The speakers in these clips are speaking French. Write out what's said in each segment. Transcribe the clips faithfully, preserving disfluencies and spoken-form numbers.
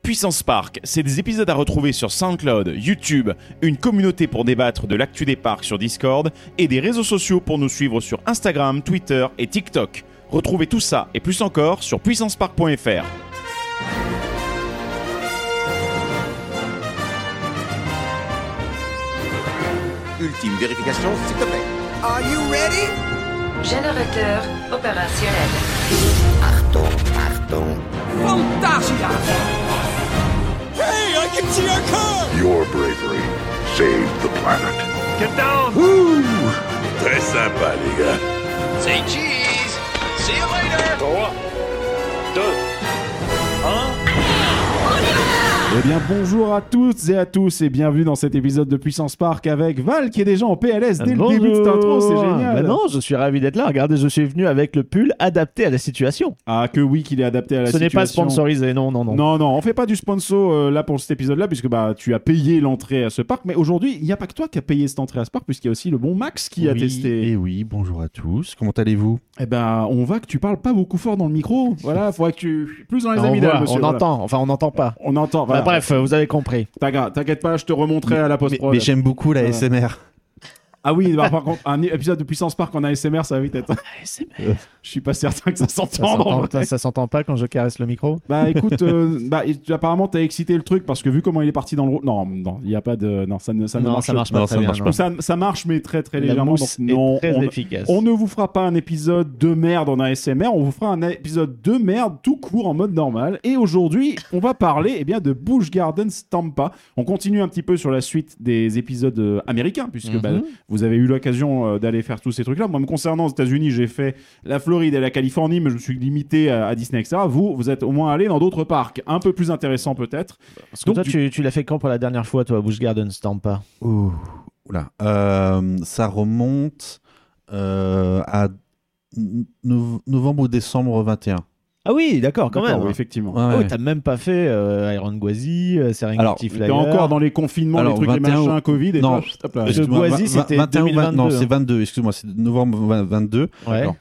Puissance Park, c'est des épisodes à retrouver sur SoundCloud, YouTube, une communauté pour débattre de l'actu des parcs sur Discord et des réseaux sociaux pour nous suivre sur Instagram, Twitter et TikTok. Retrouvez tout ça et plus encore sur puissance park point f r. Ultime vérification, s'il te plaît. Are you ready? Générateur opérationnel. Achtung, Achtung. Fantasia! Hey, I can see our car! Your bravery saved the planet. Get down! Woo! Très sympa, les gars. Say cheese! See you later! trois, deux, un... Eh bien bonjour à toutes et à tous et bienvenue dans cet épisode de Puissance Park avec Val qui est déjà en P L S dès Bonjour. le début de cette intro, c'est génial. Bah non, je suis ravi d'être là. Regardez, je suis venu avec le pull adapté à la situation. Ah que oui qu'il est adapté à la Ce situation. n'est pas sponsorisé, non, non, non. Non, non, on fait pas du sponsor euh, là pour cet épisode-là puisque bah tu as payé l'entrée à ce parc, mais aujourd'hui il n'y a pas que toi qui a payé cette entrée à ce parc puisqu'il y a aussi le bon Max qui a Oui, testé. Et oui, bonjour à tous. Comment allez-vous? Eh ben on voit que tu parles pas beaucoup fort dans le micro. Voilà, faudrait que tu plus dans les on amygdales, voit, monsieur. on voilà. entend, enfin on n'entend pas. On entend. Voilà. Bah, bref, vous avez compris. T'inquiète t'inquiète pas, je te remonterai à la mais, post-prod. mais j'aime beaucoup la Voilà. S M R. Ah oui, bah, par contre, un épisode de Puissance Park en A S M R, ça va vite être. A S M R. Je suis pas certain que ça Ça s'entende. en s'entend, vrai. ça, ça s'entend pas quand je caresse le micro? Bah écoute, euh, bah, et- apparemment t'as excité le truc parce que vu comment il est parti dans le ro- non, non, il y a pas de, non, ça ne, ça ne Non, marche, ça marche pas Non, très ça bien. marche non. pas. Ça, ça marche mais très très La légèrement. mousse Donc non, est très on, efficace. on ne vous fera pas un épisode de merde en A S M R, on vous fera un épisode de merde tout court en mode normal. Et aujourd'hui, on va parler eh bien de Busch Gardens Tampa. On continue un petit peu sur la suite des épisodes euh, américains puisque Mhm. bah, vous avez eu l'occasion euh, d'aller faire tous ces trucs-là. Moi, me concernant aux États-Unis, j'ai fait la Floride et la Californie, mais je me suis limité à, à Disney, et cetera. Vous, vous êtes au moins allé dans d'autres parcs, un peu plus intéressants peut-être. Parce que Donc, toi, du- tu, tu l'as fait quand pour la dernière fois, toi, Busch Gardens Tampa? Ouh, oula. Euh, ça remonte euh, à no- novembre ou décembre vingt et un. Ah oui, d'accord, quand D'accord, même. oui, effectivement. Ouais, Ah ouais. oui, t'as même pas fait euh, Iron Gwazi, euh, Serengeti Alors, T'es Flyer. encore dans les confinements, Alors, les trucs, les vingt et un machins, Covid et non. tout. Hop là. Je- Excuse-moi, Gwazi, vingt- c'était vingt et un ou vingt- Non, deux mille vingt-deux. c'est vingt-deux, excuse-moi, c'est novembre vingt- vingt-deux. Ouais. Alors,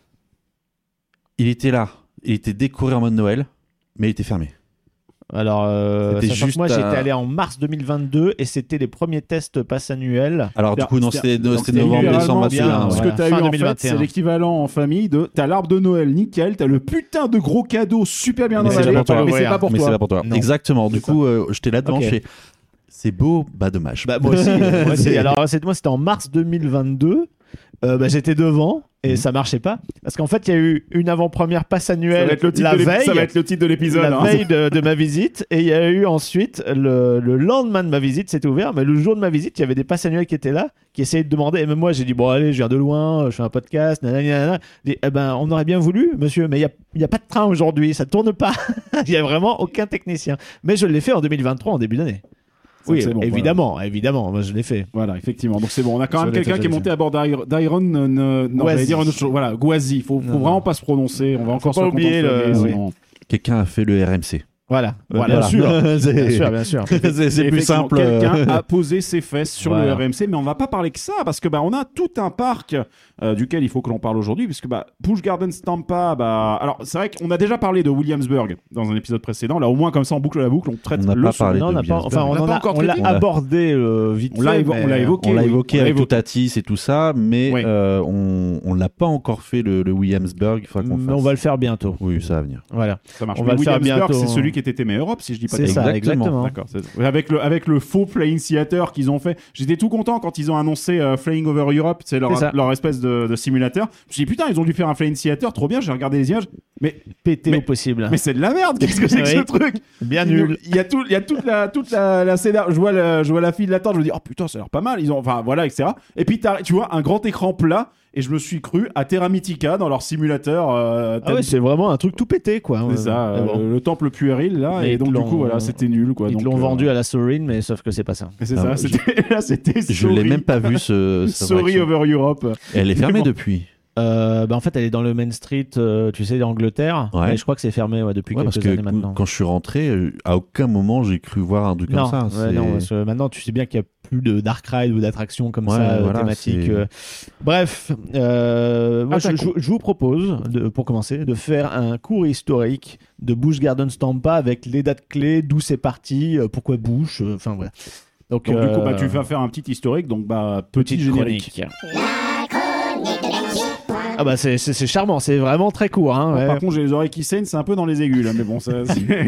il était là, il était décoré en mode Noël, mais il était fermé. Alors, euh, C'était sachant que juste moi, à- j'étais allé en mars deux mille vingt-deux et c'était les premiers tests pass annuels. Alors, du coup, non, c'était Donc, c'était novembre, littéralement décembre vingt et un. bien, Ce ouais. que t'as Fin eu en deux mille vingt et fait, un. c'est l'équivalent en famille de t'as l'arbre de Noël nickel, t'as le putain de gros cadeau super bien Mais c'est emballé, pas pour toi. mais c'est ouvrir. pas pour Mais c'est toi. là pour toi. Non. Exactement. Du C'est coup, euh, j'étais là-dedans, Ok. je fais, c'est beau, bah dommage. Bah, moi aussi. moi aussi. Alors, c'est- moi, c'était en mars deux mille vingt-deux. Euh, bah, j'étais devant et Mhm. ça marchait pas. Parce qu'en fait, il y a eu une avant-première pass Ça annuelle va être le titre la de l'ép- veille. ça va être le titre de l'épisode. La hein. veille de, de ma visite, et il y a eu ensuite le, le lendemain de ma visite, c'était ouvert, mais le jour de ma visite, il y avait des passes annuelles qui étaient là, qui essayaient de demander, et même moi j'ai dit bon allez, je viens de loin, je fais un podcast, nanana, nanana. Je dis, eh ben on aurait bien voulu, monsieur, mais il y a, il y a pas de train aujourd'hui, ça tourne pas, il y a vraiment aucun technicien. Mais je l'ai fait en deux mille vingt-trois, en début d'année. Ça, Oui, c'est bon, évidemment, évidemment, moi je l'ai fait. Voilà, effectivement. Donc c'est bon. On a quand même Je l'ai quelqu'un fait, qui est je l'ai monté à bord d'Iron. d'Iron, euh, ne- non, Gwazi. j'allais dire une autre chose. Voilà, Gwazi. Faut, faut Non, vraiment non. pas se prononcer. On va encore se pas oublier contenter, le- mais oui. sinon- Quelqu'un a fait le R M C. Voilà, Voilà. bien sûr, C'est- bien sûr, bien sûr. c'est c'est Et plus effectivement, simple. Quelqu'un a posé ses fesses sur Voilà. le R M C, mais on va pas parler que ça parce que bah on a tout un parc euh, duquel il faut que l'on parle aujourd'hui, puisque bah Busch Gardens Tampa, bah alors c'est vrai qu'on a déjà parlé de Williamsburg dans un épisode précédent. Là au moins comme ça on boucle la boucle, on traite On n'a le pas son- parlé Non, on de n'a pas, Williamsburg. enfin, on, On l'a en pas a- encore on l'a traité. abordé euh, vite On l'a fait, évo- mais- on l'a évoqué. On l'a oui. évoqué On l'a avec évoqué. Toutatis et tout ça, mais Oui. euh, on on l'a pas encore fait le, le Williamsburg. Il faudra qu'on mais fasse. on va le faire bientôt. Oui, ça va venir. Voilà. Ça marche. On Mais va le faire Williamsburg, bientôt. c'est celui qui était aimé Europe, si je dis pas de C'est bêtises. ça, Exactement. exactement. D'accord. c'est- Avec le, avec le faux Flying Theater qu'ils ont fait. J'étais tout content quand ils ont annoncé euh, Flying Over Europe, c'est leur, C'est ça. leur espèce de, de simulateur. Je me suis dit, putain, ils ont dû faire un Flying Theater, trop bien, j'ai regardé les images. Mais, Pété Mais- au possible. mais c'est de la merde, qu'est-ce que c'est que Oui. ce truc? Bien Il nul. Il y a, tout, il y a toute la, toute la, la scénar- je vois, le- je vois la file d'attente, je me dis, oh putain, ça a l'air pas mal. Ils ont, enfin, voilà, et cetera. Et puis, t'as- tu vois, un grand écran plat, et je me suis cru à Terra Mythica dans leur simulateur. euh, Ah ouais, c'est vraiment un truc tout pété, quoi. c'est ça, Mais euh, bon. le temple puéril, là. Mais Et ils donc, du l'ont- coup, voilà, c'était nul, quoi. Ils donc, te l'ont euh, vendu à la Sorine, mais sauf que c'est pas ça. C'est Ah, ça, je- c'était, là, c'était Je l'ai Sorry. même pas vu ce. cette Sorry attraction. over Europe. Elle est fermée Mais bon. depuis. Euh, bah en fait, elle est dans le Main Street, euh, tu sais, d'Angleterre. Ouais. Et je crois que c'est fermé ouais, depuis Ouais, quelques parce que années maintenant. quand je suis rentré, euh, à aucun moment j'ai cru voir un truc non, comme ça. ouais, C'est- non, parce que maintenant tu sais bien qu'il n'y a plus de dark ride ou d'attractions comme Ouais, ça euh, voilà, thématiques. c'est- euh. Bref, euh, moi, je, Attaquons. je- je vous propose, de, pour commencer, de faire un cours historique de Busch Gardens Tampa avec les dates clés, d'où c'est parti, euh, pourquoi Busch, euh, enfin voilà. Donc, Donc, du coup, euh, bah, tu vas faire un petit historique, donc bah, petit petite générique. chronique. Ah bah c'est, c'est, c'est charmant, c'est vraiment très court. Hein, Bon, ouais. Par contre, j'ai les oreilles qui saignent, c'est un peu dans les aigus là, mais bon, ça.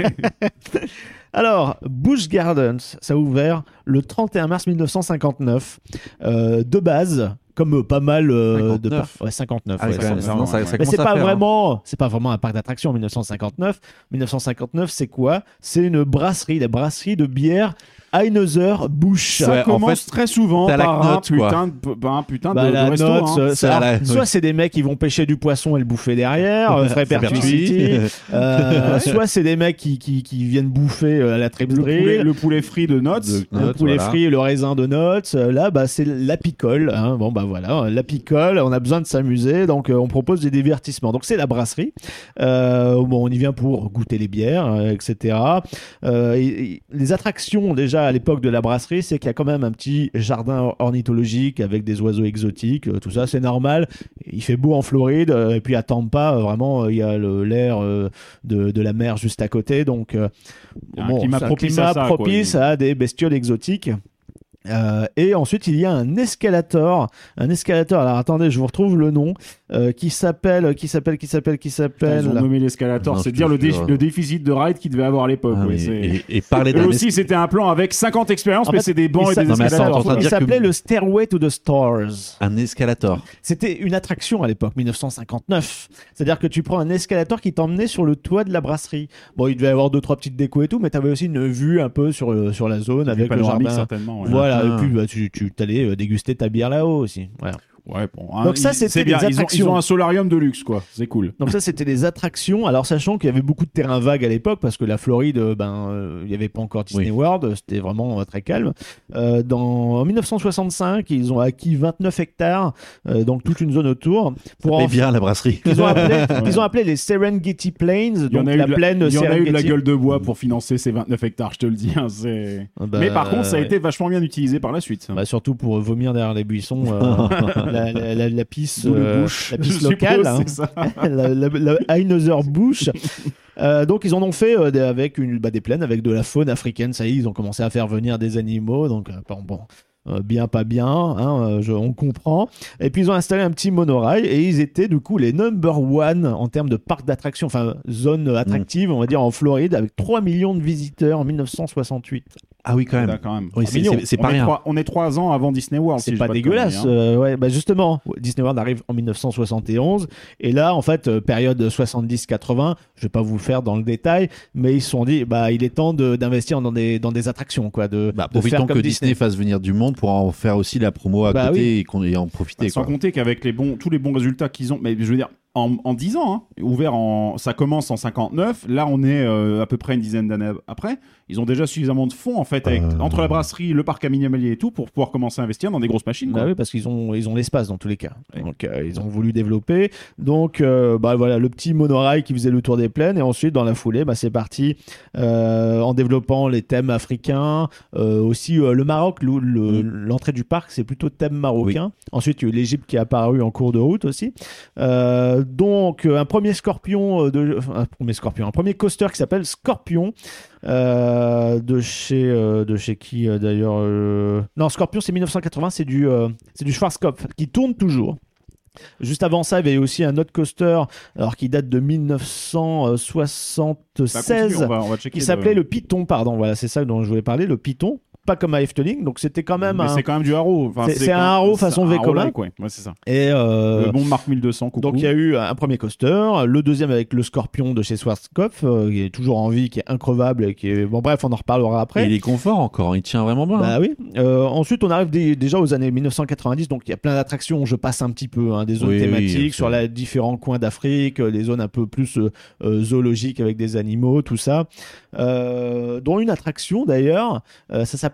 c'est- Alors, Busch Gardens, ça a ouvert le trente et un mars mille neuf cent cinquante-neuf. Euh, de base, comme euh, pas mal euh, de cinquante-neuf. par- ouais, cinquante-neuf. Ah, ouais, quand ça- même, ça- non, ça, ça Mais commence c'est à pas faire, hein. vraiment, c'est pas vraiment un parc d'attractions en mille neuf cent cinquante-neuf. mille neuf cent cinquante-neuf, c'est quoi? C'est une brasserie, la brasserie de bière Anheuser-Busch. Ça Ouais, en commence fait, très souvent t'as la par un note, quoi. putain de, bah, un putain Bah, de, de la resto. note, hein. euh, C'est alors, à la- soit oui. c'est des mecs qui vont pêcher du poisson et le bouffer derrière, euh, frais C'est perpetuity, gratuit. euh, soit c'est des mecs qui, qui, qui viennent bouffer euh, à la triple Le poulet, drill, le poulet frit de Notes. De- le Notes, poulet voilà. frit et le raisin de notes. Euh, Là, bah, c'est la picole. Hein. Bon, bah voilà, la picole. On a besoin de s'amuser, donc euh, on propose des divertissements. Donc c'est la brasserie. Euh, bon, on y vient pour goûter les bières, euh, et cetera. Euh, et- et les attractions déjà à l'époque de la brasserie, c'est qu'il y a quand même un petit jardin ornithologique avec des oiseaux exotiques. euh, Tout ça, c'est normal. Il fait beau en Floride, euh, et puis à Tampa, euh, vraiment, euh, il y a le- l'air euh, de, de la mer juste à côté. Donc, euh, Il y a un bon, climat c'est propice climat à ça, quoi. propice à des bestioles exotiques. Euh, et ensuite, il y a un escalator. Un escalator, alors attendez, je vous retrouve le nom, euh, qui s'appelle, qui s'appelle, qui s'appelle, qui Putain, s'appelle. Ils ont nommé l'escalator, Non, c'est je dire te le, dé- jure. le déficit de ride qu'il devait avoir à l'époque. Ah, ouais, mais- c'est- et, et parler Eux d'un aussi, c'était un plan avec cinquante expériences, En mais fait, c'est des bancs il et s'a- des Non, mais attends, escalators. attends, Il dire s'appelait que- le Stairway to the Stars. un escalator. C'était une attraction à l'époque, mille neuf cent cinquante-neuf. C'est-à-dire que tu prends un escalator qui t'emmenait sur le toit de la brasserie. Bon, il devait y avoir deux, trois petites décos et tout, mais tu avais aussi une vue un peu sur, le- sur la zone avec le panoramique, jardin. certainement. ouais. Voilà, Ah. et puis bah, tu, tu allais euh, déguster ta bière là-haut aussi. Voilà. Ouais, bon, hein, Donc ça, ils- c'était c'est bien. des Ils ont, attractions. ils ont un solarium de luxe, quoi. C'est cool. Donc ça, c'était des attractions. Alors sachant qu'il y avait beaucoup de terrains vagues à l'époque, parce que la Floride, euh, ben, euh, il n'y avait pas encore Disney Oui. World, c'était vraiment euh, très calme. Euh, dans, en mille neuf cent soixante-cinq, ils ont acquis vingt-neuf hectares, euh, donc toute une zone autour, pour en Mais bien la brasserie. qu'ils ont, appelé, Ouais. qu'ils ont appelé les Serengeti Plains, Il y en donc a eu la de la- plaine il y en a eu de la Serengeti. gueule de bois pour financer ces vingt-neuf hectares, je te le dis. hein, c'est- Ah bah, Mais par contre, ça a ouais. été vachement bien utilisé par la suite. Bah, surtout pour vomir derrière les buissons, euh, la, la, la, la pisse, D'où le euh, bush, la je pisse suppose, locale, hein. c'est ça. la, la, la Anheuser-Busch. Euh, donc ils en ont fait euh, des- avec une, bah, des plaines avec de la faune africaine. Ça y est, ils ont commencé à faire venir des animaux. Donc euh, bon, bon, euh, bien pas bien, hein, euh, je- on comprend. Et puis ils ont installé un petit monorail et ils étaient du coup les number one en termes de parc d'attractions, enfin zone attractive, on va dire en Floride, avec trois millions de visiteurs en mille neuf cent soixante-huit. Ah oui, quand Là, même. quand même. Oui, Ah, c'est- millions. c'est- c'est On pas est rien. trois- on est trois ans avant Disney World. C'est si je pas dis de dégueulasse. conneries, hein. euh, ouais, bah justement, Disney World arrive en mille neuf cent soixante et onze. Et là, en fait, euh, période soixante-dix quatre-vingts, je vais pas vous faire dans le détail, mais ils se sont dit, bah, il est temps de- d'investir dans des, dans des attractions, quoi. De, Bah, de faire profitons comme que Disney fasse venir du monde pour en faire aussi la promo à Bah côté oui. et, qu'on- et en profiter. Bah, sans quoi. compter qu'avec les bons, tous les bons résultats qu'ils ont, mais je veux dire, en, en dix ans, hein, ouvert en, ça commence en cinquante-neuf, là on est euh, à peu près une dizaine d'années après, ils ont déjà suffisamment de fonds en fait, avec, Euh. entre la brasserie, le parc animalier et tout, pour pouvoir commencer à investir dans des grosses machines. Bah Quoi. oui, parce qu'ils ont, ils ont l'espace dans tous les cas. Ouais. Donc, euh, ils ont voulu développer. Donc, euh, bah voilà, le petit monorail qui faisait le tour des plaines. Et ensuite, dans la foulée, bah, c'est parti euh, en développant les thèmes africains. Euh, aussi, euh, le Maroc, le- le- l'entrée du parc, c'est plutôt thème marocain. Ensuite, il y a eu l'Égypte qui est apparu en cours de route aussi. Euh, donc, euh, un premier scorpion, euh, de, enfin, un premier scorpion, un premier coaster qui s'appelle Scorpion. Euh, de chez euh, de chez qui euh, d'ailleurs euh... non, Scorpion c'est mille neuf cent quatre-vingts, c'est du euh, c'est du Schwarzkopf qui tourne toujours. Juste avant ça, il y avait aussi un autre coaster alors qui date de mille neuf cent Bah, soixante-seize continue, on va, on va checker qui s'appelait le... le Python, pardon, voilà, c'est ça dont je voulais parler, le Python, pas comme à Efteling, donc c'était quand même Mais un c'est quand même du haro. Enfin, C'est- c'est quand- un haro c'est façon un Vekoma. haro-like, ouais. Ouais, c'est ça. et euh, Le bon Mark mille deux cents, coucou. donc il y a eu un premier coaster, le deuxième avec le Scorpion de chez Schwarzkopf, euh, qui est toujours en vie, qui est increvable, et qui est bon bref, on en reparlera après. Et il est confort encore, il tient vraiment bien. hein. Bah oui. Euh, ensuite, on arrive des- déjà aux années mille neuf cent quatre-vingt-dix, donc il y a plein d'attractions. Je passe un petit peu hein, des zones Oui, oui, thématiques absolument. sur les différents coins d'Afrique, euh, des zones un peu plus euh, euh, zoologiques avec des animaux, tout ça. Euh, dont une attraction d'ailleurs, euh, ça s'appelait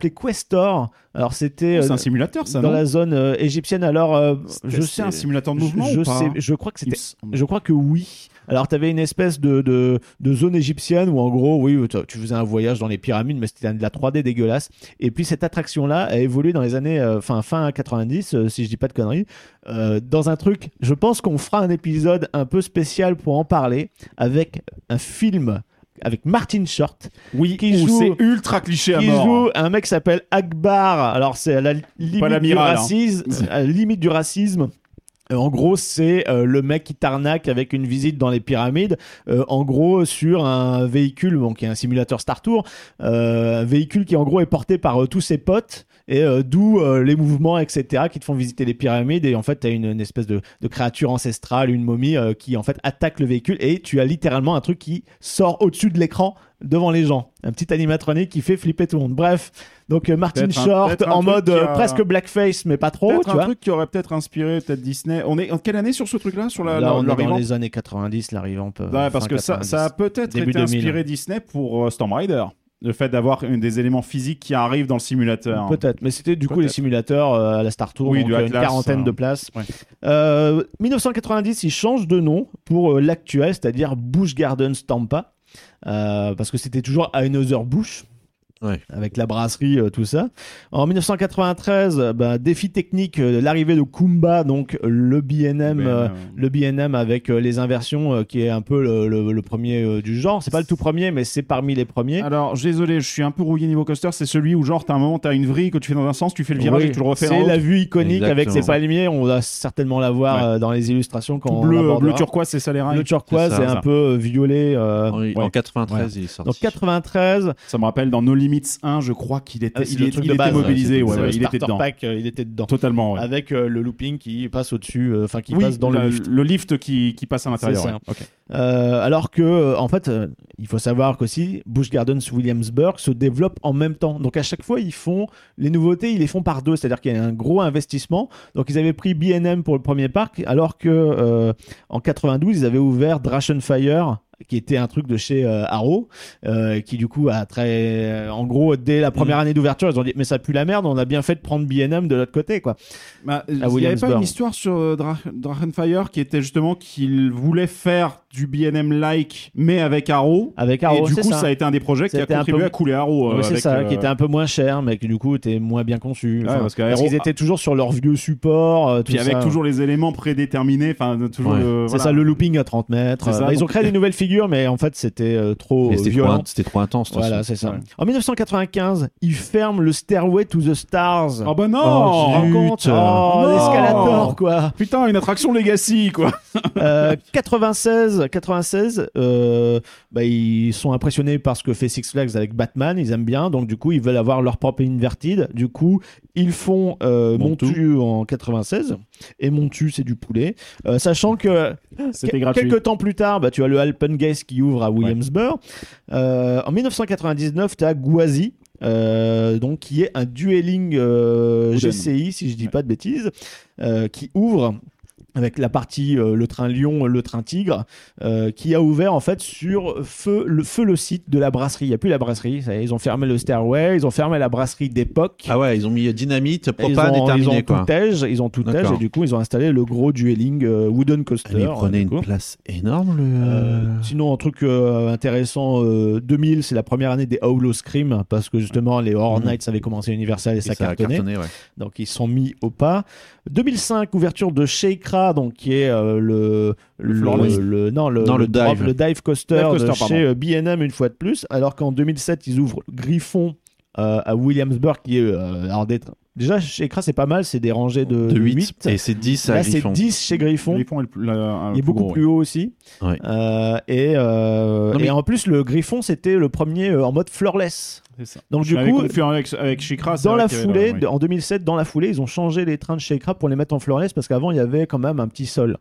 s'appelait Questor. Alors c'était C'est euh, un simulateur, ça, dans non la zone euh, égyptienne. Alors euh, je C'est sais un simulateur de mouvement je, ou pas sais, je crois que Il me c'était, semble. je crois que oui. Alors tu avais une espèce de, de, de zone égyptienne où en gros, oui, tu tu faisais un voyage dans les pyramides, mais c'était de la trois D dégueulasse. Et puis cette attraction-là a évolué dans les années euh, fin fin quatre-vingt-dix, euh, si je dis pas de conneries, euh, dans un truc. Je pense qu'on fera un épisode un peu spécial pour en parler avec un film avec Martin Short. Oui, qui où joue- c'est ultra cliché à Qui mort. joue un mec qui s'appelle Akbar. Alors c'est à la limite du l'amiral, hein. racisme. À la limite du racisme. Euh, en gros, c'est euh, le mec qui t'arnaque avec une visite dans les pyramides. Euh, en gros, sur un véhicule, bon, qui est un simulateur Star Tour, euh, un véhicule qui en gros est porté par euh, tous ses potes. Et euh, d'où euh, les mouvements, et cetera, qui te font visiter les pyramides. Et en fait, tu as une, une espèce de, de créature ancestrale, une momie euh, qui en fait attaque le véhicule. Et tu as littéralement un truc qui sort au-dessus de l'écran devant les gens. Un petit animatronique qui fait flipper tout le monde. Bref, donc euh, Martin Peut-être un- Short peut-être un en truc mode qui euh, a- presque blackface, mais pas trop. Peut-être Tu un vois. truc qui aurait peut-être inspiré peut-être Disney. On est en quelle année sur ce truc-là, sur la, Là, la- on est dans l'arrivant les années quatre-vingt-dix, l'arrivant. Ouais, parce que ça, ça a peut-être Début été deux mille. inspiré Disney pour euh, Storm Rider. Le fait d'avoir une des éléments physiques qui arrivent dans le simulateur. Peut-être, mais c'était du coup Peut-être. les simulateurs euh, à la Star Tour, Oui, donc du euh, une Atlas, quarantaine euh, de places. ouais. Euh, dix-neuf cent quatre-vingt-dix, il change de nom pour euh, l'actuel, c'est-à-dire Busch Gardens Tampa, euh, parce que c'était toujours Anheuser Busch. Ouais. Avec la brasserie, euh, tout ça. En dix-neuf cent quatre-vingt-treize, euh, bah, défi technique, euh, l'arrivée de Kumba, donc le B and M, Ben, euh, euh, le B and M avec euh, les inversions, euh, qui est un peu le, le- le premier euh, du genre. C'est pas le tout premier, mais c'est parmi les premiers. Alors, désolé, je suis un peu rouillé niveau coaster. C'est celui où, genre, t'as un moment, t'as une vrille que tu fais dans un sens, tu fais le virage Oui, et tu le refais dans c'est l'autre. la vue iconique avec ses Exactement. palmiers. On va certainement la voir Ouais. euh, dans les illustrations quand Tout on bleu, l'abordera. bleu turquoise, c'est ça les rails. Le turquoise C'est ça, et un ça. peu euh, violet. euh, En, ouais. en quatre-vingt-treize, il est sorti. Donc quatre-vingt-treize, Ça me rappelle dans No Limits un, je crois qu'il était, ah, c'est il, le est- truc il de était base, mobilisé, c'est ouais, le ouais, il starter était dedans. pack, euh, il était dedans. Totalement, ouais. Avec euh, le looping qui passe au-dessus, euh, enfin qui oui, passe dans la- le lift. le lift qui, qui passe à l'intérieur. C'est ça. ouais. Ok. Euh, alors que, euh, en fait, euh, il faut savoir qu'aussi, Busch Gardens Williamsburg se développe en même temps. Donc à chaque fois, ils font les nouveautés, ils les font par deux, c'est-à-dire qu'il y a un gros investissement. Donc ils avaient pris B and M pour le premier parc, alors que euh, en quatre-vingt-douze, ils avaient ouvert Drachenfire, qui était un truc de chez euh, Arrow, euh, qui du coup a très, euh, en gros, dès la première année d'ouverture, ils ont dit mais ça pue la merde, on a bien fait de prendre B and M de l'autre côté, quoi. Bah, il n'y À avait pas Williamsburg. une histoire sur euh, Dra- Drachenfire qui était justement qu'il voulait faire du B and M-like, mais avec Arrow. Avec Arrow, et du c'est coup, ça. ça. a été un des projets qui a C'était un contribué peu- à couler Arrow. euh, Oui, c'est avec, ça, euh, qui était un peu moins cher, mais qui du coup était moins bien conçu. Ouais, Enfin, parce que parce Aero- qu'ils étaient toujours sur leur vieux support. euh, tout Puis avec ça. toujours les éléments prédéterminés. Enfin, toujours Ouais. le- C'est voilà. ça, le looping à trente mètres. C'est ça, Bah, ils ont donc- créé des nouvelles figures, mais en fait, c'était euh, trop Mais euh, c'était trop, violent. in- c'était trop intense. de toute Voilà, façon. c'est ça. Ouais. En dix-neuf cent quatre-vingt-quinze, ils ferment le Stairway to the Stars. Oh bah non Tu te rends compte zut. Oh, Non. l'escalator, quoi. Putain, une attraction Legacy, quoi. Euh, quatre-vingt-seize, quatre-vingt-seize, euh, bah, ils sont impressionnés par ce que fait Six Flags avec Batman, ils aiment bien, donc du coup ils veulent avoir leur propre Inverted. Du coup ils font euh, Montu. Montu en quatre-vingt-seize, et Montu c'est du poulet, Euh, sachant que C'était que- gratuit. quelques temps plus tard, bah, tu as le Alpengeist qui ouvre à Williamsburg. Euh, en dix-neuf cent quatre-vingt-dix-neuf, tu as Gwazi. Euh, donc qui est un dueling euh, Wooden. G C I si je dis pas de bêtises, euh, qui ouvre avec la partie euh, le train Lion, le train Tigre, euh, qui a ouvert en fait sur feu le, feu le site de la brasserie. Il n'y a plus la brasserie, ça y est, ils ont fermé le Stairway, ils ont fermé la brasserie d'époque. Ah ouais, ils ont mis dynamite, Ils propane ont, et ils terminé ont quoi. tout tège, ils ont tout tège, D'accord. et du coup ils ont installé le gros dueling euh, wooden coaster. Ah, mais il prenait euh, une du coup. place énorme le. Euh, sinon, un truc euh, intéressant, euh, deux mille, c'est la première année des Hollow Scream, parce que justement, les Horror Mhm. Nights avaient commencé à Universal et, Et ça, ça a cartonnait. cartonné, ouais. Donc, ils sont mis au pas. deux mille cinq, ouverture de Sheikra, donc qui est euh, le, le, Floorless. le- non, le, Non, le drop- dive. le dive coaster, Dive coaster, de pardon. chez euh, B and M une fois de plus, alors qu'en deux mille sept, ils ouvrent Griffon euh, à Williamsburg, qui est euh, alors d'être- déjà Sheikra, c'est pas mal, c'est des rangées de, De de huit. huit. Et c'est dix à Là, c'est Griffon. dix chez Griffon. Griffon est le plus- la- un Il est beaucoup gros, plus haut aussi. Ouais. Euh, et euh, Non, mais- et en plus, le Griffon, c'était le premier euh, en mode floorless. C'est ça. Donc, Je du l'avais coup, confondu avec, avec Shikra, c'est dans vrai la qu'il y avait foulée, le- de- en deux mille sept, dans la foulée, ils ont changé les trains de Sheikra pour les mettre en floorless parce qu'avant, il y avait quand même un petit sol.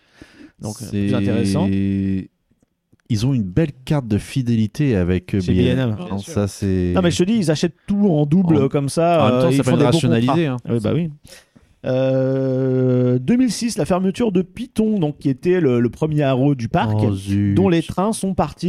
Donc, euh, plus C'est- intéressant. Ils ont une belle carte de fidélité avec euh, Chez B and M. B and M. Non, ça c'est. Non, mais je te dis, ils achètent tout en double En- comme ça. En même temps, euh, ça ils peut font être des beaux rationalisé. contrats. hein. Oui, bah oui. Euh, deux mille six, la fermeture de Python, donc qui était le, le premier Arrow du parc, Oh, zut. dont les trains sont partis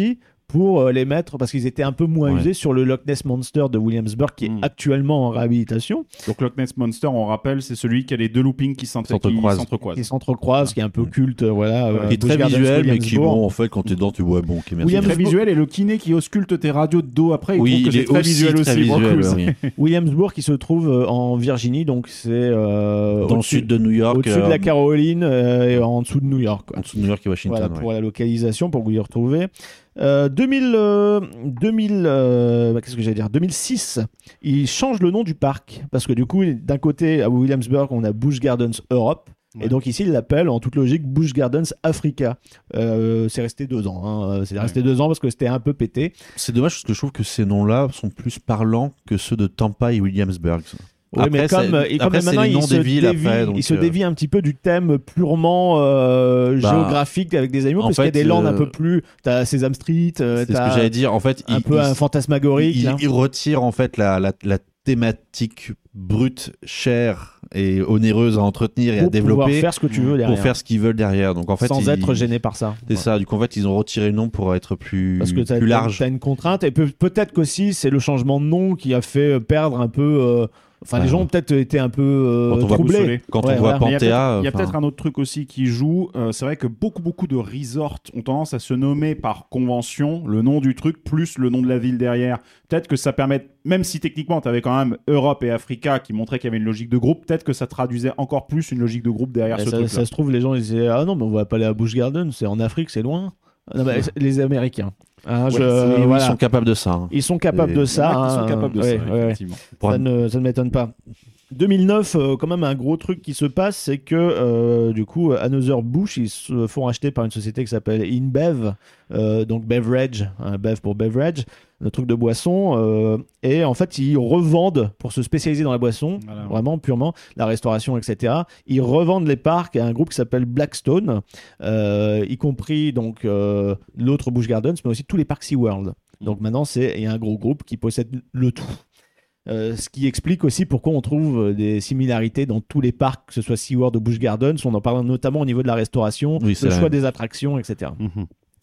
pour euh, les mettre, parce qu'ils étaient un peu moins Ouais. usés sur le Loch Ness Monster de Williamsburg qui est Mm. actuellement en réhabilitation, Donc Loch Ness Monster, on rappelle, c'est celui qui a les deux loopings qui s'entre- qui S'entrecroisent. s'entrecroisent. qui s'entrecroise, qui est un peu culte, euh, voilà. euh, Qui est Busch très Gardens, visuel, mais qui, Williamsburg. bon, en fait, quand t'es dedans, tu vois, bon, ok, merci. William- Très visuel, et le kiné qui ausculte tes radios de dos après, il Oui, trouve que il c'est est très aussi visuel très aussi. pour le visuel, coup, oui. Williamsburg qui se trouve euh, en Virginie, donc c'est euh, Dans le au-dessus- sud de New York, au-dessus de euh, la Caroline euh, et en dessous de New York, quoi. en dessous de New York et Washington. Voilà ouais. pour la localisation, pour vous y retrouver. Euh, deux mille, euh, deux mille, euh, bah, qu'est-ce que j'allais dire deux mille six, il change le nom du parc parce que du coup, d'un côté à Williamsburg, on a Busch Gardens Europe. Ouais. Et donc ici, il l'appelle en toute logique Busch Gardens Africa. Euh, c'est resté deux ans. Hein. C'est resté deux ans parce que c'était un peu pété. C'est dommage parce que je trouve que ces noms-là sont plus parlants que ceux de Tampa et Williamsburg. Oui, mais Après, comme, c'est- et comme après, c'est maintenant, les il noms se des villes dévie, après, donc, il se euh, dévie un petit peu du thème purement euh, Bah, géographique avec des animaux, en parce qu'il y a fait, des landes euh, un peu plus. T'as Sesame Street, euh, C'est ce que t'as j'allais dire. En fait, un il, peu il- un fantasmagorique. il, hein. il retire en fait la, la, la thématique brute, chère et onéreuse à entretenir et à pour pouvoir développer faire ce que tu veux derrière, pour faire ce qu'ils veulent derrière. Donc en fait, sans ils- être gêné par ça. C'est Ouais. ça. Du coup, en fait, ils ont retiré le nom pour être plus, Parce que t'as, plus large. t'as une contrainte, et peut- peut-être qu'aussi c'est le changement de nom qui a fait perdre un peu. euh, Enfin, Ouais. les gens ont peut-être été un peu euh, Quand on voit troublés. boussolés. Quand Ouais, on voit voilà. Mais il y a peut-être- Panthéa, il y a enfin, peut-être un autre truc aussi qui joue. Euh, c'est vrai que beaucoup, beaucoup de resorts ont tendance à se nommer par convention le nom du truc plus le nom de la ville derrière. Peut-être que ça permet, même si techniquement tu avais quand même Europe et Africa qui montraient qu'il y avait une logique de groupe, peut-être que ça traduisait encore plus une logique de groupe derrière Et ce ça, truc-là. ça se trouve, les gens ils disaient ah non, mais on va pas aller à Busch Gardens, c'est en Afrique, c'est loin. Non, mais les Américains. Hein, je- Ouais, c'est- oui, voilà. ils sont capables de ça. hein. Ils sont capables Et- de Il y en ça. a qui sont hein, capables de ouais, ça, ouais, ouais. effectivement. Pour Ça un- ne, ça ne m'étonne pas. deux mille neuf, euh, quand même un gros truc qui se passe, c'est que euh, du coup, Anheuser-Busch, ils se font acheter par une société qui s'appelle InBev, euh, donc beverage, un bev pour beverage, un truc de boisson, euh, et en fait, ils revendent, pour se spécialiser dans la boisson, Voilà. vraiment purement, la restauration, et cetera, ils revendent les parcs à un groupe qui s'appelle Blackstone, euh, y compris donc euh, l'autre Busch Gardens, mais aussi tous les parcs SeaWorld. Donc maintenant, c'est il y a un gros groupe qui possède le tout. Euh, ce qui explique aussi pourquoi on trouve euh, des similarités dans tous les parcs, que ce soit SeaWorld ou Busch Gardens. On en parle notamment au niveau de la restauration, Oui, c'est le la choix même. des attractions, et cetera. Mhm.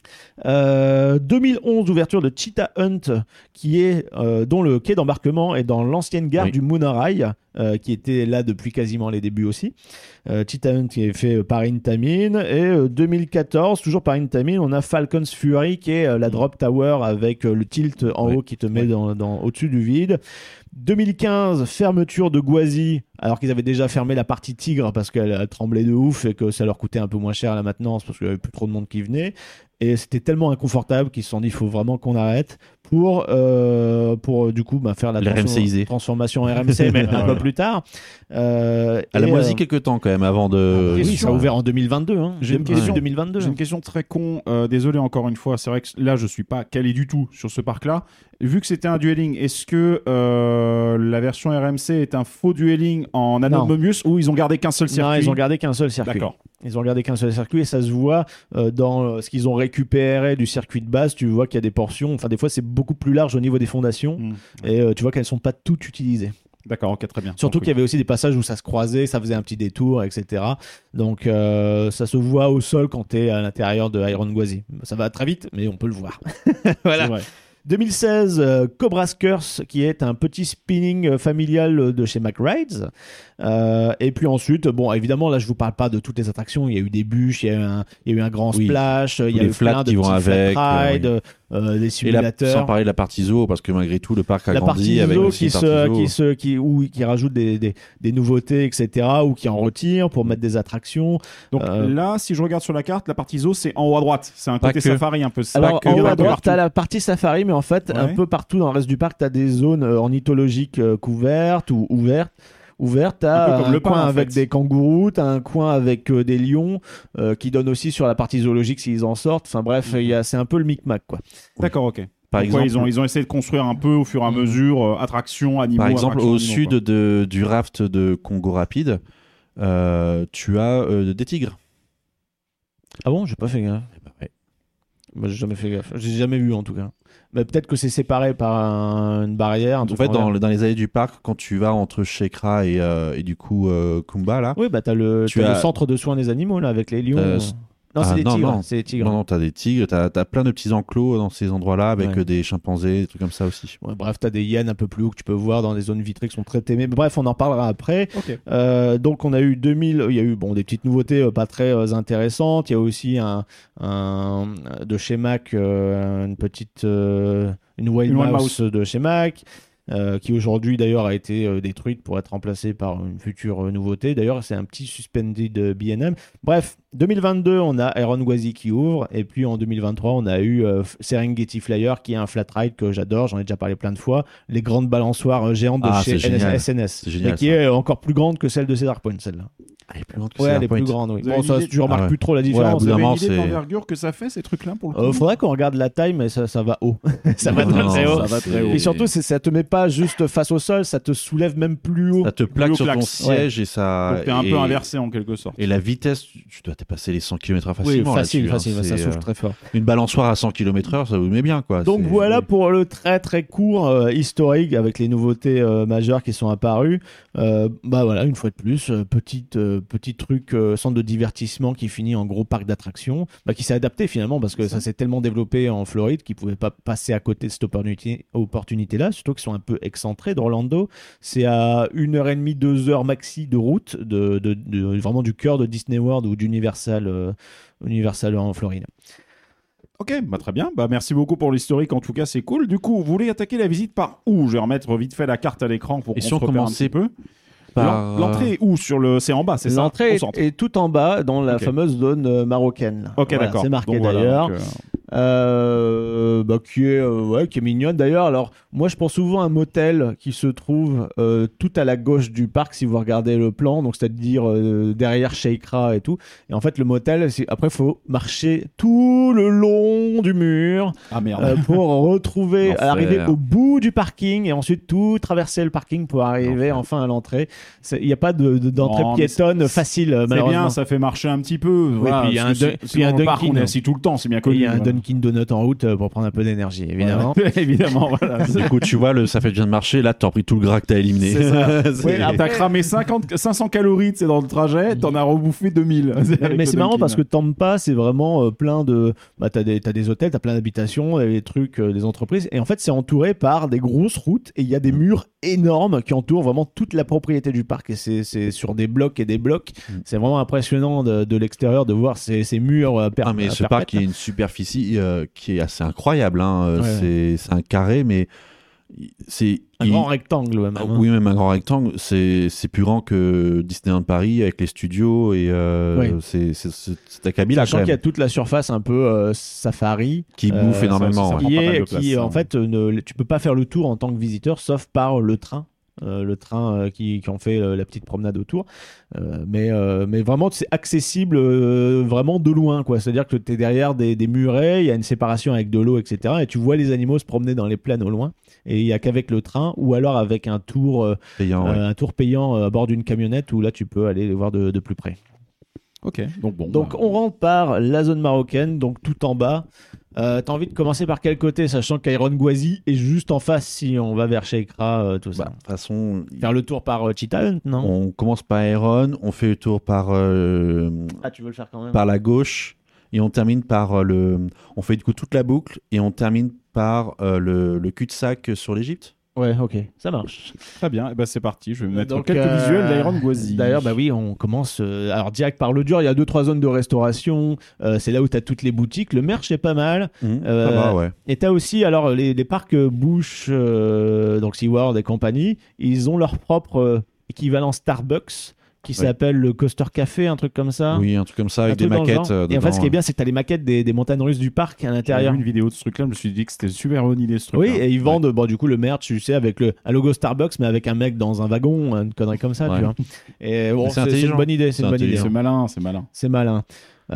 Euh, deux mille onze, ouverture de Cheetah Hunt, qui est, euh, dont le quai d'embarquement est dans l'ancienne gare Oui. du monorail, euh, qui était là depuis quasiment les débuts aussi. Euh, Cheetah Hunt qui est fait euh, par Intamin. Et euh, deux mille quatorze, toujours par Intamin, on a Falcon's Fury, qui est euh, la drop tower avec euh, le tilt en Oui. haut qui te met dans, dans- au-dessus du vide. deux mille quinze, fermeture de Gwazi, alors qu'ils avaient déjà fermé la partie Tigre parce qu'elle elle tremblait de ouf et que ça leur coûtait un peu moins cher à la maintenance parce qu'il n'y avait plus trop de monde qui venait. Et c'était tellement inconfortable qu'ils se sont dit il faut vraiment qu'on arrête pour, euh, pour euh, du coup bah, faire la Les transform- RMCisé. transformation R M C, mais un peu plus tard. Euh, Elle a et, moisi euh, quelques temps quand même avant de. oui, ça a ouvert en deux mille vingt-deux. Hein. J'ai une Début question. deux mille vingt-deux. J'ai une question très con. Euh, désolé encore une fois. C'est vrai que là, je suis pas calé du tout sur ce parc-là. Vu que c'était un dueling, est-ce que euh, la version R M C est un faux dueling en Non. anneau de Mobius ou ils ont gardé qu'un seul circuit? Non, ils ont gardé qu'un seul circuit. D'accord. Ils ont gardé qu'un seul circuit et ça se voit euh, dans euh, ce qu'ils ont récupéré du circuit de base. Tu vois qu'il y a des portions, enfin des fois c'est beaucoup plus large au niveau des fondations Mm. et euh, tu vois qu'elles sont pas toutes utilisées. D'accord, ok, très bien. Surtout Donc, qu'il y avait aussi des passages où ça se croisait, ça faisait un petit détour, et cetera. Donc euh, ça se voit au sol quand tu es à l'intérieur de Iron Gwazi. Ça va très vite, mais on peut le voir. Voilà. c'est vrai. deux mille seize, euh, Cobra's Curse, qui est un petit spinning euh, familial de chez McRides. Euh, et puis ensuite, bon, évidemment, là, je vous parle pas de toutes les attractions. Il y a eu des bûches, il y a eu un, il y a eu un grand Oui. splash, il y a les eu flats plein de qui vont petits avec, flat euh, rides, oui. euh, des Et la, simulateurs. sans parler de la partie zoo, parce que malgré tout, le parc a La grandi partie avec zoo aussi qui, une partie se, zoo. qui, se, qui, où, qui rajoute des, des, des nouveautés, et cetera, ou qui en retire pour mettre des attractions. Donc Euh, là, si je regarde sur la carte, la partie zoo, c'est en haut à droite. C'est un Pas côté que. safari un peu. C'est Alors, pas que- en il y en haut a à un peu droite, partout. t'as la partie safari, mais en fait, un Ouais. peu partout dans le reste du parc, t'as des zones euh, ornithologiques euh, couvertes ou ouvertes. Ouverte, t'as Un peu un, comme le coin parc, en avec fait. des kangourous, t'as un coin avec euh, des lions euh, qui donne aussi sur la partie zoologique s'ils en sortent. Enfin bref, il y a- c'est un peu le micmac quoi. D'accord, ok. Par Donc, ouais, exemple, ils, ont, ils ont essayé de construire un peu au fur et à Mm. mesure euh, attractions, animaux. Par exemple, attractions, au animaux, sud quoi. de, du raft de Congo Rapide, euh, tu as euh, des tigres. Ah bon, j'ai pas fait gaffe. Eh ben, ouais. Moi j'ai jamais fait gaffe. J'ai jamais vu en tout cas. Mais peut-être que c'est séparé par un- une barrière. Un En truc fait, en dans, l'air. le- dans les allées du parc, quand tu vas entre Shekra et, euh, et du coup euh, Kumba, là, Oui, bah t'as le, Tu t'as le as- centre de soins des animaux là avec les lions. Euh, euh. Non, c'est Ah, des non, tigres. non. C'est des tigres. Non, non, t'as des tigres, t'as as plein de petits enclos dans ces endroits-là avec Ouais. euh, des chimpanzés, des trucs comme ça aussi. Ouais, bref, t'as des hyènes un peu plus haut que tu peux voir dans des zones vitrées qui sont très aimées. Mais bref, on en parlera après. Ok. Euh, donc, on a eu deux mille. Il y a eu bon, des petites nouveautés euh, pas très euh, intéressantes. Il y a aussi un, un de chez Mac, euh, une petite. euh, une Wild Une Wild Mouse de chez Mac. Euh, qui aujourd'hui d'ailleurs a été euh, détruite pour être remplacée par une future euh, nouveauté. D'ailleurs, c'est un petit suspended euh, B and M. Bref, deux mille vingt-deux, on a Iron Gwazi qui ouvre, et puis en deux mille vingt-trois, on a eu euh, Serengeti Flyer, qui est un flat ride que j'adore, j'en ai déjà parlé plein de fois, les grandes balançoires euh, géantes de Ah, chez c'est génial. S N S, C'est génial, et qui ça. est encore plus grande que celle de Cedar Point, celle-là. Elle est plus grande que Ouais, Cedar elle est Point. plus grande, oui. Vous Bon, avez ça, une idée tu remarques Ah ouais. plus trop la Ouais, à différence. bout Vous d'un avez une moment, idée de c'est- l'envergure que ça fait, ces trucs-là, pour le coup Euh, faudrait qu'on regarde la taille, mais ça, ça va haut. ça va Non, très, non, très haut. ça va très haut. Et surtout, c'est- ça te met pas juste face au sol, ça te soulève même plus haut. Ça te plaque haut sur que ton l'axe. siège et ça. Donc t'es un et- peu inversé en quelque sorte. Et la vitesse, tu tu dois dépasser les cent kilomètres heure Oui, facilement. facile, là-dessus, hein. facile, ça C'est, souffle euh, très fort. Une balançoire à cent kilomètres heure, ça vous met bien, quoi. Donc C'est- voilà pour le très très court euh, historique avec les nouveautés euh, majeures qui sont apparues. Euh, bah voilà, une fois de plus, euh, petite, euh, petit truc, euh, centre de divertissement qui finit en gros parc d'attractions, bah, qui s'est adapté finalement parce que ça s'est tellement développé en Floride qu'ils ne pouvaient pas passer à côté de cette opportunité, opportunité-là, surtout qu'ils sont un peu excentrés d'Orlando. C'est à une heure et demie, deux heures maxi de route, de, de, de- vraiment du cœur de Disney World ou d'Universal euh, Universal en Floride. Ok, bah très bien. Bah merci beaucoup pour l'historique. En tout cas, c'est cool. Du coup, vous voulez attaquer la visite par où? Je vais remettre vite fait la carte à l'écran pour Et qu'on si on se repère un commençait petit peu. par- L'en- L'entrée est où sur le? C'est en bas, c'est ça? L'entrée Au centre. est, est tout en bas dans la Ok. fameuse zone euh, marocaine. Ok, Voilà, d'accord. C'est marqué Donc voilà, d'ailleurs. donc, euh, Euh, bah, qui, est, euh, ouais, qui est mignonne d'ailleurs. Alors, moi, je pense souvent à un motel qui se trouve euh, tout à la gauche du parc, si vous regardez le plan, donc c'est-à-dire euh, derrière Sheikra et tout. Et en fait, le motel, c'est... après, il faut marcher tout le long du mur Ah merde. euh, pour retrouver, L'enfer. arriver au bout du parking et ensuite tout traverser le parking pour arriver L'enfer. enfin à l'entrée. C'est- Il n'y a pas de, de- d'entrée Non, mais piétonne c'est- facile, euh, C'est malheureusement. bien, ça fait marcher un petit peu. Voilà, puis il y a parce un que Dun- si- puis il y a sinon, un le parc, Dunkin'. on est assis tout le temps, c'est bien Et connu. il y a un voilà. Dunkin' Donut en route euh, pour prendre un peu d'énergie, évidemment. Ouais, évidemment, voilà. Du coup, tu vois, le, ça fait bien de marcher. Là, t'as pris tout le gras que t'as éliminé. C'est ça. C'est- Ouais, t'as cramé cinquante, cinq cents calories, c'est dans le trajet, t'en as rebouffé deux mille. Mais c'est marrant parce que Tampa, c'est vraiment euh, plein de. Bah, t'as des, t'as des hôtels, t'as plein d'habitations, des trucs, euh, des entreprises. Et en fait, c'est entouré par des grosses routes et il y a des murs énormes qui entourent vraiment toute la propriété du parc. Et c'est, c'est sur des blocs et des blocs. Mm. C'est vraiment impressionnant de, de l'extérieur de voir ces, ces murs. Euh, per- Ah, mais euh, ce perpètes, parc, il y a là. une superficie euh, qui est assez incroyable. Hein. Euh, Ouais. C'est, c'est un carré, mais c'est Un il- grand rectangle, ouais, même, Ah, hein. oui, même un grand rectangle. C'est, c'est plus grand que Disneyland Paris avec les studios et euh, Oui. c'est, c'est, c'est, c'est acabit là Sachant quand qu'il y a même, toute la surface un peu euh, safari. qui Euh, bouffe ça énormément. aussi, ça ouais. prend qui pas mal est de qui place, en hein. fait euh, ne, tu peux pas faire le tour en tant que visiteur sauf par le train. Euh, le train euh, qui, qui en fait euh, la petite promenade autour. Euh, mais, euh, mais vraiment, c'est accessible euh, vraiment de loin, quoi. C'est-à-dire que tu es derrière des, des murets, il y a une séparation avec de l'eau, et cetera. Et tu vois les animaux se promener dans les plaines au loin. Et il n'y a qu'avec le train ou alors avec un tour, euh, Payant, ouais. euh, un tour payant euh, à bord d'une camionnette où là, tu peux aller les voir de, de plus près. Ok, donc bon. Donc bah, on rentre par la zone marocaine, donc tout en bas. Euh, T'as envie de commencer par quel côté, sachant qu'Iron Gwazi est juste en face si on va vers Sheikra, euh, tout ça. Bah, de toute façon, Faire le tour par euh, Cheetah Hunt, non on commence par Iron, on fait le tour par, euh, Ah, tu veux le faire quand même par la gauche et on termine par euh, le. On fait du coup toute la boucle et on termine par euh, le, le cul-de-sac sur l'Égypte. Ouais, ok, ça marche. Très bien, et ben c'est parti. Je vais mettre Donc, quelques euh, visuels d'Iron Gwazi. D'ailleurs, bah oui, on commence. euh, alors, direct par le dur, il y a deux trois zones de restauration. euh, c'est là où tu as toutes les boutiques. Le merch est pas mal. Mmh. Euh, Ah bah ouais. Et tu as aussi, alors, les, les parcs Bush, euh, donc SeaWorld et compagnie, ils ont leur propre euh, équivalent Starbucks qui Ouais. s'appelle le Coaster Café, un truc comme ça. Oui, un truc comme ça Un avec des truc dans le maquettes. genre. euh, Et en fait, ce qui est dedans, bien, c'est que tu as les maquettes des, des montagnes russes du parc à J'avais l'intérieur. vu une vidéo de ce truc-là, je me suis dit que c'était une super bonne idée ce truc. Oui, et ils vendent bon, du coup le merch, tu sais, avec le, un logo Starbucks, mais avec un mec dans un wagon, une connerie comme ça, Ouais. tu vois. Et bon, Mais c'est c'est c'est une intelligent. bonne idée, c'est C'est une bonne idée. intelligent. C'est malin, c'est malin. C'est malin.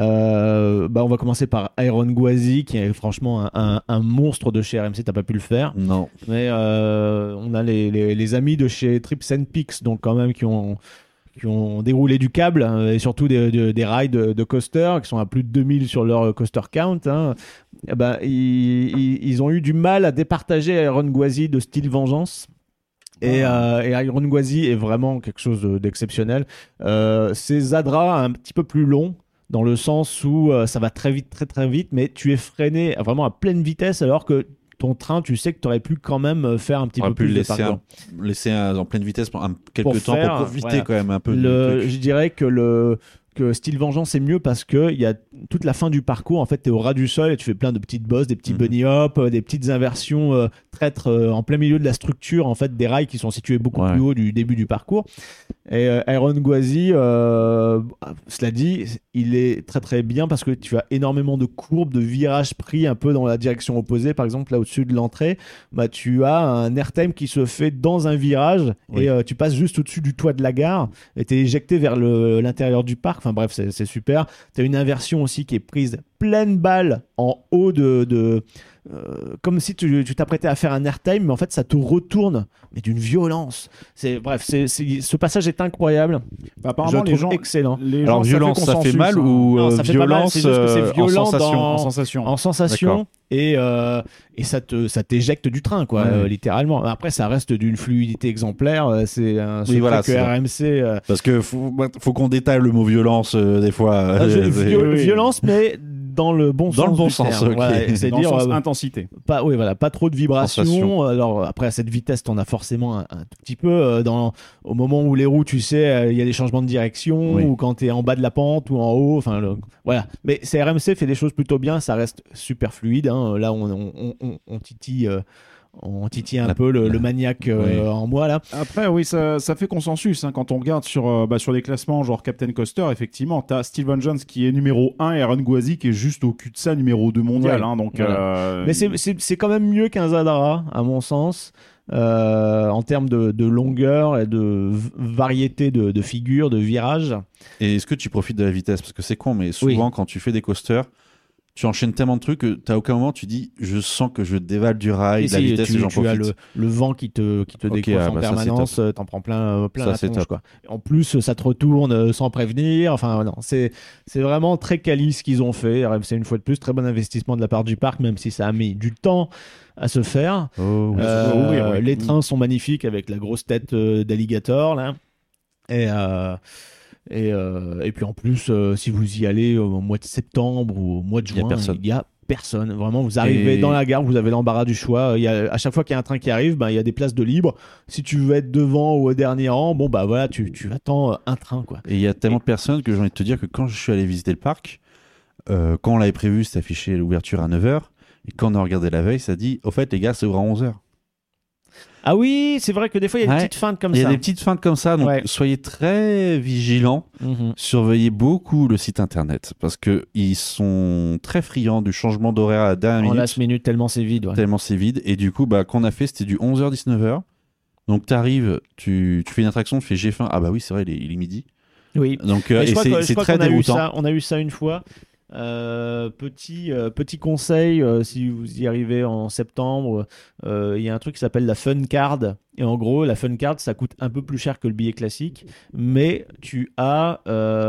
Euh, bah, on va commencer par Iron Gwazi, qui est franchement un, un- un monstre de chez R M C, t'as pas pu le faire. Non. Mais euh, on a les, les, les amis de chez Trips and Peaks, donc quand même qui ont, qui ont déroulé du câble, hein, et surtout des, des, des rides de, de coaster, qui sont à plus de deux mille sur leur coaster count. Hein. Eh ben, ils, ils, ils ont eu du mal à départager Iron Gwazi de style Vengeance. Et, euh, et Iron Gwazi est vraiment quelque chose de- d'exceptionnel. Euh, c'est Zadra un petit peu plus long. dans le sens où euh, ça va très vite, très très vite, mais tu es freiné vraiment à pleine vitesse alors que ton train, tu sais que tu aurais pu quand même faire un petit On peu aurait pu plus le de laisser, parcours. un- laisser un- en pleine vitesse pendant un- quelques Pour temps faire, pour profiter voilà. quand même un peu Le- du truc. je dirais que le que Style Vengeance c'est mieux parce que il y a toute la fin du parcours en fait t'es au ras du sol et tu fais plein de petites bosses, des petits Mhm. bunny hop, euh, des petites inversions euh, traîtres euh, en plein milieu de la structure en fait des rails qui sont situés beaucoup Ouais. plus haut du début du parcours. Et euh, Iron Gwazi, euh, cela dit, il est très très bien parce que tu as énormément de courbes, de virages pris un peu dans la direction opposée. Par exemple, là au-dessus de l'entrée, bah, tu as un airtime qui se fait dans un virage Oui. et euh, tu passes juste au-dessus du toit de la gare et tu es éjecté vers le- l'intérieur du parc. Enfin bref, c'est c'est super. Tu as une inversion aussi qui est prise pleine balle en haut de... de euh, comme si tu tu t'apprêtais à faire un airtime, mais en fait ça te retourne, mais d'une violence. C'est bref, c'est c'est- ce passage est incroyable. Bah, apparemment, Je les trouve gens, excellent. les Alors, gens, violence, ça fait consensus, mal hein. ou Non, euh, ça fait pas mal, violence c'est juste que c'est euh, violent en sensation dans- En sensation. En sensation D'accord. et, euh, et ça te ça t'éjecte du train quoi, Ouais. euh, littéralement. Après ça reste d'une fluidité exemplaire, euh, c'est un secret voilà, que c'est R M C euh, Parce que faut, faut qu'on détaille le mot violence euh, des fois. ah, je- Euh, c'est- vio- oui. violence mais dans le bon Dans sens le bon du sens, terme. ok. Voilà, Dans le c'est-à-dire sens euh, intensité. pas oui voilà pas trop de vibrations. Sensation. Alors après à cette vitesse t'en as forcément un, un tout petit peu euh, dans au moment où les roues tu sais euh, il y a des changements de direction Oui. ou quand t'es en bas de la pente ou en haut enfin le- voilà mais c'est R M C fait des choses plutôt bien, ça reste super fluide hein. Là on, on, on, on titille euh, on titille un La- peu le, la- le maniaque euh, Oui. en moi là. Après, oui, ça, ça fait consensus. Hein, quand on regarde sur, euh, bah, sur des classements genre Captain Coaster, effectivement, t'as Steven Jones qui est numéro un et Aaron Gwazi qui est juste au cul de ça, numéro deux mondial. Ouais, Hein, donc, voilà. euh, Mais c'est- c'est c'est quand même mieux qu'un Zadara, à mon sens, euh, en termes de, de longueur et de v- variété de, de figures, de virages. Et est-ce que tu profites de la vitesse? Parce que c'est con, mais souvent quand tu fais des coasters, tu enchaînes tellement de trucs que t'as aucun moment tu dis je sens que je dévale du rail, Et de la si, vitesse tu, et j'en tu as profite. le, le vent qui te, qui te Ok, décoiffe ah en bah ça, c'est permanence, euh, t'en prends plein, euh, plein Ça, la c'est tronche, top. quoi. En plus, ça te retourne euh, sans prévenir. Enfin, non, c'est c'est vraiment très quali ce qu'ils ont fait. R M C, une fois de plus, très bon investissement de la part du parc, même si ça a mis du temps à se faire. Oh, oui. Euh, faut ouvrir, oui. Les trains sont magnifiques avec la grosse tête euh, d'alligator là. Et, euh, et, euh, et puis en plus, euh, si vous y allez au mois de septembre ou au mois de Il y a juin, personne. il y a personne. Vraiment, vous arrivez Et- dans la gare, vous avez l'embarras du choix. Il y a, à chaque fois qu'il y a un train qui arrive, ben, il y a des places de libre. Si tu veux être devant ou au dernier rang, bon bah voilà, tu, tu attends euh, un train quoi. Et il y a tellement de personnes que j'ai envie de te dire que quand je suis allé visiter le parc, euh, quand on l'avait prévu, c'était affiché l'ouverture à neuf heures. Et quand on a regardé la veille, ça dit au fait, les gars, c'est ouvert à onze heures. Ah oui, c'est vrai que des fois il y a des Ouais. petites feintes comme Il y ça. a des petites feintes comme ça, donc Ouais. soyez très vigilants. Mhm. Surveillez beaucoup le site internet parce que ils sont très friands du changement d'horaire à la dernière En minute, last minute tellement c'est vide. Ouais. tellement c'est vide. Et du coup, bah, qu'on a fait, c'était du onze heures dix-neuf heures. Donc t'arrives, tu, tu fais une attraction, tu fais j'ai faim. Ah bah oui, c'est vrai, il est, il est midi. Oui. Donc euh, Mais je et crois que- c'est je c'est crois très qu'on a eu déroutant. ça- On a eu ça une fois. Euh, petit, euh, petit conseil, euh, si vous y arrivez en septembre, euh, il y a un truc qui s'appelle la Fun Card. Et en gros, la Fun Card, ça coûte un peu plus cher que le billet classique, mais tu as,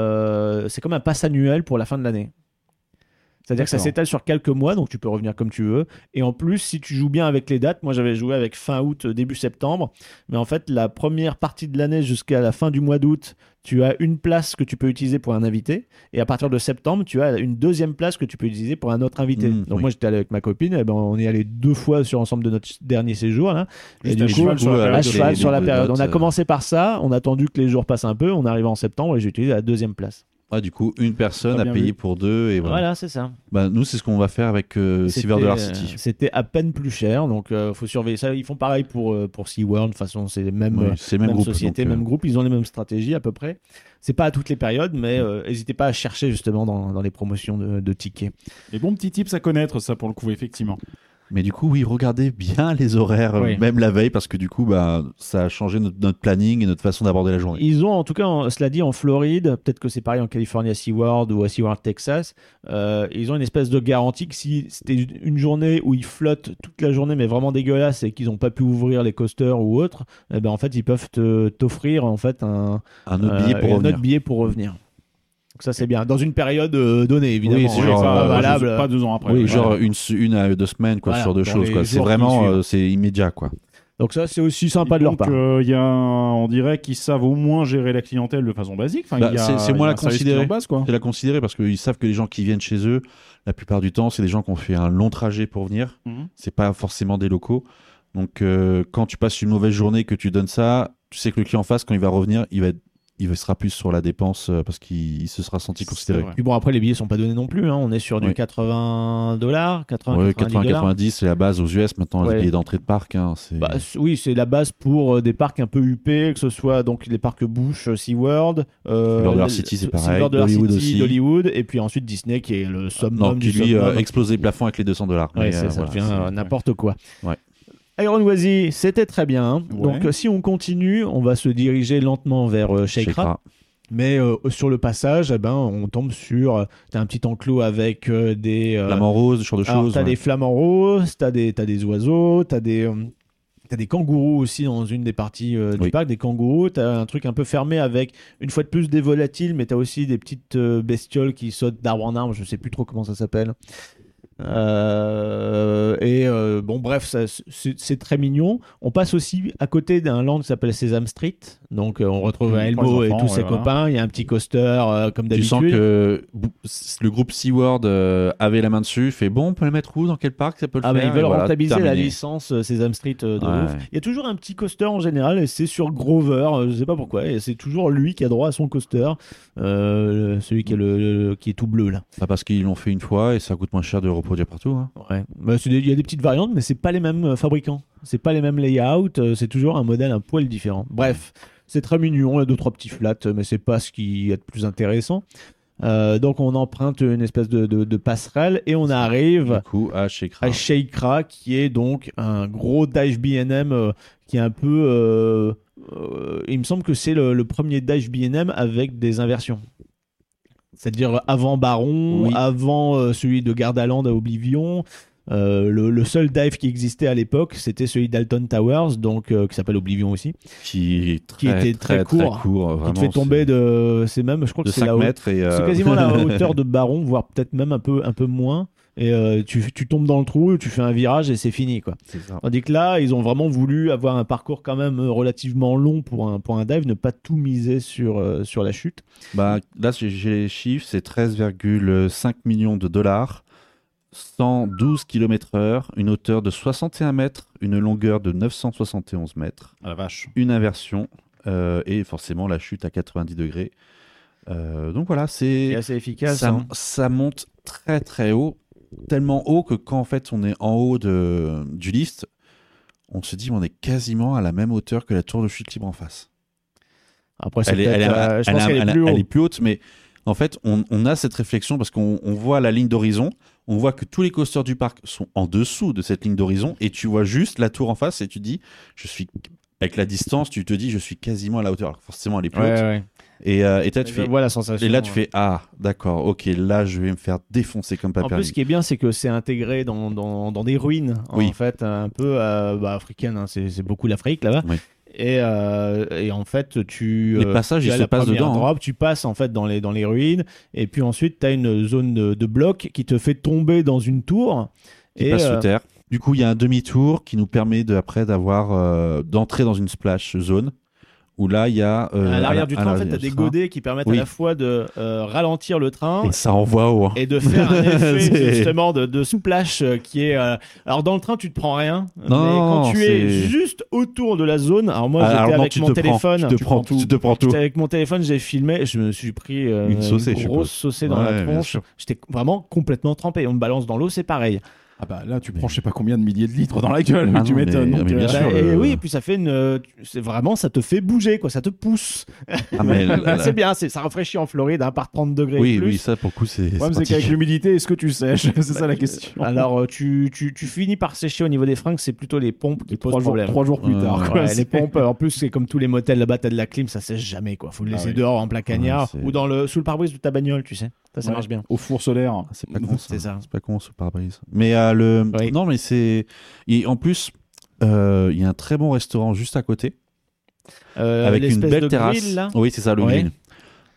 euh, c'est comme un pass annuel pour la fin de l'année. C'est-à-dire que ça D'accord. s'étale sur quelques mois, donc tu peux revenir comme tu veux. Et en plus, si tu joues bien avec les dates, moi j'avais joué avec fin août, début septembre, mais en fait, la première partie de l'année jusqu'à la fin du mois d'août, tu as une place que tu peux utiliser pour un invité, et à partir de septembre, tu as une deuxième place que tu peux utiliser pour un autre invité. Mmh, donc oui. moi j'étais allé avec ma copine, et ben, on est allé deux fois sur l'ensemble de notre dernier séjour. Là. Et Juste du à coup, cheval sur la à période à de- cheval les- sur la les période. notes, On a euh, commencé par ça, on a attendu que les jours passent un peu, on arrive en septembre, et j'ai utilisé la deuxième place. Ah, du coup, une personne Très a bien payé vu. pour deux et voilà. Voilà, c'est ça. Bah, nous, c'est ce qu'on va faire avec euh, C'était, Silver Dollar euh, City. C'était à peine plus cher, donc il faut surveiller ça. Ils font pareil pour, euh, pour SeaWorld, de toute façon, c'est les mêmes, Ouais, euh, c'est le même même groupe, société, donc, euh, même groupe, ils ont les mêmes stratégies à peu près. C'est pas à toutes les périodes, mais euh, n'hésitez pas à chercher justement dans, dans les promotions de, de tickets. Les bons petits tips à connaître, ça, pour le coup, effectivement. Mais du coup, oui, regardez bien les horaires, euh, Oui. même la veille, parce que du coup, bah, ça a changé notre, notre planning et notre façon d'aborder la journée. Ils ont en tout cas, en- cela dit, en Floride, peut-être que c'est pareil en Californie à SeaWorld ou à SeaWorld Texas, euh, ils ont une espèce de garantie que si c'était une journée où ils flottent toute la journée, mais vraiment dégueulasse, et qu'ils n'ont pas pu ouvrir les coasters ou autres, eh ben en fait, ils peuvent te- t'offrir en fait un, Un autre euh, billet pour un revenir. autre billet pour revenir. Donc ça c'est bien. Dans une période euh, donnée, évidemment. Oui, c'est hein, genre, pas euh, valable. Pas deux ans après. Oui, Ouais. genre une, une à deux semaines, quoi, Voilà, sur deux dans choses. les Quoi. C'est jours qui vraiment, suivent. euh, c'est immédiat, quoi. Donc ça, c'est aussi sympa Et de leur donc, part. euh, il y a un- on dirait qu'ils savent au moins gérer la clientèle de façon basique. Enfin, Bah, il y a- c'est- c'est il y moins a la un service considérer. client de base, quoi. C'est la considérer parce qu'ils savent que les gens qui viennent chez eux, la plupart du temps, c'est des gens qui ont fait un long trajet pour venir. Mhm. C'est pas forcément des locaux. Donc, euh, quand tu passes une mauvaise journée, que tu donnes ça, tu sais que le client en face, quand il va revenir, il va être il sera plus sur la dépense euh, parce qu'il il se sera senti considéré. C'est vrai. Puis bon, après, les billets sont pas donnés non plus. Hein. On est sur du Oui. quatre-vingts dollars, quatre-vingts, Ouais, quatre-vingt-dix dollars. quatre-vingts quatre-vingt-dix, c'est la base aux U S. Maintenant, Ouais. les billets d'entrée de parc, hein, c'est... Bah, c- oui, c'est la base pour euh, des parcs un peu huppés, que ce soit donc les parcs Busch, euh, SeaWorld, euh, Silver le- City, c'est le- pareil, Silver Dollar d'Hollywood City, aussi. d'Hollywood, et puis ensuite Disney qui est le summum non, du qui lui euh, summum. explose les plafonds avec les deux cents dollars. Ouais, c'est- ça devient euh, c'est- n'importe quoi. Ouais. Iron Oasis, c'était très bien. hein. Ouais. Donc euh, si on continue, on va se diriger lentement vers euh, Sheikra. Sheikra. Mais euh, sur le passage, eh ben, on tombe sur. euh, T'as un petit enclos avec euh, des. euh, Flamant rose, ce genre de alors, choses. t'as ouais. des flamants roses, t'as des, t'as des oiseaux, t'as des. euh, T'as des kangourous aussi dans une des parties euh, du Oui. parc, des kangourous. T'as un truc un peu fermé avec, une fois de plus, des volatiles, mais t'as aussi des petites euh, bestioles qui sautent d'arbre en arbre. Je sais plus trop comment ça s'appelle. Euh, et euh, bon, bref, ça, c'est, c'est très mignon. On passe aussi à côté d'un land qui s'appelle Sesame Street. Donc, euh, on retrouve Mmh, Elmo pour les et enfants, tous ses ouais, voilà. copains. Il y a un petit coaster euh, comme Tu d'habitude. sens que bou- le groupe SeaWorld euh, avait la main dessus, fait bon, on peut le mettre où, dans quel parc, ça peut le Ah faire. bah ils veulent et voilà, rentabiliser la terminé. licence euh, Sesame Street euh, de Ouais. ouf. Il y a toujours un petit coaster en général et c'est sur Grover, euh, je sais pas pourquoi, et c'est toujours lui qui a droit à son coaster, euh, le- celui qui est, le, le- qui est tout bleu là. Pas parce qu'ils l'ont fait une fois et ça coûte moins cher de le reproduire partout. hein. Ouais. Bah, c'est des- il y a des petites variantes mais c'est pas les mêmes euh, fabricants, c'est pas les mêmes layouts, euh, c'est toujours un modèle un poil différent. Bref, c'est très mignon, il y a deux trois petits flats mais c'est pas ce qui est le plus intéressant. Euh, donc on emprunte une espèce de, de- de passerelle et on arrive Du coup, à Sheikra. à Sheikra, qui est donc un gros dive B and M euh, qui est un peu. euh, euh, il me semble que c'est le, le premier dive B and M avec des inversions. C'est-à-dire avant Baron, Oui. avant euh, celui de Gardaland à Oblivion. Euh, le, le seul dive qui existait à l'époque, c'était celui d'Alton Towers, donc euh, qui s'appelle Oblivion aussi, Qui est très, qui était très, très, court, très court. qui te vraiment, fait tomber c'est de. C'est même, je crois de que c'est cinq la hauteur. mètres. Et, euh, C'est quasiment la hauteur de Baron, voire peut-être même un peu, un peu moins. Et euh, tu, tu tombes dans le trou, tu fais un virage et c'est fini, quoi. c'est ça. Tandis que là, ils ont vraiment voulu avoir un parcours quand même relativement long pour un, pour un dive, ne pas tout miser sur, euh, sur la chute. Bah, là, j'ai j'ai les chiffres, c'est treize virgule cinq millions de dollars, cent douze kilomètres heure, une hauteur de soixante et un mètres, une longueur de neuf cent soixante et onze mètres, Ah la vache. une inversion euh, et forcément la chute à quatre-vingt-dix degrés. Euh, donc voilà, c'est C'est assez efficace. ça, hein. ça monte très très haut, tellement haut que quand en fait on est en haut de, du lift, on se dit on est quasiment à la même hauteur que la tour de chute libre en face. Après, c'est Elle est, peut-être, elle est- euh, je elle pense est- qu'elle est elle est- plus haut. elle est plus haute, mais en fait, on, on a cette réflexion parce qu'on on voit la ligne d'horizon, on voit que tous les coasters du parc sont en dessous de cette ligne d'horizon, et tu vois juste la tour en face, et tu dis, je suis avec la distance, tu te dis, je suis quasiment à la hauteur. Alors forcément, elle est plus Ouais, haute. ouais. Et, euh, et, là, tu Je fais, vois la sensation. et là, tu ouais. fais, ah, d'accord, ok, là, je vais me faire défoncer comme pas En permis. plus, ce qui est bien, c'est que c'est intégré dans, dans, dans des ruines, en Oui. fait, un peu euh, bah, africaines. hein, c'est, c'est beaucoup l'Afrique là-bas. Oui. Et, euh, et en fait, tu. Les euh, passages, tu ils as se la passent première dedans, hein. drop, tu passes en fait dans les, dans les ruines. Et puis ensuite, tu as une zone de, de bloc qui te fait tomber dans une tour. qui et, passe euh, sous terre. Du coup, il y a un demi-tour qui nous permet de, après d'avoir euh, d'entrer dans une splash zone où là, il y a euh, à l'arrière la- du à train, en fait, l'arrière tu as du des train. godets qui permettent Oui. à la fois de euh, ralentir le train Et ça envoie haut. hein. et de faire un effet C'est- justement de, de splash euh, qui est. euh, Alors dans le train, tu te prends rien. Non, mais quand tu es c'est- juste autour de la zone, alors moi Alors j'étais non, avec tu mon te prends- téléphone. tu te prends tout. Tu te prends tout. J'étais avec mon téléphone, j'ai filmé, je me suis pris euh, Une saucée, je grosse suppose. saucée dans Ouais, la bien tronche. sûr. J'étais vraiment complètement trempé. On me balance dans l'eau, c'est pareil. Ah bah là, tu prends je sais pas combien de milliers de litres dans la gueule. Ah tu non, m'étonnes. mais- donc, mais bien euh, sûr. Bah, et le- oui, et puis ça fait une. euh, C'est vraiment, ça te fait bouger, quoi. Ça te pousse. Ah, mais la- la- c'est bien, c'est, ça rafraîchit en Floride, hein, par trente degrés. et Oui, plus. oui, ça pour le coup, c'est. Le c'est problème, c'est pratique. qu'avec l'humidité, est-ce que tu sèches C'est ça la question. Alors, euh, tu, tu, tu finis par sécher au niveau des fringues, c'est plutôt les pompes qui posent trois jours, problème. trois jours plus Euh, tard. ouais, quoi. Ouais, C'est- les pompes, euh, en plus, c'est comme tous les motels là-bas, t'as de la clim, ça sèche jamais, quoi. Faut le Ah laisser oui. dehors en plein cagnard c'est- ou dans le, sous le pare-brise de ta bagnole, tu sais. Ça, ça Ouais. marche bien. Au four solaire. Ah, C'est pas con, ça. C'est ça. C'est pas con, ce pare-brise. Mais euh, le. Oui. Non, mais c'est. Et en plus, euh, il y a un très bon restaurant juste à côté. Euh, avec une l'espèce belle de terrasse. grill, là. Oui, c'est ça, le Ouais. grill.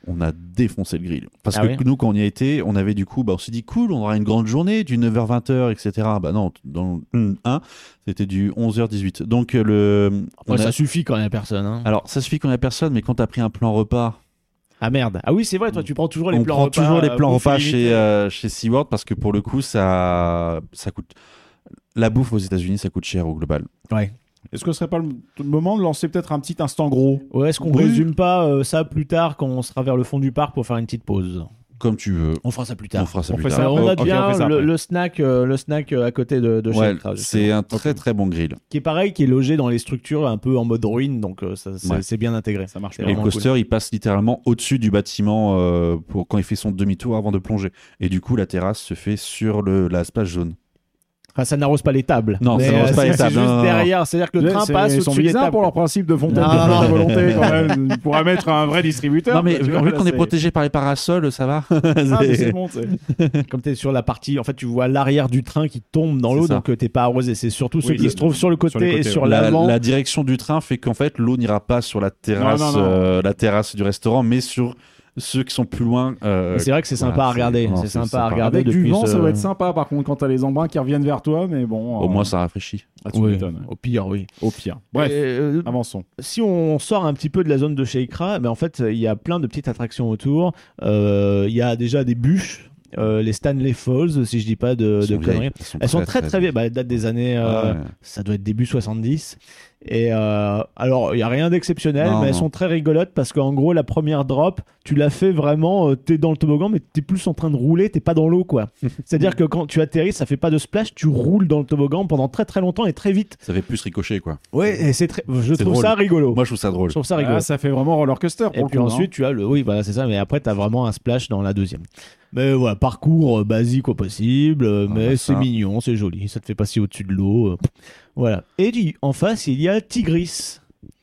on a défoncé le grill. Parce Ah que oui. nous, quand on y a été, on avait du coup, bah, on s'est dit cool, on aura une grande journée du neuf heures vingt heures, et cetera. Bah non, dans le un, c'était du onze heures dix-huit. Donc euh, le. on Ouais, a- ça suffit quand il n'y a personne. Hein. Alors ça suffit quand il n'y a personne, mais quand t'as pris un plan repas, Ah merde. Ah oui, c'est vrai, toi tu prends toujours les on plans prend repas. toujours les euh, plans bouffe repas illimitée. chez, euh, chez SeaWorld parce que pour le coup, ça, ça coûte. La bouffe aux États-Unis, ça coûte cher au global. Ouais. Est-ce que ce serait pas le le moment de lancer peut-être un petit instant gros? Ouais, est-ce qu'on Oui. résume pas euh, ça plus tard quand on sera vers le fond du parc pour faire une petite pause? Comme tu veux. On fera ça plus On tard. fera ça On plus fait tard. ça Alors, on après. a Ok, on bien fait ça le, après. le snack, euh, le snack euh, à côté de, de chez Ouais, Ultra, justement. c'est un très très bon grill. Qui est pareil, qui est logé dans les structures un peu en mode ruine, donc euh, ça, c'est, Ouais. c'est bien intégré. Ça marche C'est bien. Et le vraiment coaster, il passe littéralement au-dessus du bâtiment euh, pour quand il fait son demi-tour avant de plonger. Et du coup, la terrasse se fait sur le, la splash zone. Enfin, ça n'arrose pas les tables. Non, Mais, ça n'arrose euh, pas c'est- les tables, C'est juste non, non, derrière, c'est-à-dire que le Ouais, train c'est- passe ils sont au-dessus des bizarres tables. pour leur principe de fontaine Non, de pleine non. volonté quand même. Ils pourraient mettre un vrai distributeur. Non, mais tu vois, vu là, qu'on est c'est- protégé par les parasols, ça va. Ah, mais c'est bon, c'est- Comme tu es sur la partie, en fait, tu vois l'arrière du train qui tombe dans C'est l'eau, ça. donc tu n'es pas arrosé. C'est surtout ceux Oui, qui le- se trouvent sur le côté, sur les et côtés, sur ouais. La, l'avant. la direction du train fait qu'en fait, l'eau n'ira pas sur la terrasse, Non, non, non. euh, la terrasse du restaurant, mais sur ceux qui sont plus loin. euh, Mais c'est vrai que c'est voilà, sympa à regarder. non, C'est sympa à regarder Avec du depuis vent, ce- ça va être sympa par contre quand t'as les embruns qui reviennent vers toi, mais bon. Au euh, moins, ça rafraîchit. ah, tu Oui, m'étonnes. au pire, oui. Au pire. Bref, Euh, avançons. si on sort un petit peu de la zone de chez Ikra, ben en fait, il y a plein de petites attractions autour. Euh, Il y a déjà des bûches, euh, les Stanley Falls, si je dis pas de, Elles de sont conneries. vieilles. Elles sont très très vieilles. Bah, elles datent des années. euh, Ouais. Ça doit être début soixante-dix. Et euh, alors, il n'y a rien d'exceptionnel, Non, mais elles non. sont très rigolotes parce qu'en gros, la première drop, tu l'as fait vraiment, euh, t'es dans le toboggan, mais t'es plus en train de rouler, t'es pas dans l'eau, quoi. C'est-à-dire que quand tu atterris, ça fait pas de splash, tu roules dans le toboggan pendant très très longtemps et très vite. Ça fait plus ricocher, quoi. Ouais, et c'est très. Je C'est trouve drôle. ça rigolo. Moi, je trouve ça drôle. Je trouve ça rigolo. Ah, ça fait vraiment roller coaster pour Et le puis coup, ensuite, hein. tu as le. Oui, voilà, c'est ça. Mais après, tu as vraiment un splash dans la deuxième. Mais voilà, parcours euh, basique au possible. euh, Ah, mais bah, c'est ça. mignon, c'est joli. Ça te fait passer au-dessus de l'eau. euh, voilà. Et du- en face, il y a Tigris.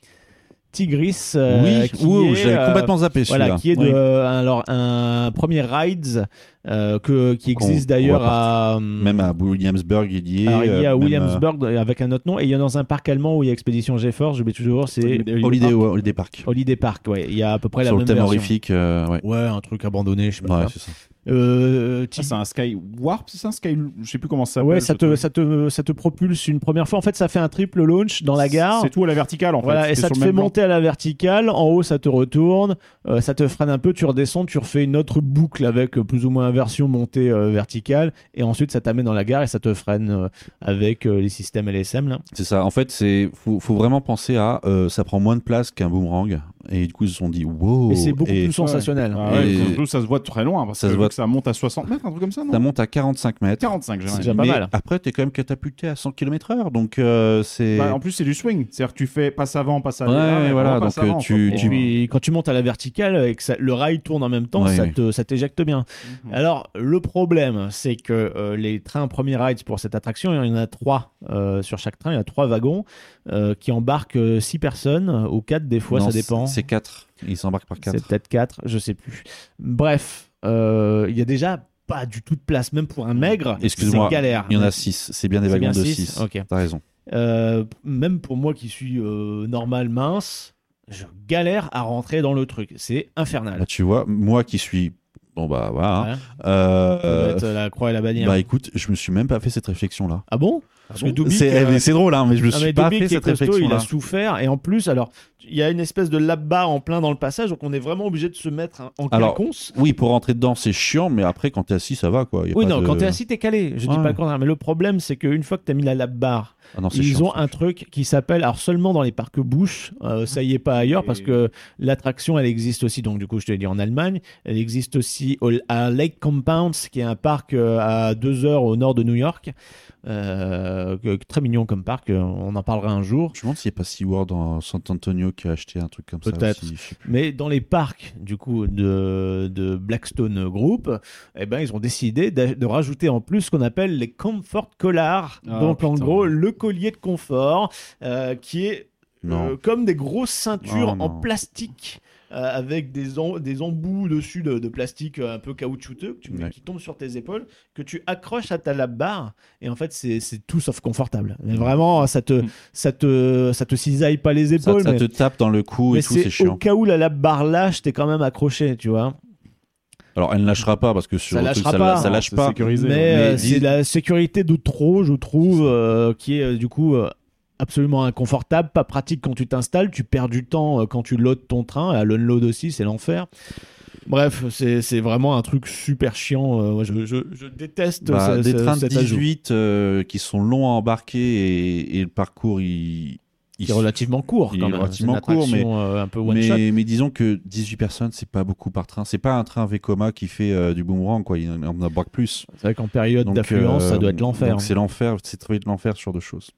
Tigris. euh, oui, qui ouh, est, j'avais euh, complètement zappé celui-là. Voilà, qui est de, Oui. euh, alors, un premier rides euh, que, qui Qu'on- existe qu'on d'ailleurs voit à. hum, Même à Williamsburg, il y est. alors, il y a euh, même, Williamsburg avec un autre nom, et il y a dans un parc allemand où il y a Expédition GeForce, j'oublie toujours, c'est euh, Holiday, ouais, Holiday Park. Holiday Park, ouais. Il y a à peu près la Sur le même thème version. horrifique, euh, ouais. Ouais, un truc abandonné, je sais pas. Ouais, quoi. c'est ça. Euh, Ah, Tig- c'est un Sky Warp, c'est ça, un Sky, je sais plus comment ça s'appelle. ouais, ça ce te, truc. ça, te, ça te propulse une première fois. En fait, ça fait un triple launch dans la gare. C'est tout à la verticale en fait. Voilà, et c'est ça sur te le fait même plan. monter à la verticale. En haut, ça te retourne. euh, ça te freine un peu. Tu redescends. Tu refais une autre boucle avec euh, plus ou moins inversion montée euh, verticale. Et ensuite, ça t'amène dans la gare et ça te freine euh, avec euh, les systèmes L S M. Là. C'est ça. En fait, c'est faut, faut vraiment penser à euh, ça prend moins de place qu'un boomerang. Et du coup, ils se sont dit wow. Et c'est beaucoup Et plus sensationnel. Ah ouais, Et- surtout, ça se voit de très loin. Parce Ça que se vu voit- que ça monte à soixante mètres, un truc comme ça, non Ça monte à quarante-cinq mètres. quarante-cinq, j'ai C'est l'impression. déjà pas Mais mal. après, t'es quand même catapulté à cent kilomètres heure. Donc, euh, c'est. Bah, en plus, c'est du swing. C'est-à-dire que tu fais passe avant, passe Ouais, arrière. et voilà, avant, passe donc, euh, avant, tu- quoi. Et tu- puis, quand tu montes à la verticale et que ça- le rail tourne en même temps, Ouais, ça, oui. te, ça t'éjecte bien. Mhm. Alors, le problème, c'est que euh, les trains premier rides pour cette attraction, il y en a trois euh, sur chaque train. Il y a trois wagons euh, qui embarquent euh, six personnes, euh, ou quatre des fois, Non, ça dépend. C'est quatre. Ils s'embarquent par quatre. C'est peut-être quatre, je sais plus. Bref, euh, il y a déjà pas du tout de place, même pour un maigre. Excuse-moi, C'est galère. il y en a six. C'est bien des C'est wagons bien de six six. Ok. T'as raison. Euh, même pour moi qui suis euh, normal mince, je galère à rentrer dans le truc. C'est infernal. Là, tu vois, moi qui suis. Bon, bah voilà. hein. Ouais. Euh, Ça doit être la croix et la bannière. Bah écoute, je me suis même pas fait cette réflexion-là. Ah bon Parce que Dubik, C'est euh, mais c'est drôle, hein, mais je me ah, suis mais pas Dubik fait qui est cette costaud, il réflexion-là. a souffert. Et en plus, alors, il y a une espèce de lap-bar en plein dans le passage, donc on est vraiment obligé de se mettre en Alors, quinconce. Oui, pour rentrer dedans, c'est chiant, mais après, quand t'es assis, ça va, quoi. Y a Oui, pas non, de- quand t'es assis, t'es calé. Je dis Ouais. pas le contraire. Mais le problème, c'est qu'une fois que t'as mis la lap-bar, Ah non, c'est ils chiant, ont ça. un truc qui s'appelle, alors seulement dans les parcs Busch, euh, ça y est pas ailleurs, Et- parce que l'attraction, elle existe aussi, donc du coup, je te l'ai dit en Allemagne, elle existe aussi au- à Lake Compounce, qui est un parc euh, à deux heures au nord de New York. Euh, que- très mignon comme parc, euh, on en parlera un jour. Je me demande s'il n'y a pas SeaWorld en San Antonio qui a acheté un truc comme ça. Peut-être. aussi, je sais plus. Mais dans les parcs du coup de, de Blackstone Group, eh ben, ils ont décidé d'a- de rajouter en plus ce qu'on appelle les Comfort Collars. Ah, Donc en putain. gros, le collier de confort euh, qui est Non. euh, comme des grosses ceintures Non, en non. plastique. euh, avec des, em- des embouts dessus de, de plastique euh, un peu caoutchouteux que tu mets, Ouais. qui tombent sur tes épaules, que tu accroches à ta lap bar, et en fait c'est, c'est tout sauf confortable. Mais vraiment, ça te, ça te, ça te cisaille pas les Ça, épaules, ça mais, te tape dans le cou mais et tout, c'est au chiant. cas où la lap bar lâche, t'es quand même accroché, tu vois. Alors, elle ne lâchera pas parce que sur Ça le truc, lâchera ça, pas. ça Non, lâche c'est pas. sécurisé. Mais, ouais. euh, Mais c'est dis- la sécurité de trop, je trouve, euh, qui est euh, du coup euh, absolument inconfortable, pas pratique quand tu t'installes, tu perds du temps euh, quand tu loads ton train, à l'unload aussi, c'est l'enfer. Bref, c'est, c'est vraiment un truc super chiant. euh, moi, je, je, je déteste Bah, ce- des ce- trains de cet ajout. dix-huit euh, qui sont longs à embarquer et, et le parcours, il, il Qui est relativement court, il quand est même. relativement C'est une court, mais- attraction, euh, un peu one shot. mais, mais disons que dix-huit personnes, c'est pas beaucoup par train. C'est pas un train Vekoma qui fait euh, du boomerang, quoi. Il en embarque plus. C'est vrai qu'en période Donc, d'affluence, euh, ça doit être l'enfer. donc c'est l'enfer, c'est très de l'enfer sur deux choses.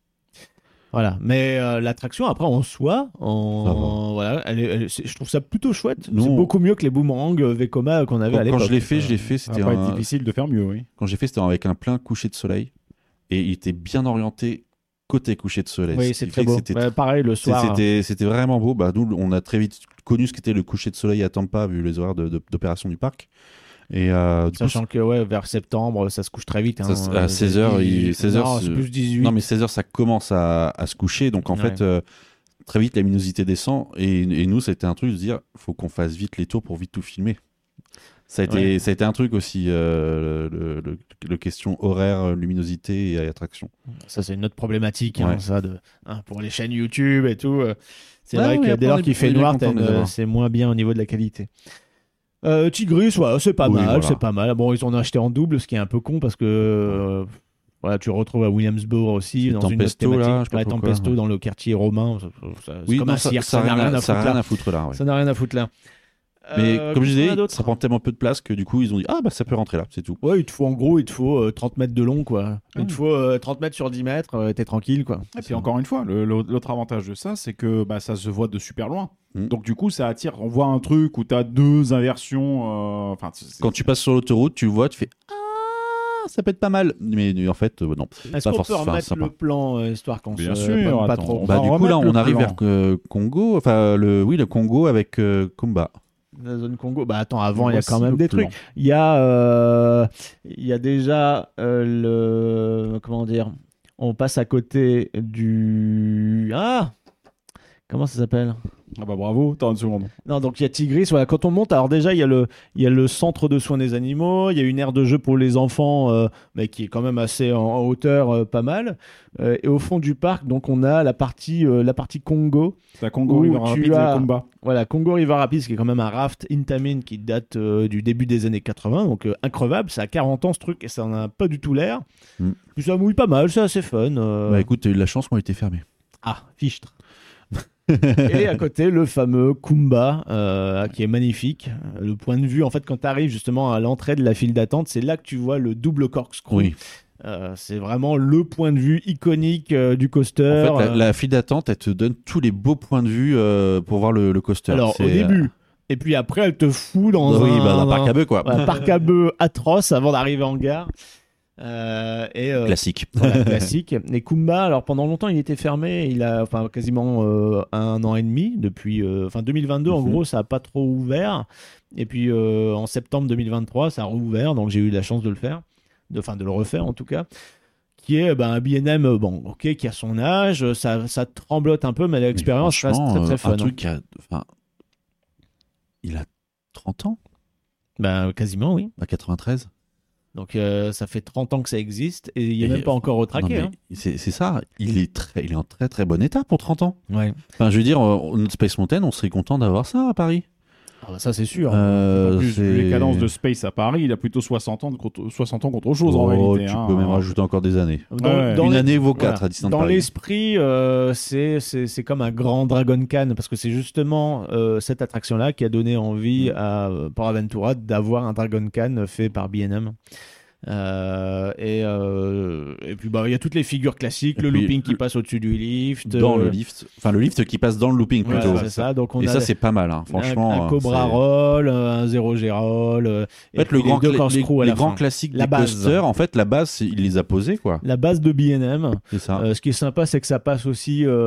Voilà, mais euh, l'attraction après en soi, en, Ça va. voilà, elle est- elle est- c'est- je trouve ça plutôt chouette. Non. C'est beaucoup mieux que les boomerangs euh, Vekoma qu'on avait Quand, à quand l'époque. je l'ai fait, je l'ai Euh, fait, Ça c'était va pas être un... difficile de faire mieux, oui. quand j'ai fait, c'était avec un plein coucher de soleil et il était bien orienté côté coucher de soleil. Oui, Ce c'est qui très fait que beau. C'était Ouais, pareil le C'est- soir. C'était, c'était vraiment beau. Bah, nous, on a très vite connu ce qu'était le coucher de soleil à Tampa, vu les horaires de- de- d'opération du parc. Et euh, du coup, Sachant que ouais, vers septembre, ça se couche très vite. Ça hein, se- euh, à seize heures, il- seize heures, non, c'est- c'est plus dix-huit. non, mais seize heures, ça commence à, à se coucher. Donc, en Ouais. fait, euh, très vite, la luminosité descend. Et, et nous, c'était un truc de se dire, faut qu'on fasse vite les tours pour vite tout filmer. Ça a été, Ouais. ça a été un truc aussi, euh, le, le- le question horaire, luminosité et attraction. Ça, c'est une autre problématique, hein, Ouais. ça, de, hein, pour les chaînes YouTube et tout. euh, c'est Ouais, vrai oui, que après, dès on lors est- qu'il on fait est bien noir, content de t'as les une- avoir. c'est moins bien au niveau de la qualité. Euh, Tigris, ouais, c'est pas Oui, mal, voilà. c'est pas mal. Bon, ils en ont acheté en double, ce qui est un peu con parce que euh, voilà, tu le retrouves à Williamsburg aussi dans une autre Tempesto, là, thématique. je sais pas Ouais, pourquoi. Tempesto dans le quartier romain. Ça, ça- c'est Oui, comme non, un ça, cirque, ça, ça n'a rien à ça a foutre rien là. à foutre là. ouais. Ça n'a rien à foutre là. Mais Euh, comme je qu'est-ce qu'on disais, a d'autre ça prend tellement peu de place que du coup, ils ont dit, ah bah ça peut rentrer là, c'est tout. Ouais, il te faut en gros, il te faut euh, trente mètres de long, quoi. Il te Ah. faut euh, trente mètres sur dix mètres, euh, t'es tranquille, quoi. Et puis encore une fois, le- le- l'autre avantage de ça, c'est que bah, ça se voit de super loin. Mm. Donc du coup, ça attire. On voit un truc où tu as deux inversions. euh, Enfin, c'est- c'est- Quand tu passes sur l'autoroute, tu le vois, tu fais, ah, ça peut être pas mal. Mais en fait, euh, non. Est-ce Pas qu'on peut forcément, enfin, remettre sympa. le plan, euh, histoire qu'on Bien se sûr, pomme pas attends, trop on Bah, va du coup, là, remettre on le arrive plan. vers euh, Congo, enfin, le, oui, le Congo avec euh, Kumba. La zone Congo. Bah attends, avant, il y a Voici quand même le des plan. trucs. Il y a, euh, il y a déjà euh, le, comment dire, on passe à côté du, ah, comment ça s'appelle? Ah bah bravo, t'as une seconde. Non, donc il y a Tigris. Voilà, quand on monte, alors déjà il y a le, il y a le centre de soins des animaux. Il y a une aire de jeu pour les enfants, euh, mais qui est quand même assez en, en hauteur, euh, pas mal. Euh, et au fond du parc, donc on a la partie, euh, la partie Congo. T'as Congo Où River tu Rapids as- et Kumba. Voilà, Congo River Rapids, qui est quand même un raft Intamin qui date euh, du début des années quatre-vingts, donc euh, increvable. Ça a quarante ans ce truc et ça n'en a pas du tout l'air. Mm. Puis ça mouille pas mal, c'est assez fun. euh. Bah écoute, t'as eu de la chance, moi, il était fermé. Ah, fichtre. Et à côté, le fameux Kumba, euh, qui est magnifique. Le point de vue, en fait, quand tu arrives justement à l'entrée de la file d'attente, c'est là que tu vois le double corkscrew. Oui. Euh, c'est vraiment le point de vue iconique euh, du En coaster. fait, la, Euh, la file d'attente, elle te donne tous les beaux points de vue euh, pour voir le, le coaster. Alors, C'est, au début. Et puis après, elle te fout dans euh, oui, un, bah, d'un parc à bœufs, quoi. un parc à bœufs atroce avant d'arriver en gare. Euh, et euh, Classique. voilà, classique. Et Kumba, alors pendant longtemps, il était fermé. Il a, enfin, quasiment euh, un an et demi depuis, euh, enfin, deux mille vingt-deux. En Mhm. gros, ça a pas trop ouvert. Et puis euh, en septembre deux mille vingt-trois, ça a rouvert. Donc j'ai eu la chance de le faire, de, enfin, de le refaire en tout cas. Qui est ben, un B and M, bon, ok, qui a son âge, ça, ça tremblote un peu, mais l'expérience Mais reste franchement, très très euh, fun. Un truc qui a, enfin, il a trente ans, Ben, quasiment, oui. à quatre-vingt-treize. Donc euh, ça fait trente ans que ça existe et il n'est Et- même pas encore Non, retraqué. mais hein. c'est, c'est ça, il est, très, il est en très très bon état pour trente ans. Ouais. Enfin, je veux dire, euh, notre Space Mountain, on serait content d'avoir ça à Paris. Ah bah ça c'est sûr. Euh, En plus, c'est- vu les cadences de Space à Paris, il a plutôt soixante ans, de contre- soixante ans qu'autre chose en Oh, réalité. tu hein. peux même rajouter encore des années. Dans, Ouais. dans Une les- année vaut voilà. quatre à Disneyland Dans Paris. l'esprit, euh, c'est, c'est, c'est comme un grand Dragon Khan parce que c'est justement euh, cette attraction-là qui a donné envie à euh, Port Aventura d'avoir un Dragon Khan fait par B and M. Euh, et, euh, et puis bah il y a toutes les figures classiques, Et le puis, looping qui le- passe au-dessus du lift, Dans euh, le lift, enfin le lift qui passe dans le looping voilà, plutôt. c'est ça. Donc on Et a ça c'est pas mal, hein. un- franchement. un, euh, Cobra c'est- Roll, un Zero G Roll, euh, En et fait, le puis grand les deux cla- corkscrews les, à les la grands fin. classiques La des base. coasters, en fait, la base, c'est- il les a posés, quoi. La base de B and M. C'est ça. Euh, ce qui est sympa, c'est que ça passe aussi. euh,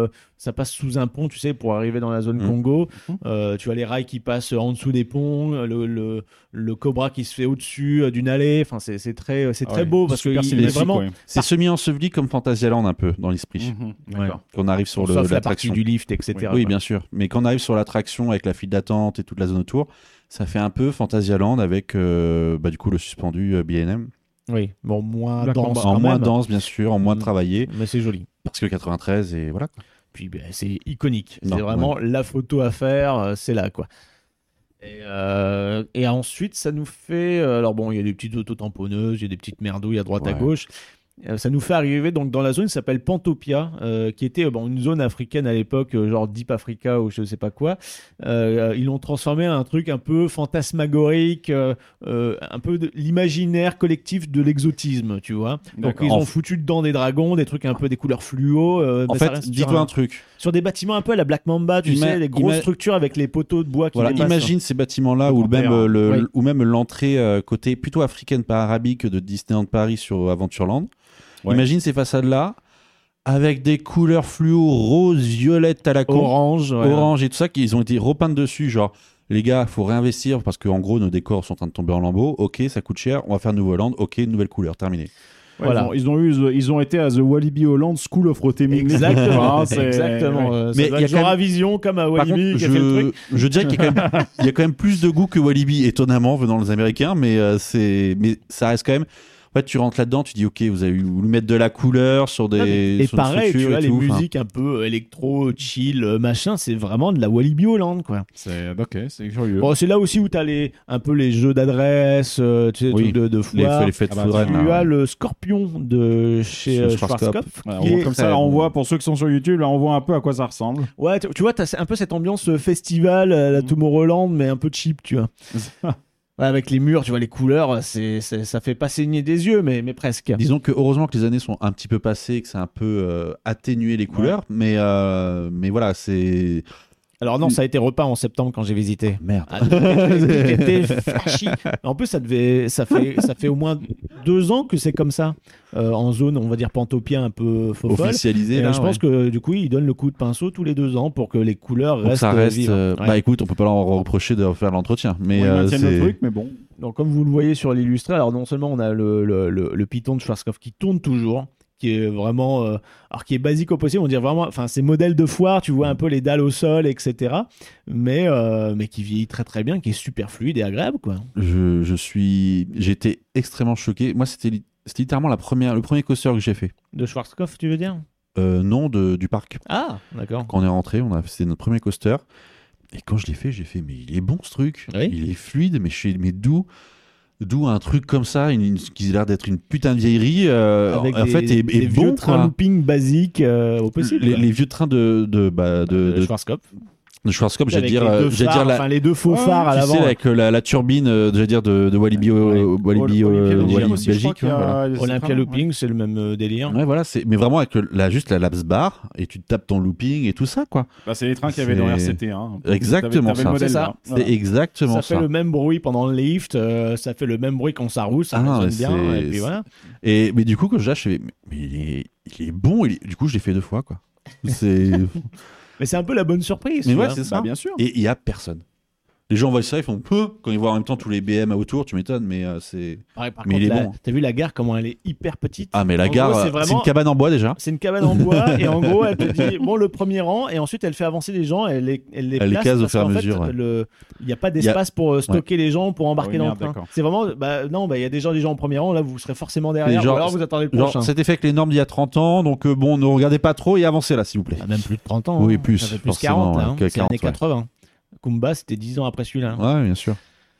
ça passe sous un pont, tu sais, pour arriver dans la zone Mmh. Congo. Euh, tu as les rails qui passent en dessous des ponts, le, le, le Cobra qui se fait au-dessus euh, d'une allée. Enfin, c'est, c'est très, c'est très Ouais, beau parce que super il est cinématique, vraiment. ouais. C'est semi-enseveli comme Fantasyland un peu dans l'esprit. Mhm, Ouais. d'accord. Quand on arrive sur le, Sauf la partie l'attraction. du lift, et cetera. Oui, quoi. bien sûr. Mais quand on arrive sur l'attraction avec la file d'attente et toute la zone autour, ça fait un peu Fantasyland avec euh, bah, du coup le suspendu euh, B and M. Oui, bon, moins D'accord. dense. En quand moins même. dense, bien sûr, en moins Mm. travaillé, Mais c'est joli. parce que quatre-vingt-treize et voilà. quoi. Puis ben, c'est iconique. Non, c'est vraiment la photo à faire, euh, c'est là quoi. Et, euh, et ensuite, ça nous fait. euh, alors bon, il y a des petites autotamponneuses, il y a des petites merdouilles à droite à Ouais. gauche. Euh, ça nous fait arriver donc dans la zone qui s'appelle Pantopia, euh, qui était euh, bon, une zone africaine à l'époque, euh, genre Deep Africa ou je sais pas quoi. Euh, ils l'ont transformé en un truc un peu fantasmagorique, euh, euh, un peu de l'imaginaire collectif de l'exotisme, tu vois. Donc D'accord. ils En ont f- foutu dedans des dragons, des trucs un peu des couleurs fluo. euh, En mais ça fait, reste sur dis-toi un- un truc. sur des bâtiments un peu à la Black Mamba, tu Ima- sais, les grosses ima- structures avec les poteaux de bois qui Voilà, dépassent. imagine ces bâtiments-là ou Panthère, même, euh, le, oui. ou même l'entrée euh, côté plutôt africaine par arabique de Disneyland Paris sur Adventureland. Ouais. Imagine ces façades-là avec des couleurs fluo rose, violette à la con, Orange, ouais. orange et tout ça, qui ont été repeintes dessus. Genre, les gars, faut réinvestir parce qu'en gros, nos décors sont en train de tomber en lambeaux. Ok, ça coûte cher, on va faire Nouveau Land. Ok, nouvelle couleur, terminé. Ouais, Voilà. Ils, ont, ils, ont eu, ils ont été à The Walibi Holland School of Roteming. Exactement, Ah, c'est- exactement. ouais. euh, ça Mais doit il y a être genre quand même- à Vision comme à Par Walibi contre, qui a fait le je, truc. je dirais qu'il y a, quand même, il y a quand même plus de goût que Walibi, étonnamment, venant des Américains, mais, euh, c'est, mais ça reste quand même. En fait, tu rentres là-dedans, tu dis, ok, vous avez voulu mettre de la couleur sur des. Non, mais- et sur des pareil, tu structures vois, et les tout, enfin. musiques un peu électro, chill, euh, machin, c'est vraiment de la Walibi Holland, quoi. C'est ok, c'est curieux. Bon, c'est là aussi où tu as les, un peu les jeux d'adresse, euh, tu sais, les Oui. trucs de, de Les, foire. les fêtes Ah bah, foraines, Tu là, as ouais. le Scorpion de chez Chez euh, Schwarzkopf. Schwarzkopf. Voilà, qui on voit est- comme ça, très on bon. voit, pour ceux qui sont sur YouTube, là, on voit un peu à quoi ça ressemble. Ouais, tu, tu vois, t'as un peu cette ambiance euh, festival, euh, la Tomorrowland, mais un peu cheap, tu vois. Ouais, avec les murs, tu vois, les couleurs, c'est, c'est- ça fait pas saigner des yeux, mais, mais presque. Disons que heureusement que les années sont un petit peu passées et que c'est un peu euh, atténué les couleurs, mais, euh, mais voilà, c'est. Alors non, ça a été repeint en septembre quand j'ai visité. Merde. Ah, c'était flashy. En plus, ça devait, ça fait, ça fait au moins deux ans que c'est comme ça, euh, en zone, on va dire Pantopia un peu faux folle. Officialisé, Et, là, euh, je pense ouais. que du coup, ils donnent le coup de pinceau tous les deux ans pour que les couleurs Donc restent. ça reste. vives. euh, Ouais. Bah écoute, on peut pas leur reprocher de faire l'entretien, mais Ils euh, maintiennent c'est. le truc, mais bon. Donc, comme vous le voyez sur l'illustré, alors non seulement on a le, le, le, le Python de Schwarzkopf qui tourne toujours, qui est vraiment, euh, alors qui est basique au possible, on dirait vraiment, enfin, c'est modèle de foire, tu vois un peu les dalles au sol, et cetera. Mais, euh, mais qui vieillit très très bien, qui est super fluide et agréable, quoi. Je, je suis. J'ai été extrêmement choqué. Moi, c'était, li- c'était littéralement la première, le premier coaster que j'ai fait. De Schwarzkopf, tu veux dire? Euh, non, de, du parc. Ah, d'accord. Quand on est rentré, on a, c'était notre premier coaster. Et quand je l'ai fait, j'ai fait, mais il est bon ce truc. Oui. Il est fluide, mais, chez, mais d'où D'où un truc comme ça, une, une- qui a l'air d'être une putain de vieillerie, euh, Avec en des, fait, est, des est vieux bon, trains quoi. looping basiques euh, au possible. Les, quoi. les vieux trains de, de, bah, de, Euh, de, Schwarzkopf. de Schwarzkopf, j'allais Avec dire, les euh, deux j'allais phares, dire la, enfin, les deux faux phares à tu l'avant. sais, avec euh, la, la turbine, euh, j'allais dire de, de Walibi, Ouais. euh, Walibi, Ol- euh, Olympia Belgium Walibi aussi, je crois Belgique. qu'il y a- hein, voilà. il y a Olympia ces Looping, trains, c'est le même euh, délire. Ouais, voilà, c'est, mais vraiment avec le- la, juste la lapse bar, et tu tapes ton looping et tout ça, quoi. ouais. Bah, c'est les trains qu'il y avait dans C'est- R C T. Hein. Exactement T'avais- t'avais ça. le modèle C'est ça. là. C'est Voilà. exactement Ça ça. fait le même bruit pendant le lift, euh, ça fait le même bruit quand ça roule, ça Ah, résonne mais bien, c'est- et puis voilà. Et, mais du coup, quand je lâche, je fais, mais, mais il, est, il est bon, il est- du coup, je l'ai fait deux fois, quoi. C'est... Mais c'est un peu la bonne surprise. mais tu ouais, vois. c'est ça. Bah, bien sûr. Et il y a personne. Les gens voient ça, ils font peu. Quand ils voient en même temps tous les B M autour, tu m'étonnes, mais euh, c'est. Pareil, par Mais contre, il est la- bon. T'as vu la gare, comment elle est hyper petite. Ah, mais la En gare, gros, c'est euh, c'est, vraiment- une cabane en bois déjà. C'est une cabane en bois et en gros elle te dit bon le premier rang et ensuite elle fait avancer les gens, elle les, elle les Elle les place case au parce fur et à qu'en fait, mesure, ouais. le- il n'y a pas d'espace pour euh, stocker les gens pour embarquer Ah oui, dans merde, le train. d'accord. C'est vraiment bah non bah il y a déjà des gens en premier rang, là vous serez forcément derrière Et genre- ou alors vous attendez le Genre, prochain. c'était fait avec les normes d'il y a trente ans, donc euh, bon, ne regardez pas trop et avancez là, s'il vous plaît. Ah, même plus de trente ans. Oui, hein. plus, Ça fait plus forcément, quarante là, ouais, hein. que C'est les années quarante, ouais. quatre-vingts. Kumba c'était dix ans après celui-là. Ouais, bien sûr.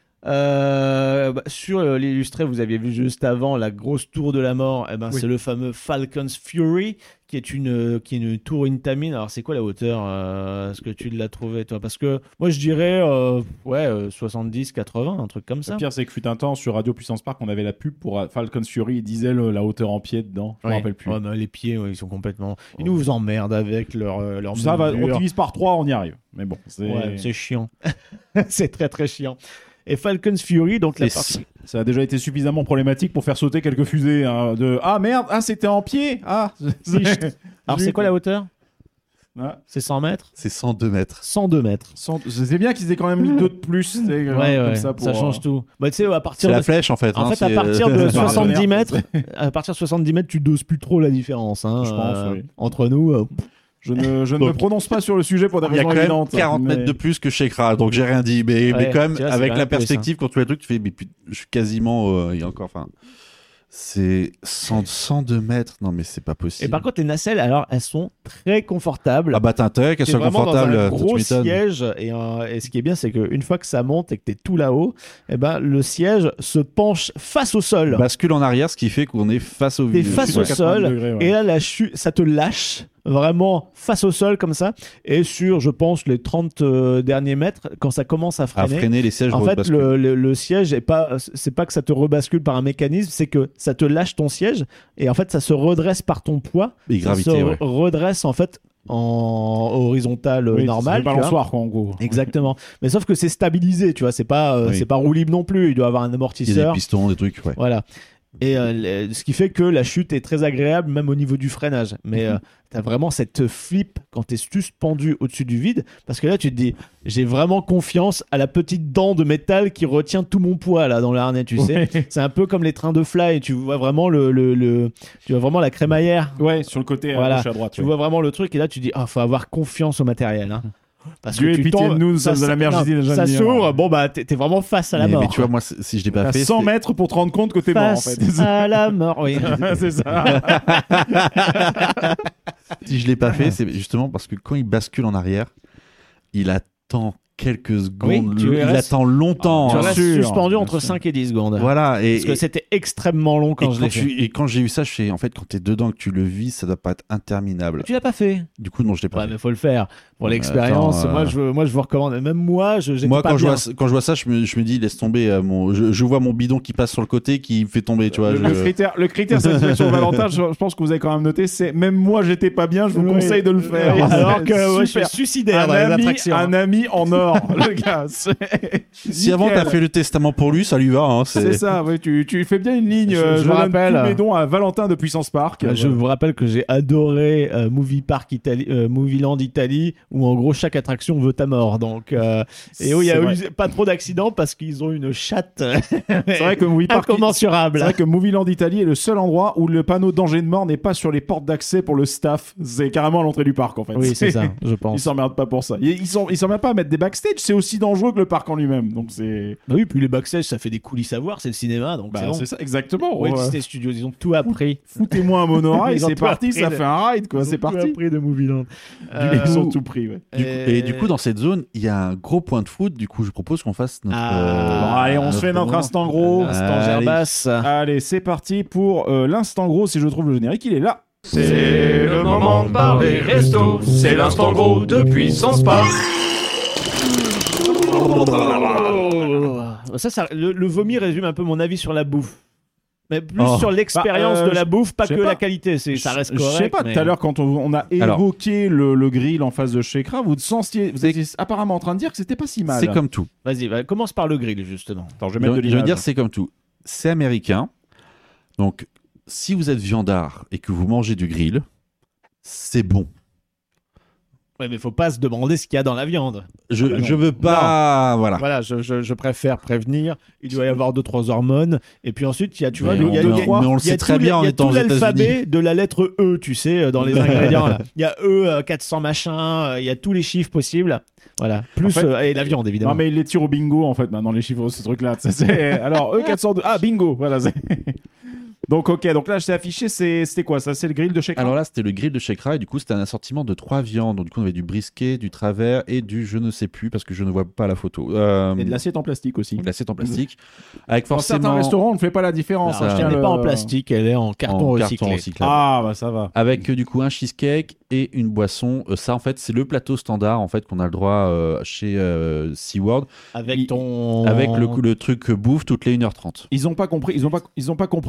Euh, bah, sur euh, l'illustré, vous aviez vu juste avant la grosse tour de la mort. Eh ben, Oui. c'est le fameux Falcon's Fury, qui est une euh, qui est une tour Intamin. Alors, c'est quoi la hauteur euh, Est-ce que tu l'as trouvé toi? Parce que moi, je dirais euh, ouais euh, soixante-dix, quatre-vingts, un truc comme ça. Le pire, c'est que fut un temps sur Radio Puissance Park, on avait la pub pour euh, Falcon's Fury. Ils disaient le- la hauteur en pied dedans. Je me Ouais. rappelle plus. Ouais, mais les pieds, ouais, ils sont complètement. Ils nous emmerdent avec leur euh, leur Ça va, on mesure. divise par trois, on y arrive. Mais bon, c'est Ouais, c'est chiant. C'est très très chiant. Et Falcon's Fury, donc la Et partie. ça a déjà été suffisamment problématique pour faire sauter quelques fusées. Hein, de ah merde, ah c'était en pied. Ah. Alors, c'est quoi la hauteur? Ouais. C'est cent mètres C'est cent deux mètres. cent deux mètres. Cent- C'est bien qu'ils aient quand même mis deux de plus. tu sais, Ouais, comme ouais, ça, ça, pour, change euh, tout. Bah, tu sais, à C'est partir la de... flèche en fait. En hein, fait, à c'est- partir de euh, soixante-dix merde. mètres, à partir de soixante-dix mètres, tu doses plus trop la différence. Hein, Je pense, oui. Entre nous, euh, Je ne, je ne Donc, me prononce pas sur le sujet pour des Il y a raisons quand même évidentes. quarante mais- mètres de plus que chez Kra, donc j'ai rien dit. Mais, Ouais, mais quand même, tu vois, c'est avec quand la même plus, perspective, quand tu vois le truc, tu fais, mais putain, je suis quasiment. euh, Il y a encore. Enfin. C'est cent, cent deux mètres. Non, mais c'est pas possible. Et par contre, les nacelles, alors, elles sont très confortables. Ah bah t'as intérêt qu'elles T'es soient vraiment confortables. dans un tu gros m'étonnes. siège et, euh, et ce qui est bien, c'est qu'une fois que ça monte et que t'es tout là-haut, eh ben, le siège se penche face au sol. Bascule en arrière, ce qui fait qu'on est face au T'es vide. face Ouais, au quatre-vingts sol degrés, ouais. et là, la chute, ça te lâche vraiment face au sol comme ça. Et sur, je pense, les trente euh, derniers mètres, quand ça commence à À freiner, freiner les sièges. en fait, basculent. le, le, le siège est pas, c'est pas que ça te rebascule par un mécanisme, c'est que ça te lâche ton siège et en fait, ça se redresse par ton poids. Et Ça gravité, se ouais. redresse en fait en horizontal Oui, normal. C'est tu vois. balançoire, quoi, en gros. Exactement. Mais sauf que c'est stabilisé, tu vois, c'est pas, euh, Oui. c'est pas roue libre non plus. Il doit avoir un Il y a amortisseur. des pistons, des trucs. Ouais. Voilà. Et euh, le- ce qui fait que la chute est très agréable, même au niveau du freinage. Mais euh, t'as vraiment cette flip quand t'es suspendu au-dessus du vide, parce que là tu te dis, j'ai vraiment confiance à la petite dent de métal qui retient tout mon poids là dans le harnais, tu sais. Ouais. C'est un peu comme les trains de fly. Tu vois vraiment le, le, le- tu vois vraiment la crémaillère. Ouais, sur le côté à Voilà. gauche à droite. Tu ouais. vois vraiment le truc et là tu dis, ah, faut avoir confiance au matériel. Hein. Parce Dieu que ait tu pitié tombes, de nous, nous ça, sommes de la ça- merde, non, je dis déjà ça le dire. s'ouvre, bon bah t'es t'es vraiment face à la mais, mort. mais tu vois, moi, si si je l'ai pas T'as fait. cent c'est- mètres pour te rendre compte que t'es mort, en face fait. à la mort, oui. C'est ça. Si je l'ai pas fait, c'est justement parce que quand il bascule en arrière, il attend quelques secondes. Oui, tu il restes- attend longtemps. Tu hein. restes sûr, suspendu bien entre sûr. cinq et dix secondes. Voilà. Et, Parce que et- c'était extrêmement long quand et je l'ai quand fait. tu- et quand j'ai eu ça, je fais, en fait, quand t'es dedans et que tu le vis, ça doit pas être interminable. Tu l'as pas fait. Du coup, non, je l'ai pas Ouais, fait. mais faut le faire. Pour Mais l'expérience, attends, euh, moi, je, moi je vous recommande. Même moi, je j'étais Moi, pas quand je, bien. vois, quand je vois ça, je me, je me dis, laisse tomber. euh, mon, je, je vois mon bidon qui passe sur le côté, qui me fait tomber, tu vois. Le, je- le critère, le critère satisfaction Valentin, je, je pense que vous avez quand même noté, c'est même moi j'étais pas bien, je vous Oui. conseille de le faire. Oui, alors que moi, je suis Super. suicidaire un dans les ami, attractions. un ami en or, le gars. c'est- Si avant Nickel. t'as fait le testament pour lui, ça lui va. Hein, c'est... C'est ça, ouais, tu, tu fais bien une ligne. Je- euh, je Je, vous donne rappelle, tous mes euh, dons à Valentin de Puissance Park. Euh, Je vous rappelle que j'ai adoré euh, Movie Park Italie, euh, Movie Land Italie, où en gros chaque attraction veut ta mort. Donc, euh, et où il y a C'est eu vrai. pas trop d'accidents parce qu'ils ont une chatte C'est vrai que Movie Park, incommensurable. c'est vrai que Movie Land Italie est le seul endroit où le panneau danger de mort n'est pas sur les portes d'accès pour le staff. C'est carrément à l'entrée du parc en fait. Oui, c'est ça, je Ils pense. s'emmerdent pas pour ça. Ils ils s'en- ils s'emmerdent pas à mettre des backstage, c'est aussi dangereux que le parc en lui-même. Donc c'est. Bah oui, puis les backstage, ça fait des coulisses à voir, c'est le cinéma, donc Bah, c'est bon. c'est ça, exactement. Ouais, Ouais. Disney Studios, ils ont tout appris. Foutez-moi un monorail, Ils ont c'est tout parti, appris ça de- fait un ride quoi, Ils ont c'est tout parti. appris de Movie Land. Ils ont Euh, tout pris, ouais. Du coup- et du coup, dans cette zone, il y a un gros point de foot. Du coup, je propose qu'on fasse notre. Ah. euh, Bon, allez, on se fait notre moment. instant gros. Instant Allez. Gerbas. Allez, c'est parti pour euh, l'instant gros. Si je trouve le générique, il est là. C'est le moment de parler resto, c'est l'instant gros de Puissance Park. Ça, ça le, le vomi résume un peu mon avis sur la bouffe. Mais plus Oh. sur l'expérience Bah, euh, de la bouffe, pas je sais que pas. la qualité. C'est, ça reste Je correct. sais pas, mais- tout à l'heure, quand on, on a Alors. évoqué le, le grill en face de Shekra, vous, sentiez, vous étiez apparemment en train de dire que c'était pas si mal. C'est comme tout. Vas-y, va, commence par le grill, justement. Attends, je vais Je, mettre de je veux l'image. dire, c'est comme tout. C'est américain. Donc, si vous êtes viandard et que vous mangez du grill, c'est bon. Ouais, mais faut pas se demander ce qu'il y a dans la viande. Je, bah non. je veux pas. Voilà. Voilà, je, je, je préfère prévenir. Il doit y avoir deux trois hormones. Et puis ensuite, il y a, tu vois, Mais le- on il y a, peut- il y a- mais on le il y a sait très tout les- bien en il y a étant tout aux l'alphabet États-Unis. de la lettre E, tu sais, euh, dans les ingrédients. là. Il y a E euh, quatre cents machin, euh, il y a tous les chiffres possibles. Voilà. Plus En fait- euh, et la viande, évidemment. Non, mais il les tire au bingo en fait maintenant, les chiffres, ce truc-là. Ça, c'est- Alors, E quatre cent deux. Ah, bingo Voilà. c'est- Donc, ok, donc là, je t'ai affiché, c'est- c'était quoi ça? C'est le grill de Shekra. Alors là, c'était le grill de Shekra et du coup, c'était un assortiment de trois viandes. Donc, du coup, on avait du brisket, du travers et du je ne sais plus parce que je ne vois pas la photo. Euh, Et de l'assiette en plastique aussi. de l'assiette en plastique. Avec Dans certains forcément. restaurants, on ne fait pas la différence. Alors, hein, je elle tiens n'est le- pas en plastique, elle est en carton en recyclé. carton recyclable. Ah, bah ça va. Avec euh, du coup un cheesecake et une boisson. Euh, ça, en fait, c'est le plateau standard en fait qu'on a le droit euh, chez euh, SeaWorld. Avec Il- ton. Avec le, le truc bouffe toutes les une heure trente. Ils ont pas compris, ils ont pas, ils ont pas compris un truc,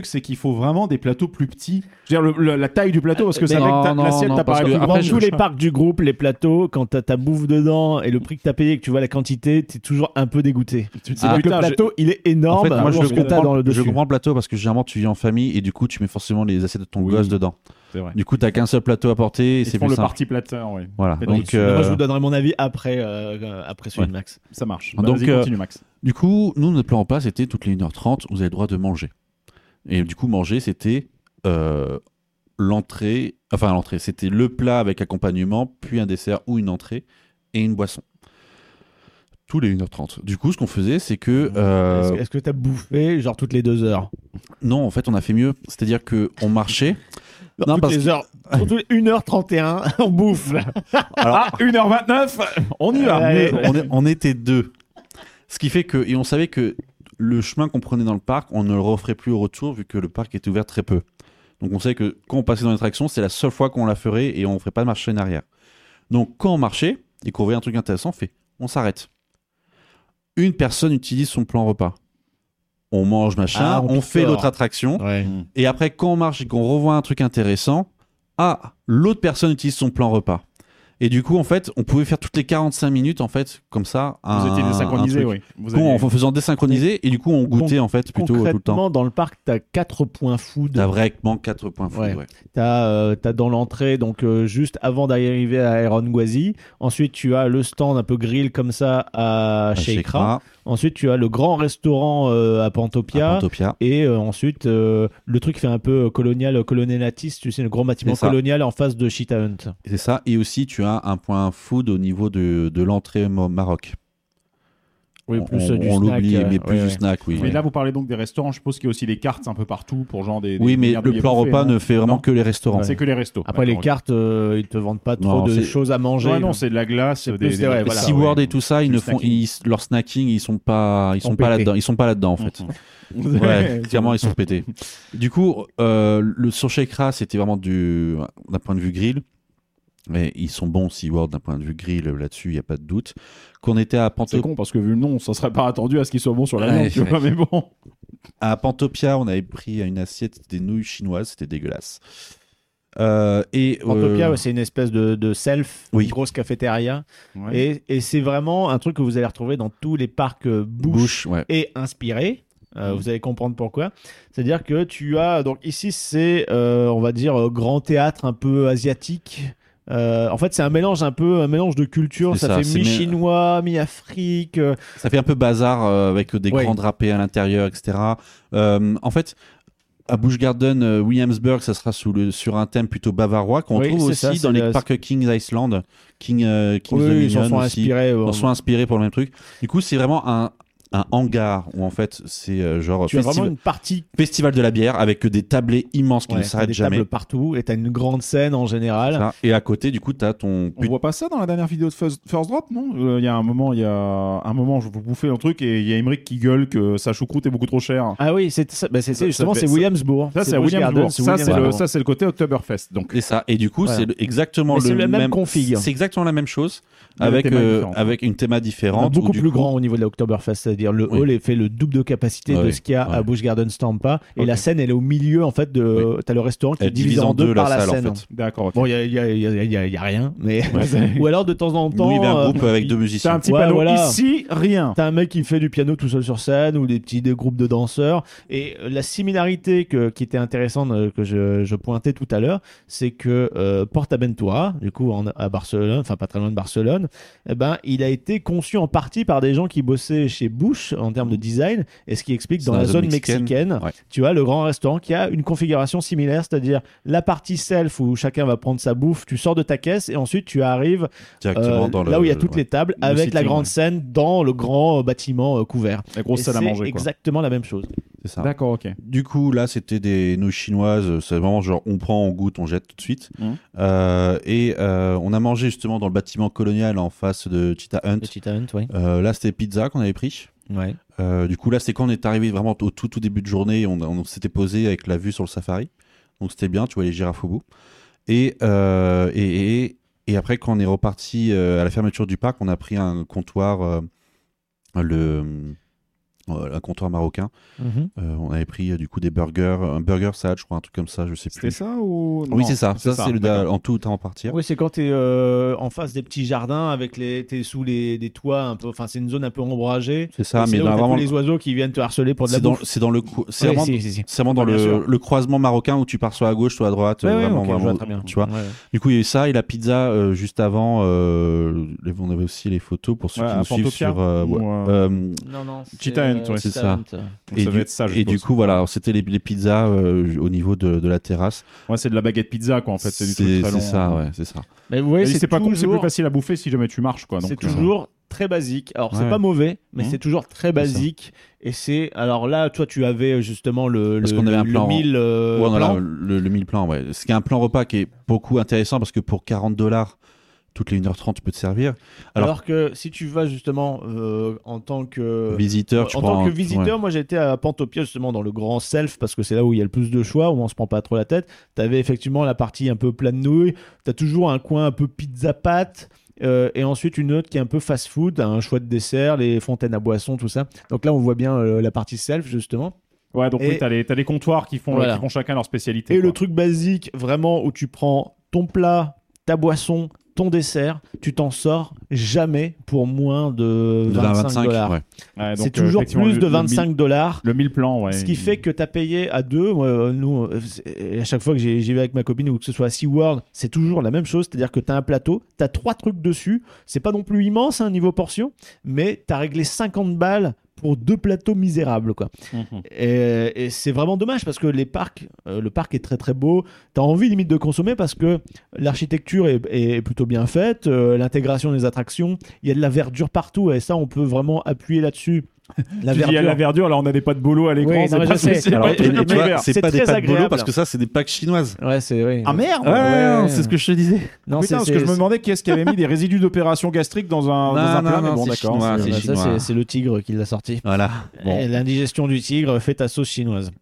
c'est qu'il faut vraiment des plateaux plus petits. Je veux dire, le- le- la taille du plateau, parce que Mais c'est vrai non, que ta- non, l'assiette non, t'apparaît parce plus que grande. Dans après, tous je- les parcs du groupe, les plateaux, quand t'as ta bouffe dedans et le prix que t'as payé et que tu vois la quantité, t'es toujours un peu dégoûté. Tu te dis, Ah, Donc le putain, plateau, il est En énorme. fait, moi, alors je, que le t'as dans le comprends, je dessus. comprends le plateau parce que généralement, tu vis en famille et du coup, tu mets forcément les assiettes de ton Oui. gosse dedans. c'est vrai. Du coup, t'as qu'un seul plateau à porter et Ils c'est font plus le simple. party platter, oui. Voilà. Mais Donc, dessus. euh, Moi, je vous donnerai mon avis après, euh, après celui Ouais. de Max. Ça marche. Donc, Bah, vas-y, euh, continue, Max. Du coup, nous, notre plan en place, c'était toutes les une heure trente, vous avez le droit de manger. Et du coup, manger, c'était euh, l'entrée, enfin l'entrée, c'était le plat avec accompagnement, puis un dessert ou une entrée et une boisson. Tous les une heure trente. Du coup, ce qu'on faisait, c'est que... euh, Est-ce que- est-ce que t'as bouffé genre toutes les deux heures non, en fait, on a fait mieux. C'est-à-dire qu'on marchait... Non, Toutes parce les heures. Toutes les une heure trente et un, on bouffe. là. Ah, une heure vingt-neuf, on y va. Allez. on, est- on était deux. Ce qui fait que... Et on savait que le chemin qu'on prenait dans le parc, on ne le referait plus au retour, vu que le parc était ouvert très peu. Donc on savait que quand on passait dans l'attraction, c'est la seule fois qu'on la ferait et on ne ferait pas de marche en arrière. Donc quand on marchait et qu'on voyait un truc intéressant, on fait, on s'arrête. Une personne utilise son plan repas. On mange machin, Ah, on on, fait picore. l'autre attraction. Ouais. Et après, quand on marche et qu'on revoit un truc intéressant, ah, l'autre personne utilise son plan repas. Et du coup, en fait, on pouvait faire toutes les quarante-cinq minutes, en fait, comme ça. Vous un- étiez désynchronisés, un truc. oui. Vous Con, aviez- en faisant désynchroniser, et du coup, on goûtait, en fait, plutôt tout le temps. Concrètement, dans le parc, t'as quatre points food. T'as vraiment quatre points food, Ouais. ouais. T'as euh, t'as dans l'entrée, donc euh, juste avant d'arriver à Iron Gwazi. Ensuite, tu as le stand un peu grill comme ça à À Sheikra. Sheikra, Ensuite, tu as le grand restaurant euh, à Pantopia. à Pantopia. Et euh, ensuite, euh, le truc qui fait un peu colonial, colonialiste, tu sais, le grand bâtiment C'est ça. colonial en face de Cheetah Hunt. C'est ça. Et aussi, tu as un point food au niveau de, de l'entrée Mo- Maroc. Oui, On- plus on, euh, du on snack. l'oublie, euh, mais plus ouais, du ouais. snack, oui. Mais là, vous parlez donc des restaurants. Je suppose qu'il y a aussi des cartes un peu partout pour genre des. oui, des mais manières de le les plan bouffer, repas non ne fait vraiment Non. que les restaurants. C'est que les restos. Après, les D'accord, cartes, euh, ils te vendent pas trop Non, de c'est- choses à manger. Ouais, non, c'est de la glace, C'est des, plus- des- ouais, des- voilà. SeaWorld ouais. et tout ça, ils Du ne font, snacking. ils- leur snacking, ils sont pas, ils Sont sont pas pétés. là-dedans. Ils sont pas là-dedans en fait. Ouais, clairement ils sont pétés. Du coup, euh, le sur Sheikra, c'était vraiment du, d'un point de vue grill. Mais ils sont bons SeaWorld d'un point de vue grill là-dessus, il y a pas de doute. Qu'on était à C'est Pantopia, con parce que vu le nom, ça serait pas attendu à ce qu'ils soient bons sur la Ouais, viande, tu vois, mais bon. à Pantopia, on avait pris une assiette des nouilles chinoises, c'était dégueulasse. Euh, et Pantopia, euh, ouais, c'est une espèce de, de self, Oui. une grosse cafétéria. Ouais. Et, et c'est vraiment un truc que vous allez retrouver dans tous les parcs euh, Bush bouche, ouais. et inspirés. Euh, Vous allez comprendre pourquoi. C'est-à-dire que tu as donc ici c'est euh, on va dire euh, grand théâtre un peu asiatique. Euh, en fait, c'est un mélange un peu un mélange de culture. C'est Ça, ça, fait c'est mi-chinois, mi-Afrique. euh, Ça fait un peu bazar euh, avec des Ouais. grands drapés à l'intérieur, et cetera. Euh, en fait, à Busch Garden, euh, Williamsburg, ça sera sous le, sur un thème plutôt bavarois qu'on Oui, trouve c'est aussi ça, c'est dans les le- parcs Kings Island, King, euh, Kings oui, ils s'en Dominion sont aussi. inspirés. euh, Ils en sont inspirés pour le même truc. Du coup, c'est vraiment un, un hangar où en fait, c'est euh, genre tu as festi- vraiment une partie. festival de la bière avec des tablés immenses qui Ouais, ne t'as s'arrêtent des jamais. tables partout et t'as une grande scène en général. Ça. Et à côté, du coup, t'as ton. On voit pas ça dans la dernière vidéo de First, First Drop, non Euh, Il y a un moment, il y a un moment, je vous bouffez un truc et il y a Emmerich qui gueule que sa choucroute est beaucoup trop chère. Ah oui, c'est ça, bah, c'est- Ça- justement ça- c'est ça- Williamsburg. Ça, c'est à Busch Garden, Williamsburg. c'est Ça, c'est le, Williamsburg. ça, c'est le côté Oktoberfest. Donc, Et ça. Et du coup, Voilà. c'est le- exactement Mais le c'est le même même config. C'est exactement la même chose Mais le avec théma est euh, différent. avec une théma On a différente. beaucoup où, du plus coup, grand au niveau de l'Oktoberfest, c'est-à-dire le Oui. hall est fait le double de capacité Ouais, de ce qu'il y a à ouais. Busch Gardens Tampa et Ok. la scène elle est au milieu en fait de t'as le restaurant qui Elle est divisé en deux par la, salle, scène. en fait. d'accord. ok. Bon, il y a, il y, a, il y, a, il y a- il y a rien, mais Ouais, c'est- ou alors de temps en temps Nous, il y avait un euh, groupe avec deux T'as musiciens. un petit Ouais, panneau voilà. ici, rien. T'as un mec qui fait du piano tout seul sur scène ou des petits des groupes de danseurs. Et euh, la similarité que, qui était intéressante euh, que je, je pointais tout à l'heure, c'est que euh, Portaventura, du coup en- à Barcelone, enfin pas très loin de Barcelone, eh ben, il a été conçu en partie par des gens qui bossaient chez Bush en termes de design. Et ce qui explique C'est dans la zone mexicaine, Ouais. tu as le grand restaurant qui a une configuration similaire, c'est-à-dire la partie self où chacun va prendre sa bouffe, tu sors de ta caisse et ensuite tu arrives Directement euh, dans le, là où il y a toutes ouais. les tables Le avec la sitting, grande ouais. scène dans le grand euh, bâtiment euh, couvert. La grosse Et salle à c'est manger, quoi. exactement la même chose. C'est ça. D'accord, ok. Du coup, là, c'était des nouilles chinoises. C'est vraiment genre, on prend, on goûte, on jette tout de suite. Mhm. Euh, et euh, on a mangé justement dans le bâtiment colonial en face de Cheetah Hunt. Le Cheetah Hunt, oui. Euh, là, c'était pizza qu'on avait pris. Ouais. Euh, du coup, là, c'est quand on est arrivé vraiment au tout, tout début de journée. On, on s'était posé avec la vue sur le safari. Donc, c'était bien. Tu vois les girafes au bout. Et, euh, et, et, et après, quand on est reparti euh, à la fermeture du parc, on a pris un comptoir. euh, le. euh, un comptoir marocain. Mhm. Euh, on avait pris euh, du coup des burgers, un burger salade, je crois, un truc comme ça, je sais C'était plus. ça ou Oui, non, c'est ça. Ça, c'est le d'accord. en tout temps en partir. Oui, c'est quand tu es euh, en face des petits jardins, avec les, t'es sous les des toits un peu. Enfin, c'est une zone un peu ombragée. C'est ça, Et c'est mais là où dans t'as vraiment, tous les oiseaux qui viennent te harceler pour de la c'est dans, bouffe. c'est dans le, cou- c'est Ouais, vraiment, si, si, si. c'est vraiment dans Bien le, sûr. le croisement marocain où tu pars soit à gauche, soit à droite. Ouais, euh, ouais, vraiment, ok, je vois vraiment, très bien. tu vois. Ouais, ouais. Du coup, il y a eu ça et la pizza euh, juste avant. Euh, les- on avait aussi les photos pour ceux Ouais, qui à nous suivent Pantopia sur. euh, ou, ouais. euh, Euh, Non, non. Cheetah Hunt, ouais, c'est Cheetah ça. Hunt. et ça du, va être ça, je et du suppose. coup, voilà, c'était les, les pizzas euh, au niveau de, de la terrasse. Ouais, c'est de la baguette pizza, quoi, en fait. C'est du truc C'est très long. c'est ça, ouais, c'est ça. Mais vous voyez, Et c'est c'est pas con, c'est toujours- plus facile à bouffer si jamais tu marches, quoi. C'est Donc, euh, toujours très basique. Alors, c'est Ouais. pas mauvais, mais Mmh. c'est toujours très basique. Et c'est. Alors là, toi, tu avais justement le, Parce le, qu'on avait un le plan- mille euh, Ouais, on a plan. la- le, le mille plan, ouais. Ce qui est un plan repas qui est beaucoup intéressant parce que pour quarante dollars, toutes les une heure trente, tu peux te servir. Alors, Alors, que si tu vas justement euh, en tant que. visiteur, tu en prends tant que un- visiteur, ouais. moi j'étais à Pantopia justement dans le grand self parce que c'est là où il y a le plus de choix, où on se prend pas trop la tête. Tu avais effectivement la partie un peu pleine nouilles, tu as toujours un coin un peu pizza pâte. Euh, et ensuite une autre qui est un peu fast food, un choix de dessert, les fontaines à boissons, tout ça. Donc là on voit bien euh, la partie self justement. Ouais, donc Et- oui, t'as les, t'as les comptoirs qui font, Voilà. qui font chacun leur spécialité. Et quoi. le truc basique vraiment où tu prends ton plat, ta boisson, ton dessert, tu t'en sors jamais pour moins de De vingt-cinq dollars. ouais. Ouais, donc, C'est euh, toujours effectivement, plus le- de le vingt-cinq dollars. Le mille plans, ouais. Ce qui fait que tu as payé à deux. Moi, euh, nous, euh, c'est- à chaque fois que j'ai- j'y vais avec ma copine ou que ce soit à SeaWorld, c'est toujours la même chose. C'est-à-dire que tu as un plateau, tu as trois trucs dessus. C'est pas non plus immense, hein, niveau portion, mais tu as réglé cinquante balles pour deux plateaux misérables, quoi. Mhm. Et, et c'est vraiment dommage parce que les parcs, euh, le parc est très très beau. Tu as envie limite de consommer parce que l'architecture est, est plutôt bien faite, euh, l'intégration des attractions, il y a de la verdure partout et ça, on peut vraiment appuyer là-dessus. La Tu dis, à la verdure, là, on a des potes bolo à l'écran. Oui, c'est non, mais pas, je sais. c'est Alors, pas et- tout et à fait tu vois, vert. C'est c'est pas des très pâtes bolo agréable. parce que ça, c'est des pâtes chinoises. Ouais, c'est oui. Ah merde Ouais, ouais. c'est ce que je te disais. Non, Putain, c'est- parce que c'est- je me demandais qui est-ce qui avait mis des résidus d'opération gastrique dans un, Non, dans un non, plat, mais non, bon, c'est d'accord. chinois, c'est- c'est ça, chinois. c'est- c'est le tigre qui l'a sorti. Voilà. Bon. Et l'indigestion du tigre fait ta sauce chinoise.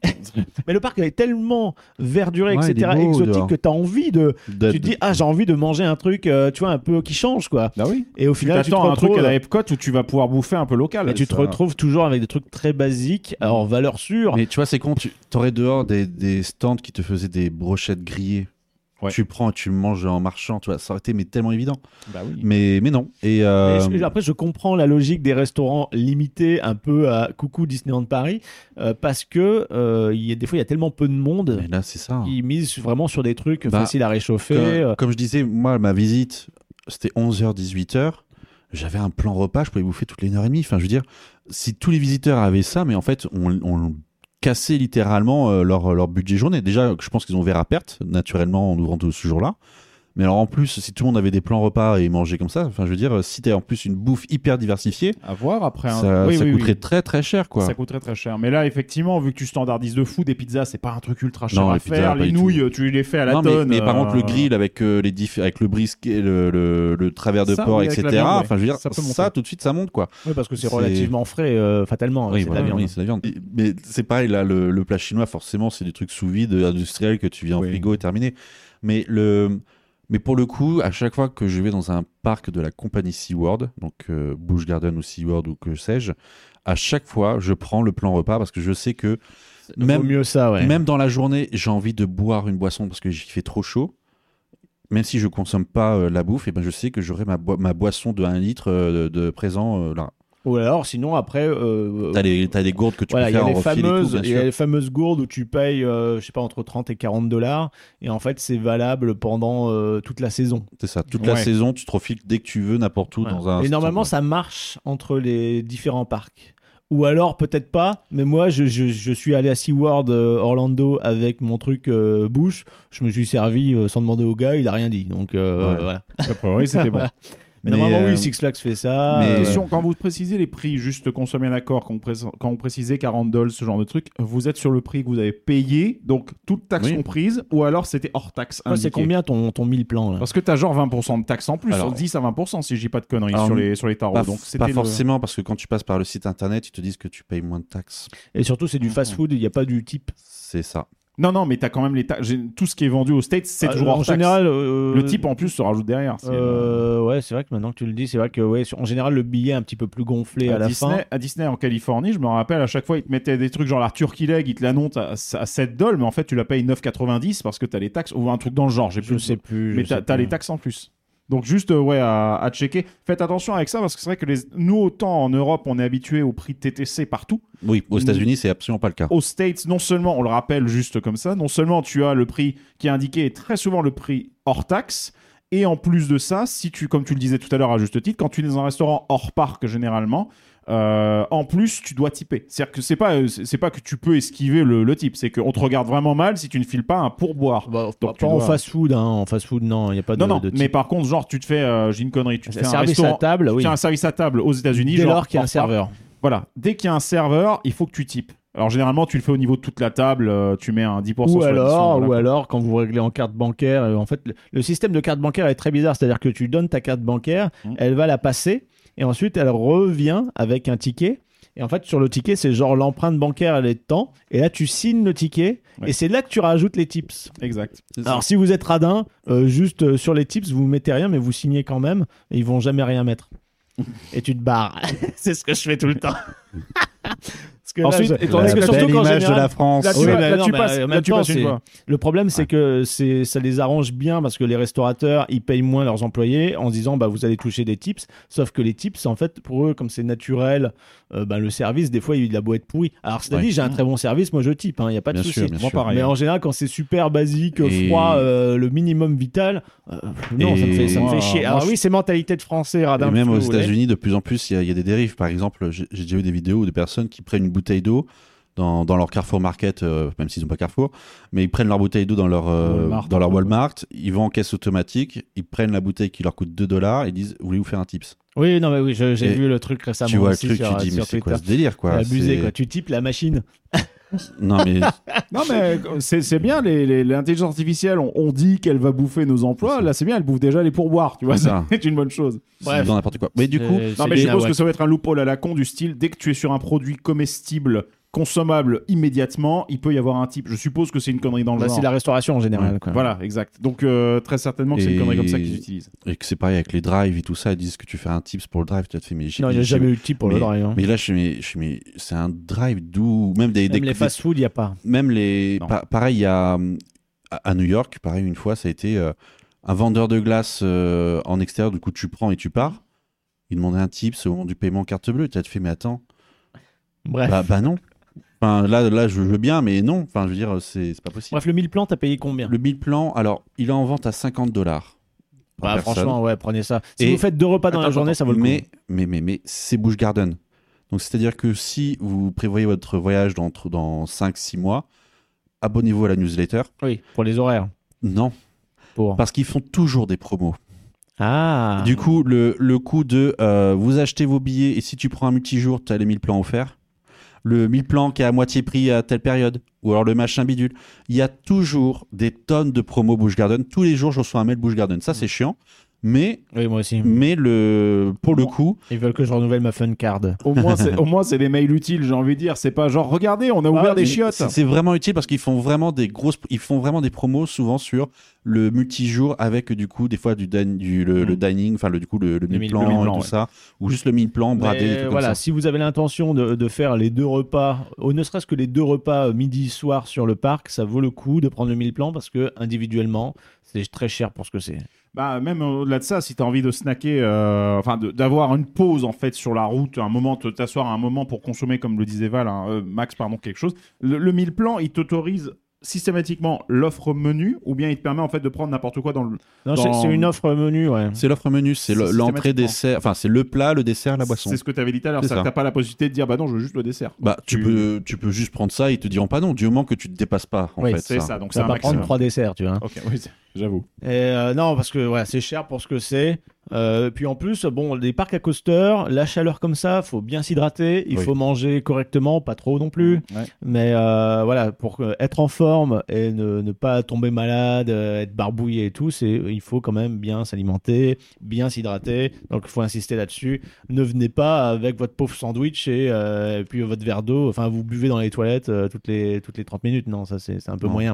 Mais le parc est tellement verduré, Ouais, il est et cetera, beau, exotique dehors. que tu as envie de. De- Tu te dis, ah, j'ai envie de manger un truc, euh, tu vois, un peu qui change, quoi. Bah oui. Et au Tu final, tu te t'attends à un truc retrouves. à la Epcot où tu vas pouvoir bouffer un peu local. Mais tu te ça. retrouves toujours avec des trucs très basiques, alors valeur sûre. Mais tu vois, c'est con, tu aurais dehors des, des stands qui te faisaient des brochettes grillées. Ouais. Tu prends et tu manges en marchant, tu vois, ça aurait été mais tellement évident. Bah oui. Mais, mais non. Et, euh, Et je- après, je comprends la logique des restaurants limités un peu à coucou Disneyland Paris, euh, parce que euh, il y a, des fois, il y a tellement peu de monde mais là, c'est ça. qui misent vraiment sur des trucs Bah, faciles à réchauffer. Comme, euh. comme je disais, moi, ma visite, c'était onze heures, dix-huit heures. J'avais un plan repas, je pouvais bouffer toutes les une heure et demie. Enfin, je veux dire, si tous les visiteurs avaient ça, mais en fait, on, on cassait littéralement euh, leur, leur budget journée. Déjà, je pense qu'ils ont ouvert à perte, naturellement, en ouvrant tout ce jour-là. Mais alors, en plus, si tout le monde avait des plans repas et mangeait comme ça, enfin, je veux dire, si t'as en plus une bouffe hyper diversifiée, À voir après. hein. ça, Oui, ça oui, oui. coûterait très très cher, quoi. Ça coûterait très cher. Mais là, effectivement, vu que tu standardises de fou, des pizzas, c'est pas un truc ultra cher Non, à les pizzas, faire. pas Les du nouilles, tu les fais à la Non, mais, tonne. mais par euh, contre, le grill avec, euh, les diff- avec le brisket, le, le, le travers de Ça, porc, oui, avec la et cetera. viande, ouais. Enfin, je veux dire, Ça ça, peut monter. tout de suite, ça monte, quoi. Oui, parce que c'est c'est- relativement frais, euh, fatalement. Oui, c'est de voilà, la viande. oui, c'est la viande. Mais c'est pareil, là, le, le plat chinois, forcément, c'est des trucs sous vide, industriels, que tu viens Oui. au frigo et terminé. Mais, le, mais pour le coup, à chaque fois que je vais dans un parc de la compagnie SeaWorld, donc euh, Busch Garden ou SeaWorld ou que sais-je, à chaque fois, je prends le plan repas parce que je sais que Même même, mieux ça, ouais. même dans la journée, j'ai envie de boire une boisson parce que j'y fait trop chaud. Même si je consomme pas euh, la bouffe, et ben je sais que j'aurai ma, boi- ma boisson de un litre euh, de, de présent euh, là. Ou alors, sinon, après. euh, T'as les, t'as les gourdes que tu Voilà, il peux y a faire en les refil et tout, fameuses, bien il y a sûr. les fameuses gourdes où tu payes, euh, je sais pas, entre trente et quarante dollars. Et en fait, c'est valable pendant euh, toute la saison. C'est ça. Toute la Ouais. saison, tu te refiles dès que tu veux, n'importe où Voilà. dans un. Et normalement, stand. ça marche entre les différents parcs. Ou alors, peut-être pas, mais moi, je, je, je suis allé à SeaWorld euh, Orlando avec mon truc euh, bouche. Je me suis servi euh, sans demander au gars, il a rien dit. Donc, euh, Ouais. voilà. A priori, c'était bon. Mais, Mais, normalement, euh, oui, Six Flags fait ça. mais- euh, Question, quand vous précisez les prix, juste qu'on soit bien d'accord, quand, vous pré- quand vous précisez quarante dollars, ce genre de truc, vous êtes sur le prix que vous avez payé, donc toute taxe Oui. comprise, ou alors c'était hors taxe toi, c'est indiqué. combien ton, ton mille plans là? Parce que t'as genre vingt pour cent de taxes en plus, Alors- dix à vingt pour cent si je dis pas de conneries Alors, sur les, sur les tarots. Pas, donc pas c'était le- forcément, parce que quand tu passes par le site internet, ils te disent que tu payes moins de taxes. Et surtout, c'est du fast-food, il n'y a pas du type. C'est ça. Non, non, mais t'as quand même les taxes. J'ai- Tout ce qui est vendu aux States, c'est Ah, toujours en hors taxe. général, euh, Le type en plus se rajoute derrière. c'est, Euh, ouais, c'est vrai que maintenant que tu le dis, c'est vrai que ouais, sur- en général le billet est un petit peu plus gonflé à, à, la Disney, fin. à Disney en Californie, je me rappelle à chaque fois ils te mettaient des trucs genre la Turkey Leg, ils te l'annoncent à, à sept dollars, mais en fait tu la payes neuf quatre-vingt-dix parce que t'as les taxes ou un truc dans le genre. J'ai Je plus sais plus. mais je t'as sais t'as plus. les taxes en plus. Donc juste euh, ouais à, à checker. Faites attention avec ça parce que c'est vrai que les... nous autant en Europe on est habitué au prix de T T C partout. Oui, aux États-Unis, c'est absolument pas le cas. Aux States, non seulement on le rappelle juste comme ça, non seulement tu as le prix qui est indiqué et très souvent le prix hors taxe. Et en plus de ça, si tu, comme tu le disais tout à l'heure à juste titre, quand tu es dans un restaurant hors parc généralement, euh, en plus tu dois tiper. C'est-à-dire que c'est pas, c'est c'est pas que tu peux esquiver le, le tip, c'est qu'on te regarde vraiment mal si tu ne files pas un pourboire. Bah, Donc, pas tu en dois- fast-food, hein. En fast-food, non, il n'y a pas de. Non, non, de type. mais par contre, genre tu te fais, euh, j'ai une connerie, tu te Un fais un service restaurant, à table, tu oui. fais un service à table aux États-Unis, Dès genre lors qu'il y a un hors parc. serveur. Voilà, dès qu'il y a un serveur, il faut que tu tipes. Alors généralement, tu le fais au niveau de toute la table, euh, tu mets un dix pour cent Ou sur l'addition, alors, voilà. ou alors, quand vous réglez en carte bancaire, euh, en fait, le, le système de carte bancaire est très bizarre. C'est-à-dire que tu donnes ta carte bancaire, Mmh. elle va la passer, et ensuite elle revient avec un ticket. Et en fait, sur le ticket, c'est genre l'empreinte bancaire, elle est de temps. Et là, tu signes le ticket, Ouais. et c'est là que tu rajoutes les tips. Exact. Alors, si vous êtes radin, euh, juste euh, sur les tips, vous mettez rien, mais vous signez quand même, et ils vont jamais rien mettre. Et tu te barres. C'est ce que je fais tout le temps. Parce que là, Ensuite, je- étant parce donné que que surtout belle qu'en image de général- la France. Là, tu, Oui, vas- mais là, non, tu mais passes, en là, même tu temps, passes une c'est- fois. Le problème, c'est que c'est, ça les arrange bien parce que les restaurateurs, ils payent moins leurs employés en se disant, bah, vous allez toucher des tips. Sauf que les tips, en fait, pour eux, comme c'est naturel, euh, bah, le service, des fois, il a beau être pourri. Alors, c'est à Ouais. dire, j'ai un très bon service, moi, je type, il n'y a pas de Bien souci. sûr, bien Moi, sûr. pareil. Mais en général, quand c'est super basique, Et- froid, euh, le minimum vital, euh, non, ça me fait, ça me Moi, fait chier. moi, Alors je- oui, c'est mentalité de français, radin. Et même tout ce aux que vous voulez. États-Unis, de plus en plus, il y, a- il y a des dérives. Par exemple, j'ai j'ai déjà vu des vidéos où des personnes qui prennent une bouteille d'eau dans, dans leur Carrefour Market, euh, même s'ils n'ont pas Carrefour, mais ils prennent leur bouteille d'eau dans leur, euh, Walmart, dans leur ouais. Walmart, ils vont en caisse automatique, ils prennent la bouteille qui leur coûte deux dollars et disent, voulez-vous faire un tips? Oui, non, mais oui, je- j'ai Et vu le truc récemment. Tu vois le aussi truc, sur, tu dis, mais sur c'est Twitter. quoi ce délire, quoi? C'est abusé, C'est- quoi. Tu types la machine. Non, mais Non, mais c'est c'est bien, les- les- l'intelligence artificielle, on, on dit qu'elle va bouffer nos emplois. Là, c'est bien, elle bouffe déjà les pourboires, tu vois, C'est ça. c'est une bonne chose. c'est dans n'importe quoi. Mais du coup, C'est- Non, c'est mais je bien, suppose ouais. que ça va être un loophole à la con du style, dès que tu es sur un produit comestible, consommable immédiatement, il peut y avoir un type. Je suppose que c'est une connerie dans le Bah, genre. c'est la restauration en général. quoi. Voilà, exact. Donc, euh, très certainement que c'est une Et- connerie comme ça qu'ils utilisent. et que c'est pareil avec les drives et tout ça, ils disent que tu fais un tips pour le drive, tu te fais, mais j'ai- Non, il n'y a j'ai- jamais eu de type pour le mais- drive. hein. Mais là, je suis, mais, je suis, mais c'est un drive d'où même des, Même des- les des- fast-food, il n'y a pas. même les Non. pa- pareil, il y a hum, à à New York, pareil une fois, ça a été euh, un vendeur de glace euh, en extérieur. Du coup, tu prends et tu pars. Il demandait un tips au moment du paiement carte bleue. Tu as fait, mais attends, Bref. bah, bah non. Enfin, là, là, je veux bien, mais non. Enfin, je veux dire, c'est c'est pas possible. Bref, le mille plans, t'as payé combien? Le mille plan, alors, il est en vente à cinquante dollars. Bah, franchement, ouais, prenez ça. Si Et- vous faites deux repas dans la Attends, journée, attends, ça vaut le coup. Mais, mais, mais, mais c'est Busch Garden. Donc, c'est-à-dire que si vous prévoyez votre voyage dans, dans cinq six mois, abonnez-vous à la newsletter. Oui, pour les horaires. Non, Pour. parce qu'ils font toujours des promos. Ah. Du coup, le, le coût de euh, vous achetez vos billets et si tu prends un multijour, tu as les mille plans offerts. Le mille plans qui est à moitié prix à telle période. Ou alors le machin bidule. Il y a toujours des tonnes de promos Busch Garden. Tous les jours, je reçois un mail Busch Garden. Ça, c'est chiant. Mais, Oui, moi aussi. mais le, pour le Bon. coup, Ils veulent que je renouvelle ma fun card. Au moins, c'est, au moins, c'est des mails utiles, j'ai envie de dire. C'est pas genre, regardez, on a ouvert des mais chiottes. c'est c'est vraiment utile parce qu'ils font vraiment des grosses, ils font vraiment des promos souvent sur le multijour avec du coup des fois du, din- du le, le dining, enfin le du coup le, le mille mille plans plans, et tout ouais. ça, ou juste le mille plans bradé, des Mais trucs voilà, comme ça. si vous avez l'intention de, de faire les deux repas, ou ne serait-ce que les deux repas euh, midi-soir sur le parc, ça vaut le coup de prendre le mille plans parce que individuellement, c'est très cher pour ce que c'est. Bah, même au-delà de ça, si tu as envie de snacker, euh, enfin de- d'avoir une pause en fait sur la route, un moment, te t'asseoir à un moment pour consommer, comme le disait Val, hein, euh, Max, pardon, quelque chose, le, le mille plans, il t'autorise systématiquement l'offre menu ou bien il te permet en fait de prendre n'importe quoi dans le. Non, Dans- c'est, c'est une offre menu, ouais. C'est l'offre menu, c'est le- C'est l'entrée, systématiquement. dessert, enfin c'est le plat, le dessert, la boisson. C'est ce que tu avais dit tout à l'heure, C'est ça. ça. T'as pas la possibilité de dire bah non, je veux juste le dessert. Bah, tu, Tu- peux, tu peux juste prendre ça et ils te diront pas non, du moment que tu te dépasses pas. En Oui, fait, C'est ça, donc Ça c'est un va prendre maximum. trois desserts, tu vois. Ok, oui, c'est- j'avoue. Et euh, non, parce que ouais, c'est cher pour ce que c'est. Euh, puis en plus, bon, les parcs à coaster, la chaleur comme ça, faut bien s'hydrater, il Oui. faut manger correctement, pas trop non plus. Ouais. Mais euh, voilà, pour euh, être en forme et ne, ne pas tomber malade, euh, être barbouillé et tout, c'est, il faut quand même bien s'alimenter, bien s'hydrater. Donc il faut insister là-dessus. Ne venez pas avec votre pauvre sandwich et, euh, et puis votre verre d'eau. Enfin, vous buvez dans les toilettes euh, toutes les toutes les trente minutes. Non, ça c'est, c'est un peu Non. moyen.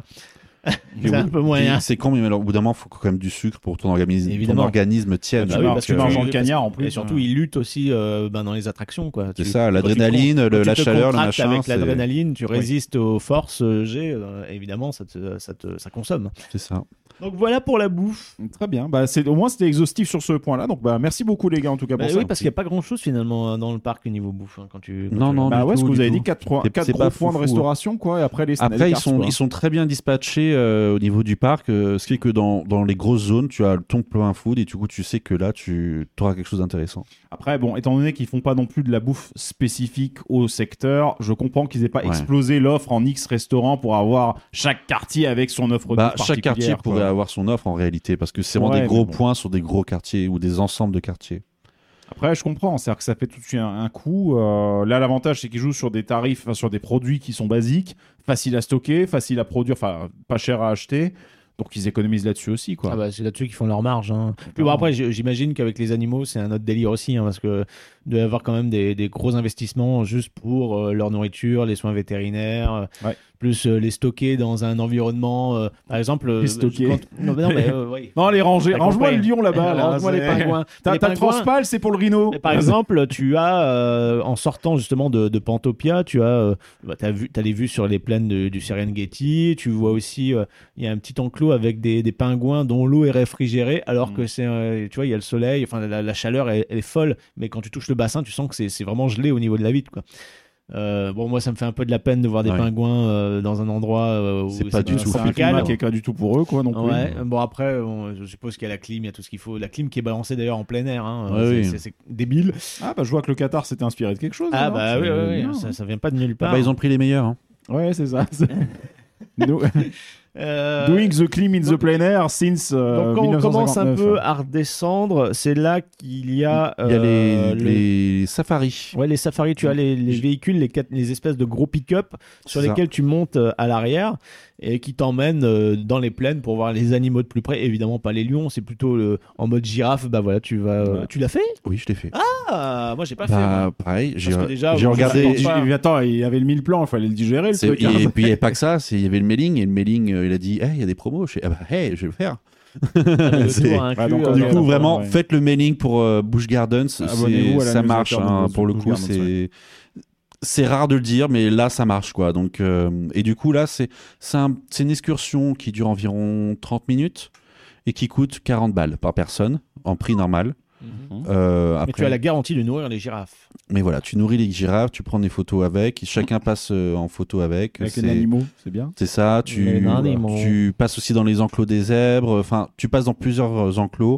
Et c'est un oui, peu moyen. C'est con, mais alors, au bout d'un moment, il faut quand même du sucre pour que ton organisme, ton Évidemment. organisme tienne. Bah Ah oui, oui, parce parce que que tu manges tu- dans le cagnard en plus. Et surtout, il lutte aussi euh, ben, dans les attractions, quoi. C'est Tu- ça, quand tu l'adrénaline, con- le- quand la tu te chaleur, le contractes machin, avec c'est- l'adrénaline, tu résistes aux forces euh, G, euh, évidemment, ça, te, ça, te, ça consomme. C'est ça. Donc voilà pour la bouffe. Très bien. Bah, c'est, au moins, c'était exhaustif sur ce point-là. Donc, bah, merci beaucoup, les gars, en tout cas, Bah pour ça. oui, parce qu'il n'y a pas grand chose finalement dans le parc au niveau bouffe. hein, quand tu, quand Non, tu- non, Bah du ouais, ce tout, que vous du avez tout. dit, quatre points, C'est- quatre c'est gros pas points de foufou, restauration, quoi, et après les Après, snack ils cars, sont, quoi. ils sont très bien dispatchés euh, au niveau du parc, euh, ce qui fait que dans, dans les grosses zones, tu as ton plein food et du coup, tu sais que là, tu auras quelque chose d'intéressant. Après, bon, étant donné qu'ils font pas non plus de la bouffe spécifique au secteur, je comprends qu'ils aient pas Ouais. explosé l'offre en X restaurants pour avoir chaque quartier avec son offre de Bah, bouffe chaque quartier particulière, quoi. pourrait avoir son offre en réalité, parce que c'est vraiment Ouais, des gros mais bon. points sur des gros quartiers ou des ensembles de quartiers. Après, je comprends, c'est-à-dire que ça fait tout de suite un, un coût. Euh, là, l'avantage, c'est qu'ils jouent sur des tarifs, enfin, sur des produits qui sont basiques, faciles à stocker, faciles à produire, enfin, pas cher à acheter. Donc, ils économisent là-dessus aussi, quoi. Ah bah, c'est là-dessus qu'ils font leur marge. Hein. Puis bon, après, j- j'imagine qu'avec les animaux, c'est un autre délire aussi, hein, parce que il doit y avoir quand même des, des gros investissements juste pour euh, leur nourriture, les soins vétérinaires, euh, Ouais. plus euh, les stocker dans un environnement, euh, par exemple. euh, Les stocker. quand- Non, mais non, mais euh, oui. Non, les ranger. T'as Range-moi compris. le lion là-bas. Là, Range-moi les c'est- pingouins. T'as Les t'as le pingouins- transpal, c'est pour le rhino. Mais par exemple, tu as, euh, en sortant justement de, de Pantopia, tu as, euh, bah, t'as vu, t'as les vues sur les plaines de- du Serengeti. Tu vois aussi, euh, il y a un petit enclos avec des, des pingouins dont l'eau est réfrigérée, alors Mm. que c'est, euh, tu vois, il y a le soleil. Enfin, la, la chaleur, elle, elle est folle. Mais quand tu touches le bassin, tu sens que c'est, c'est vraiment gelé au niveau de la vitre, quoi. Euh, bon, moi, ça me fait un peu de la peine de voir des Ouais. pingouins euh, dans un endroit euh, où C'est pas du tout C'est un tropical. climat qui est pas du tout pour eux, quoi, non plus. Ouais, bon après, bon, je suppose qu'il y a la clim, il y a tout ce qu'il faut. La clim qui est balancée d'ailleurs en plein air, hein. Ouais, c'est, oui. c'est- c'est débile. Ah, bah, je vois que le Qatar s'était inspiré de quelque chose. Ah alors. bah C'est oui, oui, oui, bien, ça, hein. ça vient pas de nulle Ah part. bah, ils ont pris les meilleurs. hein. Ouais, c'est ça. C'est- Do- Euh, Doing the clean in the donc- plein air since euh, donc quand on commence un mille neuf cent peu cinquante-neuf. à redescendre, c'est là qu'il y a, Il y a les, euh, le- les safaris. Ouais, les safaris, tu as les, les véhicules, les, quatre- les espèces de gros pick-up sur C'est ça. lesquels tu montes euh, à l'arrière et qui t'emmènent euh, dans les plaines pour voir les animaux de plus près. Évidemment, pas les lions, c'est plutôt le- en mode girafe. Bah voilà, tu vas. euh, Ouais. Tu l'as fait? Oui, je l'ai fait. Ah, moi j'ai pas fait. bah, moi. pareil, j'ai que déjà, j'ai bon, regardé. je pense pas. Attends, il y avait le mille plans, il fallait le digérer, le C'est- truc. et, hein. et puis il n'y avait pas que ça, c'est- il y avait le mailing et le mailing euh, il a dit hey, il y a des promos. Je fais ah bah hey, je vais le faire. Ah, mais le c'est- tour inclus, Ouais, donc, euh, Du Ouais, coup, ouais, vraiment, ouais. faites le mailing pour euh, Busch Gardens. c'est- Abonnez-vous à la ça newsletter marche de hein, Busch pour le Gardens, coup. ouais. C'est c'est rare de le dire, mais là, ça marche quoi. Donc, euh, et du coup, là, c'est c'est un- c'est une excursion qui dure environ trente minutes et qui coûte quarante balles par personne en prix normal. Mhm. Euh, Mais après- tu as la garantie de nourrir les girafes. Mais voilà, tu nourris les girafes, tu prends des photos avec, chacun passe euh, en photo avec. Avec c'est- les animaux, c'est bien. C'est ça, tu, Les animaux. tu passes aussi dans les enclos des zèbres, enfin, tu passes dans plusieurs enclos.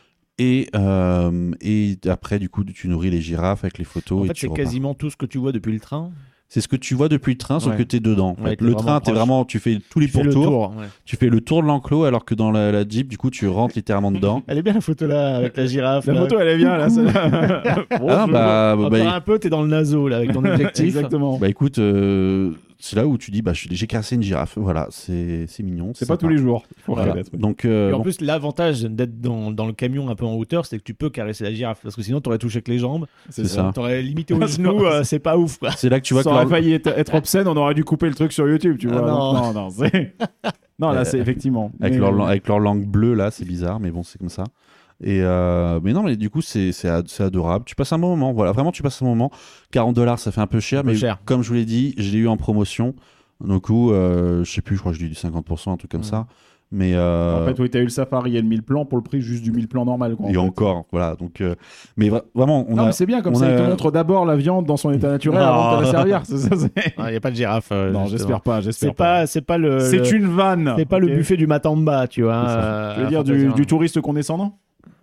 Et, euh, et après, du coup, tu nourris les girafes avec les photos. En et fait, tu c'est repars. quasiment tout ce que tu vois depuis le train. C'est ce que tu vois depuis le train, sauf Ouais. que tu es dedans. en fait. Ouais, t'es le vraiment train, t'es proche. vraiment, tu fais tous les Tu fais le pourtours. tour. ouais. Tu fais le tour de l'enclos, alors que dans la, la Jeep, du coup, tu rentres littéralement dedans. Elle est bien la photo là avec la girafe. La là. photo, elle est bien, là. celle-là. Ah, bah, Encore bah, un peu, t'es dans le naso là avec ton objectif. Exactement. bah, écoute, euh, c'est là où tu dis, bah, je- j'ai caressé une girafe. Voilà, c'est c'est mignon. C'est pas sympa. tous les jours. il faut Voilà. reconnaître. Donc, euh, Et en bon, plus, l'avantage d'être dans, dans le camion un peu en hauteur, c'est que tu peux caresser la girafe. Parce que sinon, t'aurais touché avec les jambes. c'est ça. T'aurais limité aux Ah, c'est genoux, vrai. euh, c'est pas ouf quoi. C'est là que tu vois ça que aurait leur- failli être, être obscène, on aurait dû couper le truc sur YouTube, tu Ah, vois. non. Donc, non, non, c'est... non, là, Euh, c'est effectivement. avec, Mais- leur, lang- avec leur langue bleue là, c'est bizarre, mais bon, c'est comme ça. Et euh, mais non, mais du coup, c'est c'est ad- c'est adorable. Tu passes un bon moment, voilà, vraiment, tu passes un moment. quarante dollars, ça fait un peu cher, Un peu mais cher. comme je vous l'ai dit, je l'ai eu en promotion. Du coup, euh, je sais plus, je crois que je l'ai eu du cinquante pour cent, un truc comme Mm. ça. Mais euh, En fait, oui, t'as eu le safari et le mille plans pour le prix juste du mille plans normal. Quoi, en et fait. encore, voilà. Donc, euh, mais vra- vraiment, on Non, a. mais c'est bien, comme on ça, il te a- montre d'abord la viande dans son état naturel avant de te la servir. C'est ça, c'est- Il n'y a pas de girafe. euh, Non, justement. j'espère pas, j'espère C'est pas, c'est pas le. C'est le- une vanne. C'est pas le Ok. buffet du Matamba, tu vois. C'est ça. euh, Tu veux dire faut du, pas dire. du touriste condescendant